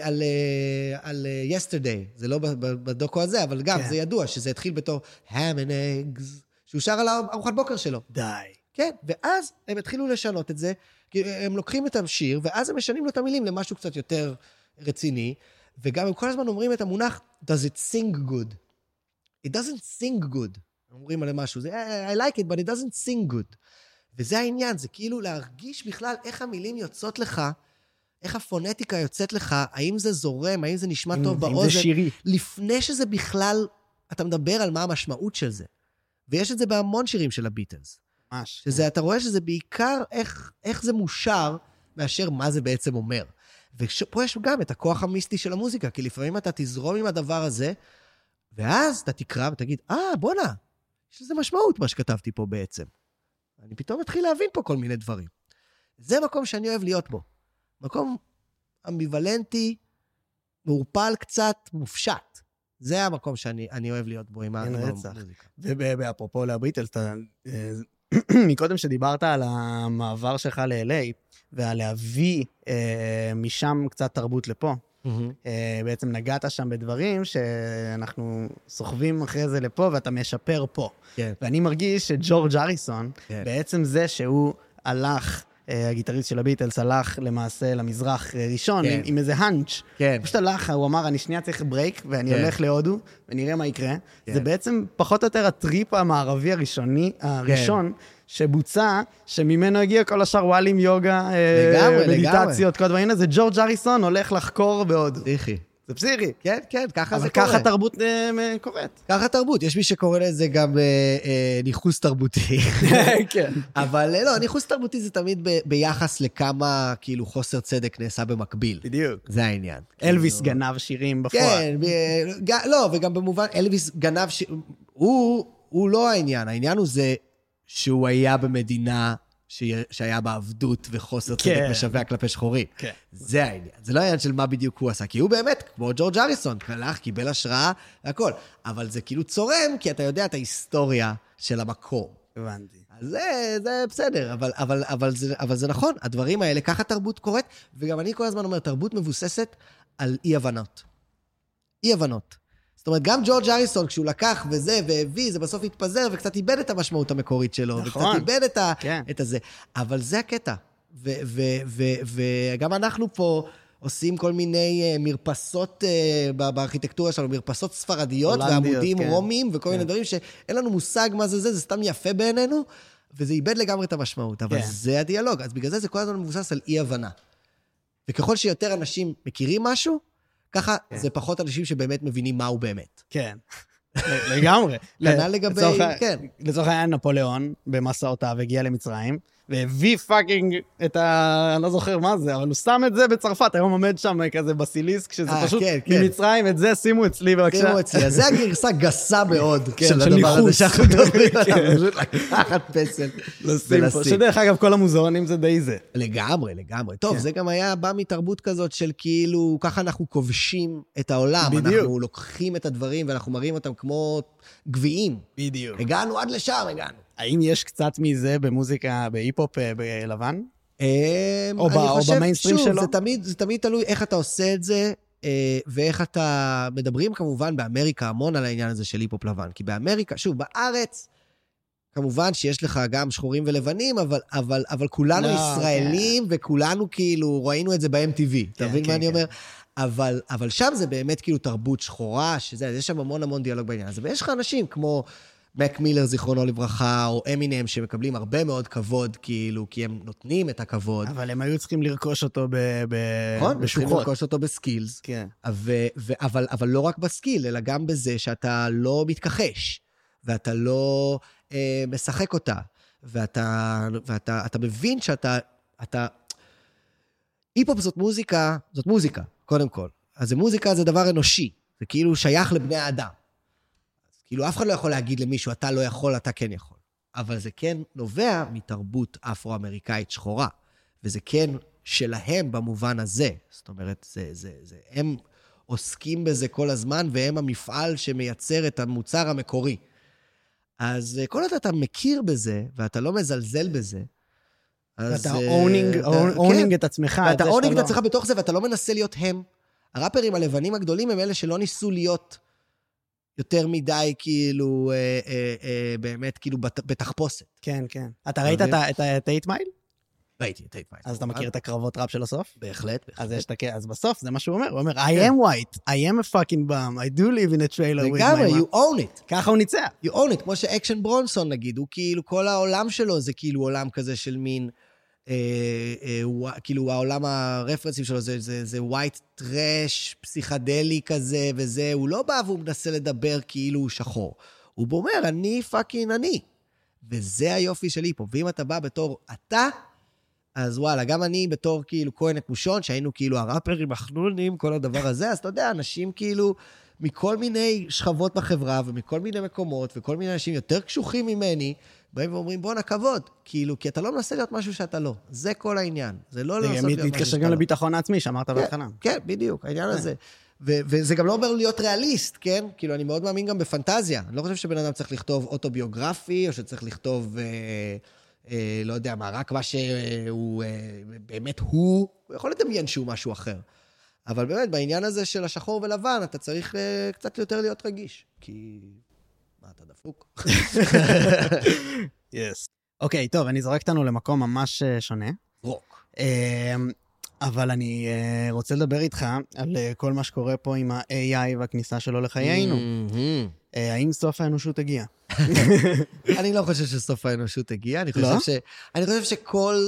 על yesterday, זה לא בדוקו הזה, אבל גם זה ידוע, שזה התחיל בתור ham and eggs, שהוא שר על ארוחת בוקר שלו. די. כן, ואז הם התחילו לשנות את זה, כי הם לוקחים את השיר, ואז הם משנים לו את המילים למשהו קצת יותר רציני, וגם הם כל הזמן אומרים את המונח, does it sing good? It doesn't sing good. אומרים עליהם משהו, I like it, but it doesn't sing good. וזה העניין, זה כאילו להרגיש בכלל איך המילים יוצאות לך, איך הפונטיקה יוצאת לך, האם זה זורם, האם זה נשמע טוב באוזן. אם זה שירי. לפני שזה בכלל, אתה מדבר על מה המשמעות של זה. ויש את זה בהמון שירים של הביטלס. ממש. שזה, אתה רואה שזה בעיקר איך זה מושר, מאשר מה זה בעצם אומר. ופה יש גם את הכוח המיסטי של המוזיקה, כי לפעמים אתה תזרום עם הדבר הזה, ואז אתה תקרא ותגיד, בונה, יש לזה משמעות מה שכתבתי פה בעצם. אני פתאום מתחיל להבין פה כל מיני דברים. זה מקום שאני אוהב להיות בו. מקום אמביוולנטי, מעורפל קצת, מופשט. זה המקום שאני אוהב להיות בו עם המוזיקה. ובאפרופו לביטלס, מקודם שדיברת על המעבר שלך ל-LA, ועל להביא משם קצת תרבות לפה, בעצם נגעת שם בדברים שאנחנו סוחבים אחרי זה לפה, ואתה משפר פה. ואני מרגיש שג'ורג' אריסון, בעצם זה שהוא הלך, הגיטריסט של הביטלס הלך למעשה למזרח ראשון, עם איזה האנץ'. פשוט הלך, הוא אמר, אני שנייה צריך ברייק, ואני הולך להודו, ונראה מה יקרה. זה בעצם פחות או יותר הטריפ המערבי הראשון, שבוצע, שממנו הגיע כל השאר וואלים, יוגה, מדיטציות, כל הדברים. זה ג'ורג' אריסון הולך לחקור בהודו. פסיכי. זה פסיכי. כן, ככה זה קורה. אבל ככה תרבות קורית. ככה תרבות. יש מי שקורא לזה גם ניחוס תרבותי. כן. אבל לא, ניחוס תרבותי זה תמיד ביחס לכמה כאילו חוסר צדק נעשה במקביל. בדיוק. זה העניין. אלוויס גנב שירים בפועל. כן, לא, וגם במובן, אלוויס גנב שירים, הוא לא העניין. העניין הוא זה שהוא היה במדינה שהיה בעבדות וחוסר צדק משווע כלפי שחורים. זה העניין. זה לא העניין של מה בדיוק הוא עשה, כי הוא באמת, כמו ג'ורג' אריסון, הלך, קיבל השראה והכל. אבל זה כאילו צורם, כי אתה יודע את ההיסטוריה של המקום. הבנתי. אז זה בסדר, אבל זה נכון. הדברים האלה, ככה תרבות קורית, וגם אני כל הזמן אומר, תרבות מבוססת על אי-הבנות. אי-הבנות. זאת אומרת, גם ג'ורג' אריסון, כשהוא לקח וזה והביא, זה בסוף התפזר, וקצת איבד את המשמעות המקורית שלו, וקצת איבד את הזה. אבל זה הקטע. וגם אנחנו פה עושים כל מיני מרפסות בארכיטקטורה שלנו, מרפסות ספרדיות, הולנדיות, ועמודים כן. רומיים, וכל מיני דברים שאין לנו מושג מה זה סתם יפה בעינינו, וזה איבד לגמרי את המשמעות, אבל זה הדיאלוג. אז בגלל זה כל הזמן מבוסס על אי-הבנה. וככל שיותר אנשים מכירים משהו, ככה זה פחות אנשים שבאמת מבינים מה הוא באמת. כן. לגמרי. כנ"ל לגבי, כן. לצורך העניין, נפוליאון במסעותיו הגיע למצרים, והביא פאקינג את אני לא זוכר מה זה, אבל הוא שם את זה בצרפת, היום עומד שם כזה בסיליסק, שזה פשוט ממצרים, את זה שימו אצלי בבקשה. שימו אצלי, אז זה הגרסה גסה מאוד של הדבר הזה שאנחנו מדברים עליו, פשוט לקחת פסל ולשים. שדרך אגב, כל המוזיאונים זה די זה. לגמרי. טוב, זה גם היה בא מתרבות כזאת של כאילו, ככה אנחנו כובשים את העולם, אנחנו לוקחים את הדברים ואנחנו מראים אותם כמו גביעים. בדיוק. הגענו עד לשם, הגענו. האם יש קצת מזה במוזיקה, בהיפ-הופ בלבן? או במיינסטרים שלו? זה תמיד תלוי איך אתה עושה את זה, ואיך אתה מדברים כמובן באמריקה המון על העניין הזה של היפ-הופ לבן. כי באמריקה, שוב, בארץ, כמובן שיש לך גם שחורים ולבנים, אבל כולנו ישראלים, וכולנו כאילו ראינו את זה ב-MTV. אתה מבין מה אני אומר? אבל שם זה באמת כאילו תרבות שחורה, יש שם המון דיאלוג בעניין הזה. ויש לך אנשים כמו מק מילר, זיכרונו לברכה, או אמינם, שמקבלים הרבה מאוד כבוד, כאילו, כי הם נותנים את הכבוד. אבל הם היו צריכים לרכוש אותו נכון, בשוחות. צריכים לרכוש אותו בסקילס. כן. אבל לא רק בסקיל, אלא גם בזה שאתה לא מתכחש, ואתה לא משחק אותה, ואתה מבין שאתה... היפ-הופ זאת מוזיקה, קודם כל. אז מוזיקה זה דבר אנושי, זה כאילו שייך לבני האדם. כאילו, אף אחד לא יכול להגיד למישהו, אתה לא יכול, אתה כן יכול. אבל זה כן נובע מתרבות אפרו-אמריקאית שחורה, וזה כן שלהם במובן הזה. זאת אומרת, הם עוסקים בזה כל הזמן, והם המפעל שמייצר את המוצר המקורי. אז כל עוד אתה מכיר בזה, ואתה לא מזלזל בזה, ואתה אונינג את עצמך. ואתה אונינג את עצמך בתוך זה, ואתה לא מנסה להיות הם. הראפרים הלבנים הגדולים הם אלה שלא ניסו להיות יותר מדי, כאילו, באמת, כאילו, בתחפושת. כן. אתה ראית את 8 מייל? ראיתי את 8 מייל. אז אתה מכיר את הקרבות ראפ של הסוף? בהחלט. אז בסוף זה מה שהוא אומר. הוא אומר, I am white, I am a fucking bum, I do live in a trailer with my mom. לגמרי, you own it. ככה הוא ניצח. You own it, כמו שאקשן ברונסון, נגיד, הוא כאילו, כל העולם שלו זה כאילו עולם כזה של מין, כאילו העולם הרפרנסים שלו זה ווייט טרש, פסיכדלי כזה וזה, הוא לא בא והוא מנסה לדבר כאילו הוא שחור. הוא אומר, אני פאקינג אני. וזה היופי של היפ-הופ. ואם אתה בא בתור אתה, אז וואלה, גם אני בתור כאילו כהן את מושון, שהיינו כאילו הראפרים החנונים, כל הדבר הזה, אז אתה יודע, אנשים כאילו מכל מיני שכבות בחברה ומכל מיני מקומות, וכל מיני אנשים יותר קשוחים ממני, באים ואומרים, בוא נקוות, כאילו, כי אתה לא מנסה להיות משהו שאתה לא. זה כל העניין. זה לא לנסות להיות משהו שאתה לא. להתקשר גם לביטחון העצמי, שאמרת בהתחלה. כן, בדיוק, העניין הזה. וזה גם לא אומר להיות ריאליסט, כן? כאילו, אני מאוד מאמין גם בפנטזיה. אני לא חושב שבן אדם צריך לכתוב אוטוביוגרפי, או שצריך לכתוב, לא יודע מה, רק מה שהוא באמת הוא יכול לדמיין שהוא משהו אחר. אבל באמת, בעניין הזה של השחור ולבן, אתה צריך קצת יותר להיות רגיש. כי... מה, אתה דפוק? יס. אוקיי, טוב, אני זורק אותנו למקום ממש שונה. רוק. אבל אני רוצה לדבר איתך על כל מה שקורה פה עם ה-AI והכניסה שלו לחיינו. האם סוף האנושות הגיע? אני לא חושב שסוף האנושות הגיע. אני חושב שכל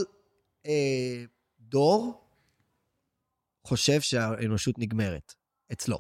דור חושב שהאנושות נגמרת. אצלו.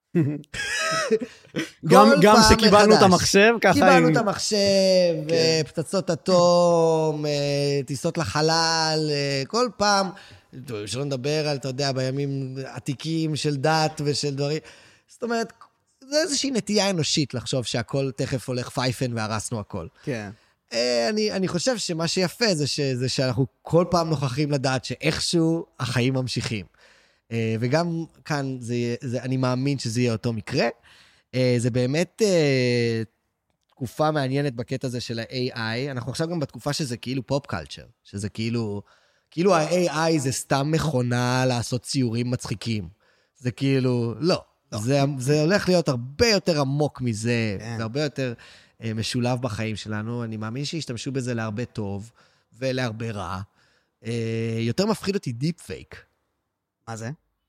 גם שקיבלנו את המחשב, ככה... קיבלנו את המחשב, פצצות אטום, טיסות לחלל, כל פעם, שלא נדבר על, אתה יודע, בימים עתיקים של דת ושל דברים. זאת אומרת, זה איזושהי נטייה אנושית לחשוב שהכל תכף הולך פייפן והרסנו הכל. כן. אני חושב שמה שיפה זה שאנחנו כל פעם נוכחים לדעת שאיכשהו החיים ממשיכים. וגם כאן אני מאמין שזה יהיה אותו מקרה. זה באמת תקופה מעניינת בקטע הזה של ה-AI. אנחנו עכשיו גם בתקופה שזה כאילו פופ קלצ'ר, שזה כאילו ה-AI זה סתם מכונה לעשות ציורים מצחיקים. זה כאילו, לא. זה הולך להיות הרבה יותר עמוק מזה, והרבה יותר משולב בחיים שלנו. אני מאמין שישתמשו בזה להרבה טוב ולהרבה רע. יותר מפחיד אותי דיפ פייק. מה זה?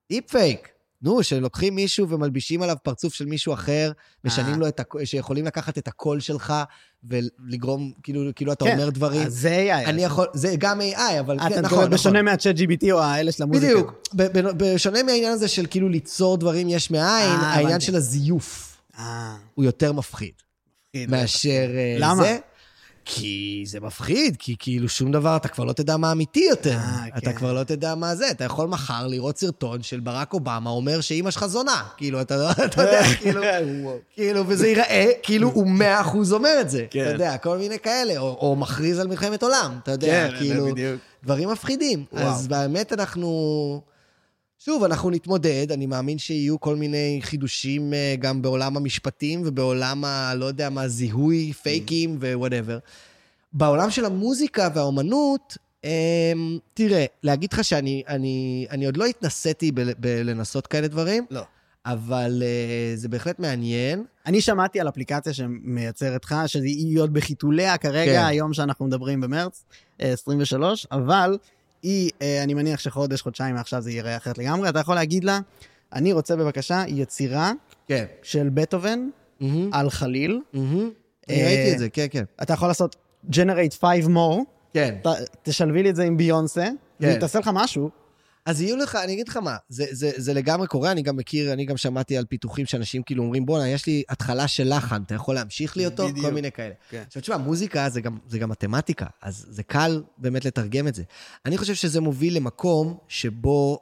דיפ פייק. נו, שלוקחים מישהו ומלבישים עליו פרצוף של מישהו אחר, משנים לו שיכולים לקחת את הקול שלך, ולגרום, כאילו אתה אומר דברים. אז זה AI. זה גם AI, אבל כן, נכון. בשונה מהצ'אט GPT או האלה של המוזיקה. בדיוק. בשונה מהעניין הזה של כאילו ליצור דברים יש מאין, העניין של הזיוף הוא יותר מפחיד. מאשר זה. למה? כי זה מפחיד, כי כאילו שום דבר, אתה כבר לא תדע מה אמיתי יותר. אתה כבר לא תדע מה זה. אתה יכול מחר לראות סרטון של ברק אובמה אומר שאמא שלך זונה. כאילו, אתה יודע, כאילו, וזה ייראה, כאילו הוא 100% אומר את זה. אתה יודע, כל מיני כאלה, או מכריז על מלחמת עולם. אתה יודע, כאילו, דברים מפחידים. אז באמת שוב, אנחנו נתמודד, אני מאמין שיהיו כל מיני חידושים גם בעולם המשפטים ובעולם לא יודע מה, זיהוי, פייקים ו-whatever. בעולם של המוזיקה והאומנות, תראה, להגיד לך שאני עוד לא התנסיתי בלנסות כאלה דברים, לא. אבל זה בהחלט מעניין. אני שמעתי על אפליקציה שמייצרת לך, שהיא עוד בחיתוליה כרגע, היום שאנחנו מדברים במרץ 23, אבל אני מניח שחודש, חודשיים מעכשיו זה יראה אחרת לגמרי. אתה יכול להגיד לה, אני רוצה בבקשה יצירה של בטהובן על חליל. אני ראיתי את זה, כן, כן. אתה יכול לעשות generate 5 more. כן. תשלבי לי את זה עם ביונסה, והיא תעשה לך משהו. אז יהיו לך, אני אגיד לך מה, זה לגמרי קורה, אני גם מכיר, אני גם שמעתי על פיתוחים שאנשים כאילו אומרים, בוא'נה, יש לי התחלה של לחן, אתה יכול להמשיך לי אותו? כל מיני כאלה. עכשיו תשמע, מוזיקה זה גם מתמטיקה, אז זה קל באמת לתרגם את זה. אני חושב שזה מוביל למקום שבו,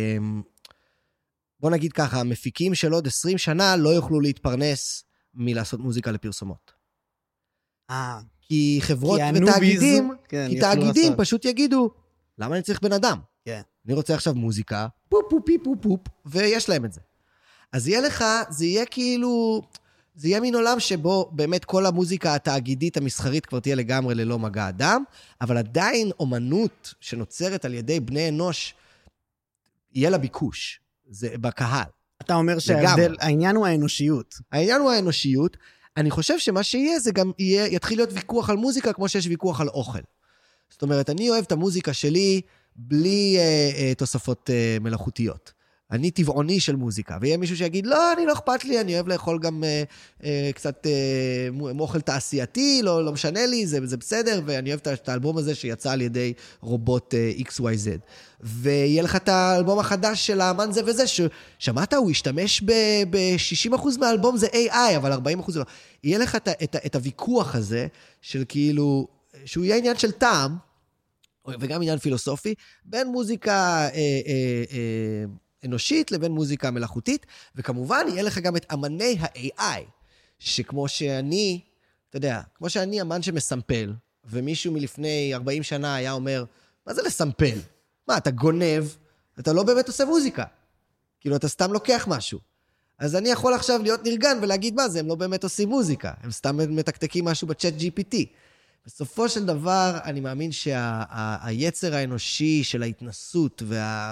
בוא נגיד ככה, המפיקים של עוד 20 שנה לא יוכלו להתפרנס מלעשות מוזיקה לפרסומות. כי חברות ותאגידים, כי תאגידים פשוט יגידו, למה אני צריך בן אדם? אני רוצה עכשיו מוזיקה, פופ, פופ, פופ, פופ, ויש להם את זה. אז יהיה לך, זה יהיה כאילו, זה יהיה מין עולם שבו באמת כל המוזיקה התאגידית המסחרית כבר תהיה לגמרי ללא מגע אדם, אבל עדיין אומנות שנוצרת על ידי בני אנוש, יהיה לה ביקוש, זה בקהל. אתה אומר שהעניין הוא האנושיות. העניין הוא האנושיות. אני חושב שמה שיהיה, זה גם יתחיל להיות ויכוח על מוזיקה, כמו שיש ויכוח על אוכל. זאת אומרת, אני אוהב את המוזיקה שלי, בלי תוספות מלאכותיות. אני טבעוני של מוזיקה, ויהיה מישהו שיגיד, לא, אני לא אכפת לי, אני אוהב לאכול גם קצת אוכל תעשייתי, לא משנה לי, זה בסדר, ואני אוהב את האלבום הזה שיצא על ידי רובוט XYZ. ויהיה לך את האלבום החדש של האמן זה וזה, ששמעת, הוא השתמש ב-60% מהאלבום זה AI, אבל 40% לא. יהיה לך את הוויכוח הזה, של כאילו, שהוא יהיה עניין של טעם, וגם עניין פילוסופי, בין מוזיקה אנושית לבין מוזיקה מלאכותית, וכמובן יהיה לך גם את אמני ה-AI, שכמו שאני, אתה יודע, כמו שאני אמן שמסמפל, ומישהו מלפני 40 שנה היה אומר, מה זה לסמפל? מה, אתה גונב, אתה לא באמת עושה מוזיקה. כאילו, אתה סתם לוקח משהו. אז אני יכול עכשיו להיות נרגן ולהגיד, מה זה, הם לא באמת עושים מוזיקה, הם סתם מתקתקים משהו בצ'אט GPT. בסופו של דבר, אני מאמין שהיצר האנושי של ההתנסות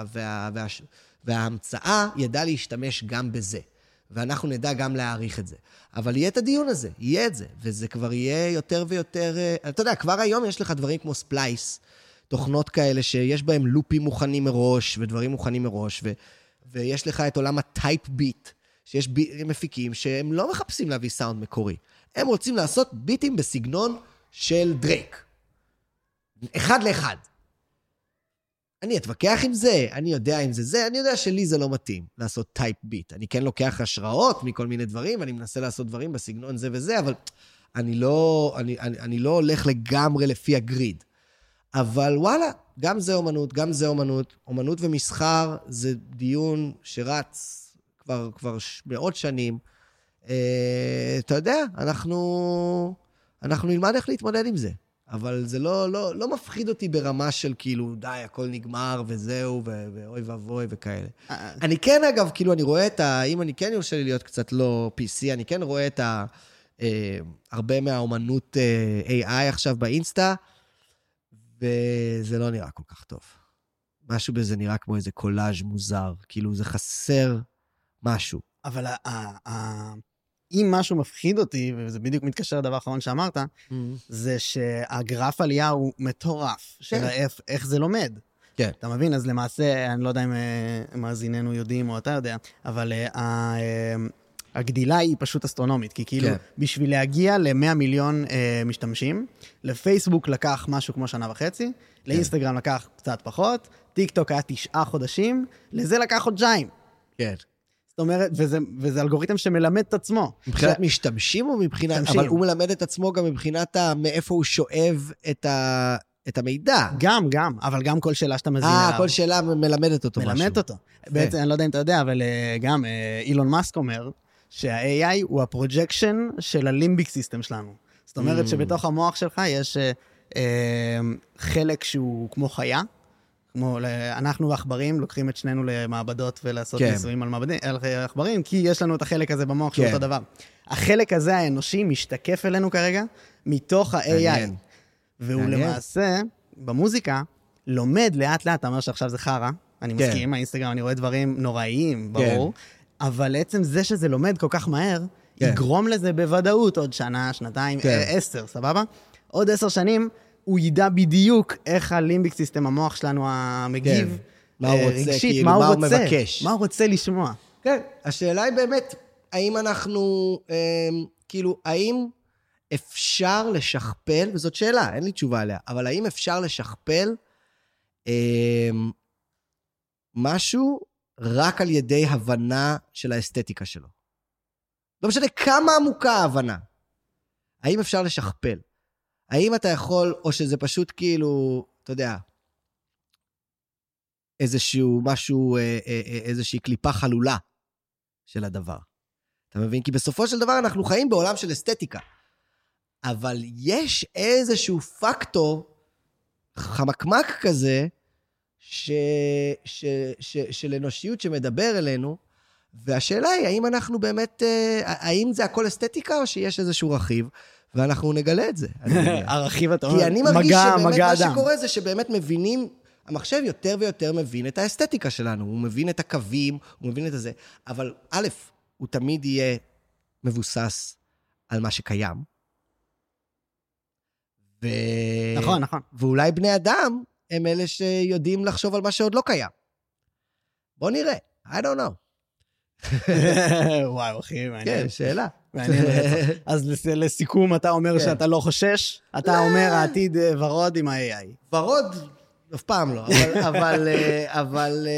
וההמצאה ידע להשתמש גם בזה. ואנחנו נדע גם להעריך את זה. אבל יהיה את הדיון הזה, יהיה את זה. וזה כבר יהיה יותר ויותר... אתה יודע, כבר היום יש לך דברים כמו ספלייס, תוכנות כאלה שיש בהם לופים מוכנים מראש, ודברים מוכנים מראש, ויש לך את עולם הטייפ ביט, שיש מפיקים שהם לא מחפשים להביא סאונד מקורי. הם רוצים לעשות ביטים בסגנון של דרייק. אחד לאחד. אני אתווכח עם זה, אני יודע אם זה, אני יודע שלי זה לא מתאים לעשות טייפ ביט. אני כן לוקח השראות מכל מיני דברים, ואני מנסה לעשות דברים בסגנון זה וזה, אבל אני לא הולך לגמרי לפי הגריד. אבל וואלה, גם זה אומנות, גם זה אומנות. אומנות ומסחר זה דיון שרץ כבר מאות שנים. אתה יודע, אנחנו נלמד איך להתמודד עם זה. אבל זה לא מפחיד אותי ברמה של כאילו, די, הכל נגמר וזהו, ואוי ואבוי וכאלה. אני כן, אגב, כאילו, אני רואה אם אני כן יורשה לי להיות קצת לא PC, אני כן רואה הרבה מהאומנות AI עכשיו באינסטה, וזה לא נראה כל כך טוב. משהו בזה נראה כמו איזה קולאז' מוזר, כאילו זה חסר משהו. אבל אם משהו מפחיד אותי, וזה בדיוק מתקשר לדבר האחרון שאמרת, זה שהגרף עלייה הוא מטורף, של איך זה לומד. כן. אתה מבין? אז למעשה, אני לא יודע אם מאזיננו יודעים או אתה יודע, אבל הגדילה היא פשוט אסטרונומית, כי כאילו, בשביל להגיע ל100 מיליון משתמשים, לפייסבוק לקח משהו כמו 1.5 שנה, לאינסטגרם לקח קצת פחות, טיק טוק היה 9 חודשים, לזה לקח חודשיים. כן. זאת אומרת, וזה אלגוריתם שמלמד את עצמו. מבחינת משתמשים או מבחינת... משתמשים. אבל הוא מלמד את עצמו גם מבחינת מאיפה הוא שואב את המידע. גם, אבל גם כל שאלה שאתה מזין עליו. כל שאלה מלמדת אותו משהו. מלמדת אותו. בעצם, אני לא יודע אם אתה יודע, אבל גם אילון מאסק אומר שה-AI הוא הפרוג'קשן של הלימביק סיסטם שלנו. זאת אומרת שבתוך המוח שלך יש חלק שהוא כמו חיה, כמו אנחנו העכברים לוקחים את שנינו למעבדות ולעשות ניסויים על עכברים, כי יש לנו את החלק הזה במוח שהוא אותו דבר. החלק הזה האנושי משתקף אלינו כרגע מתוך ה-AI. והוא למעשה, במוזיקה, לומד לאט לאט, אתה אומר שעכשיו זה חרה, אני מסכים, האינסטגרם אני רואה דברים נוראיים, ברור, אבל עצם זה שזה לומד כל כך מהר, יגרום לזה בוודאות עוד שנה, שנתיים, 10, סבבה? עוד 10 שנים, הוא ידע בדיוק איך הלימביק סיסטם, המוח שלנו המגיב, מה הוא רוצה, רגשית, כאילו, מה הוא מבקש. מה הוא רוצה לשמוע. כן, השאלה היא באמת, האם אנחנו, כאילו, האם אפשר לשכפל, וזאת שאלה, אין לי תשובה עליה, אבל האם אפשר לשכפל משהו רק על ידי הבנה של האסתטיקה שלו? לא משנה כמה עמוקה ההבנה. האם אפשר לשכפל? האם אתה יכול, או שזה פשוט כאילו, אתה יודע, איזשהו משהו, איזושהי קליפה חלולה של הדבר. אתה מבין? כי בסופו של דבר אנחנו חיים בעולם של אסתטיקה. אבל יש איזשהו פקטור חמקמק כזה של אנושיות שמדבר אלינו, והשאלה היא, האם אנחנו באמת, האם זה הכל אסתטיקה או שיש איזשהו רכיב, ואנחנו נגלה את זה. הרכיב אתה אומר, כי אני מרגיש שבאמת מה שקורה זה שבאמת מבינים, המחשב יותר ויותר מבין את האסתטיקה שלנו, הוא מבין את הקווים, הוא מבין את זה, אבל א', הוא תמיד יהיה מבוסס על מה שקיים, נכון. ואולי בני אדם הם אלה שיודעים לחשוב על מה שעוד לא קיים. בוא נראה, I don't know. וואו, אחי, מעניין. כן, שאלה. מעניין. אז לסיכום, אתה אומר שאתה לא חושש, אתה אומר העתיד ורוד עם ה-AI. ורוד, אף פעם לא, אבל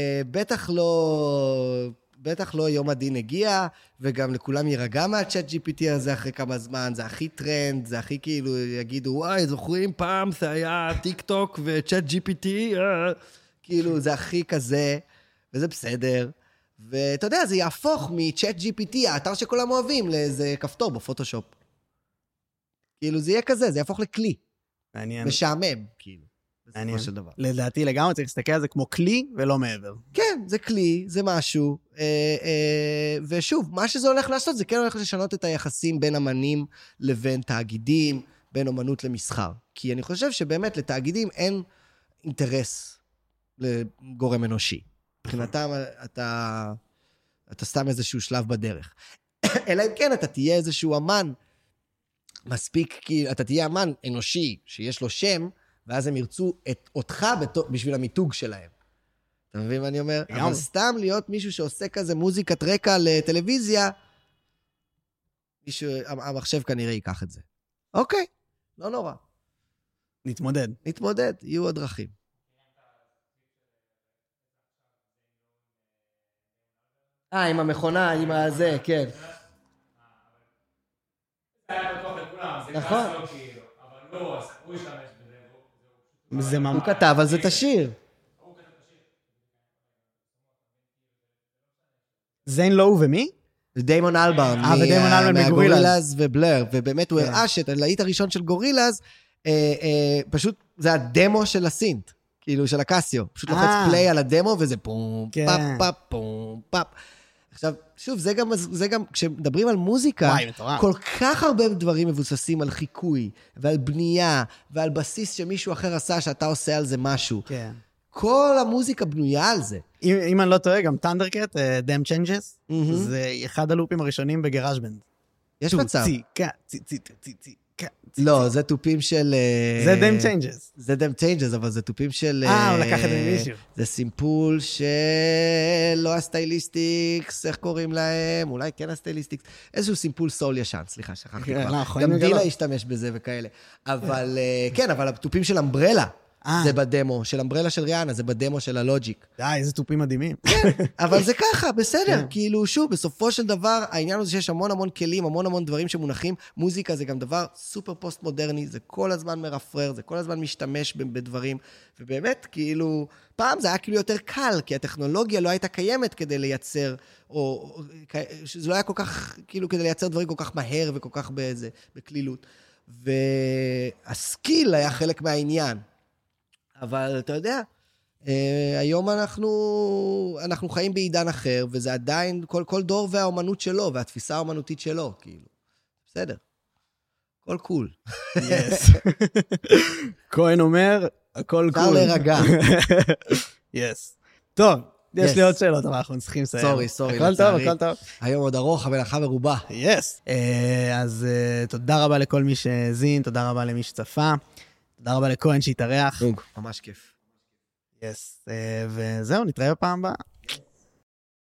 בטח לא יום הדין הגיע, וגם לכולם יירגע מהצ'אט GPT הזה אחרי כמה זמן, זה הכי טרנד, זה הכי כאילו יגידו, וואי, זוכרים פעם זה היה טיק טוק וצ'אט GPT, כאילו זה הכי כזה, וזה בסדר. ואתה יודע, זה יהפוך מצ'אט GPT, האתר שכולם אוהבים, לאיזה כפתור בפוטושופ. כאילו זה יהיה כזה, זה יהפוך לכלי. מעניין. משעמם, כאילו. מעניין. לדעתי לגמרי צריך להסתכל על זה כמו כלי ולא מעבר. כן, זה כלי, זה משהו. ושוב, מה שזה הולך לעשות, זה כן הולך לשנות את היחסים בין אמנים לבין תאגידים, בין אומנות למסחר. כי אני חושב שבאמת לתאגידים אין אינטרס לגורם אנושי. מבחינתם אתה סתם איזשהו שלב בדרך. אלא אם כן, אתה תהיה איזשהו אמן, מספיק, כי אתה תהיה אמן אנושי שיש לו שם, ואז הם ירצו אותך בשביל המיתוג שלהם. אתה מבין מה אני אומר? אבל סתם להיות מישהו שעושה כזה מוזיקת רקע לטלוויזיה, המחשב כנראה ייקח את זה. אוקיי, לא נורא. נתמודד, יהיו עוד דרכים. עם המכונה, עם הזה, כן. זה היה בטוח לכולם, זה נכון. נראה כאילו, אבל לא, הוא השתמש בזה. הוא כתב על זה את השיר. זיין לואו ומי? דיימון אלברן. ודיימון אלברן מגורילאז ובלר, ובאמת הוא הראה שאת הלהיט הראשון של גורילאז, פשוט זה הדמו של הסינט, כאילו של הקסיו, פשוט לוחץ פליי על הדמו וזה פום, פאפ, פאפ, פום, פאפ. עכשיו, שוב, זה גם, כשמדברים על מוזיקה, כל כך הרבה דברים מבוססים על חיקוי, ועל בנייה, ועל בסיס שמישהו אחר עשה, שאתה עושה על זה משהו. כן. כל המוזיקה בנויה על זה. אם אני לא טועה, גם טנדרקט, Damn Changes, זה אחד הלופים הראשונים בגראז'בנד. יש מצב. לא, זה תופים של... זה Damn Changes. זה Damn Changes, אבל זה תופים של... הוא לקח את זה ממישהו. זה סימפול של... לא הסטייליסטיקס, איך קוראים להם? אולי כן הסטייליסטיקס. איזשהו סימפול סול ישן, סליחה, שכחתי כבר. גם דילה השתמש בזה וכאלה. אבל כן, אבל התופים של אמברלה, זה בדמו, של אמברלה של ריאנה, זה בדמו של הלוג'יק. איזה תופים מדהימים. אבל זה ככה, בסדר. כאילו, שוב, בסופו של דבר, העניין הוא שיש המון המון כלים, המון המון דברים שמונחים. מוזיקה זה גם דבר סופר פוסט-מודרני, זה כל הזמן מרפרר, זה כל הזמן משתמש בדברים. ובאמת, כאילו, פעם זה היה כאילו יותר קל, כי הטכנולוגיה לא הייתה קיימת כדי לייצר, או שזה לא היה כל כך, כאילו, כדי לייצר דברים כל כך מהר וכל כך בקלילות. והסקיל היה חלק מהעניין. אבל אתה יודע, היום אנחנו חיים בעידן אחר, וזה עדיין כל דור והאומנות שלו, והתפיסה האומנותית שלו, כאילו. בסדר. כל קול. יס. כהן אומר, הכל קול. אפשר להירגע. יס. טוב, יש לי עוד שאלות, אבל אנחנו צריכים לסיים. סורי, הכל טוב, הכל טוב. היום עוד ארוך, המלאכה מרובה. יס. אז תודה רבה לכל מי שהאזין, תודה רבה למי שצפה. תודה רבה לכהן שהתארח. ממש כיף. יס. וזהו, נתראה בפעם הבאה.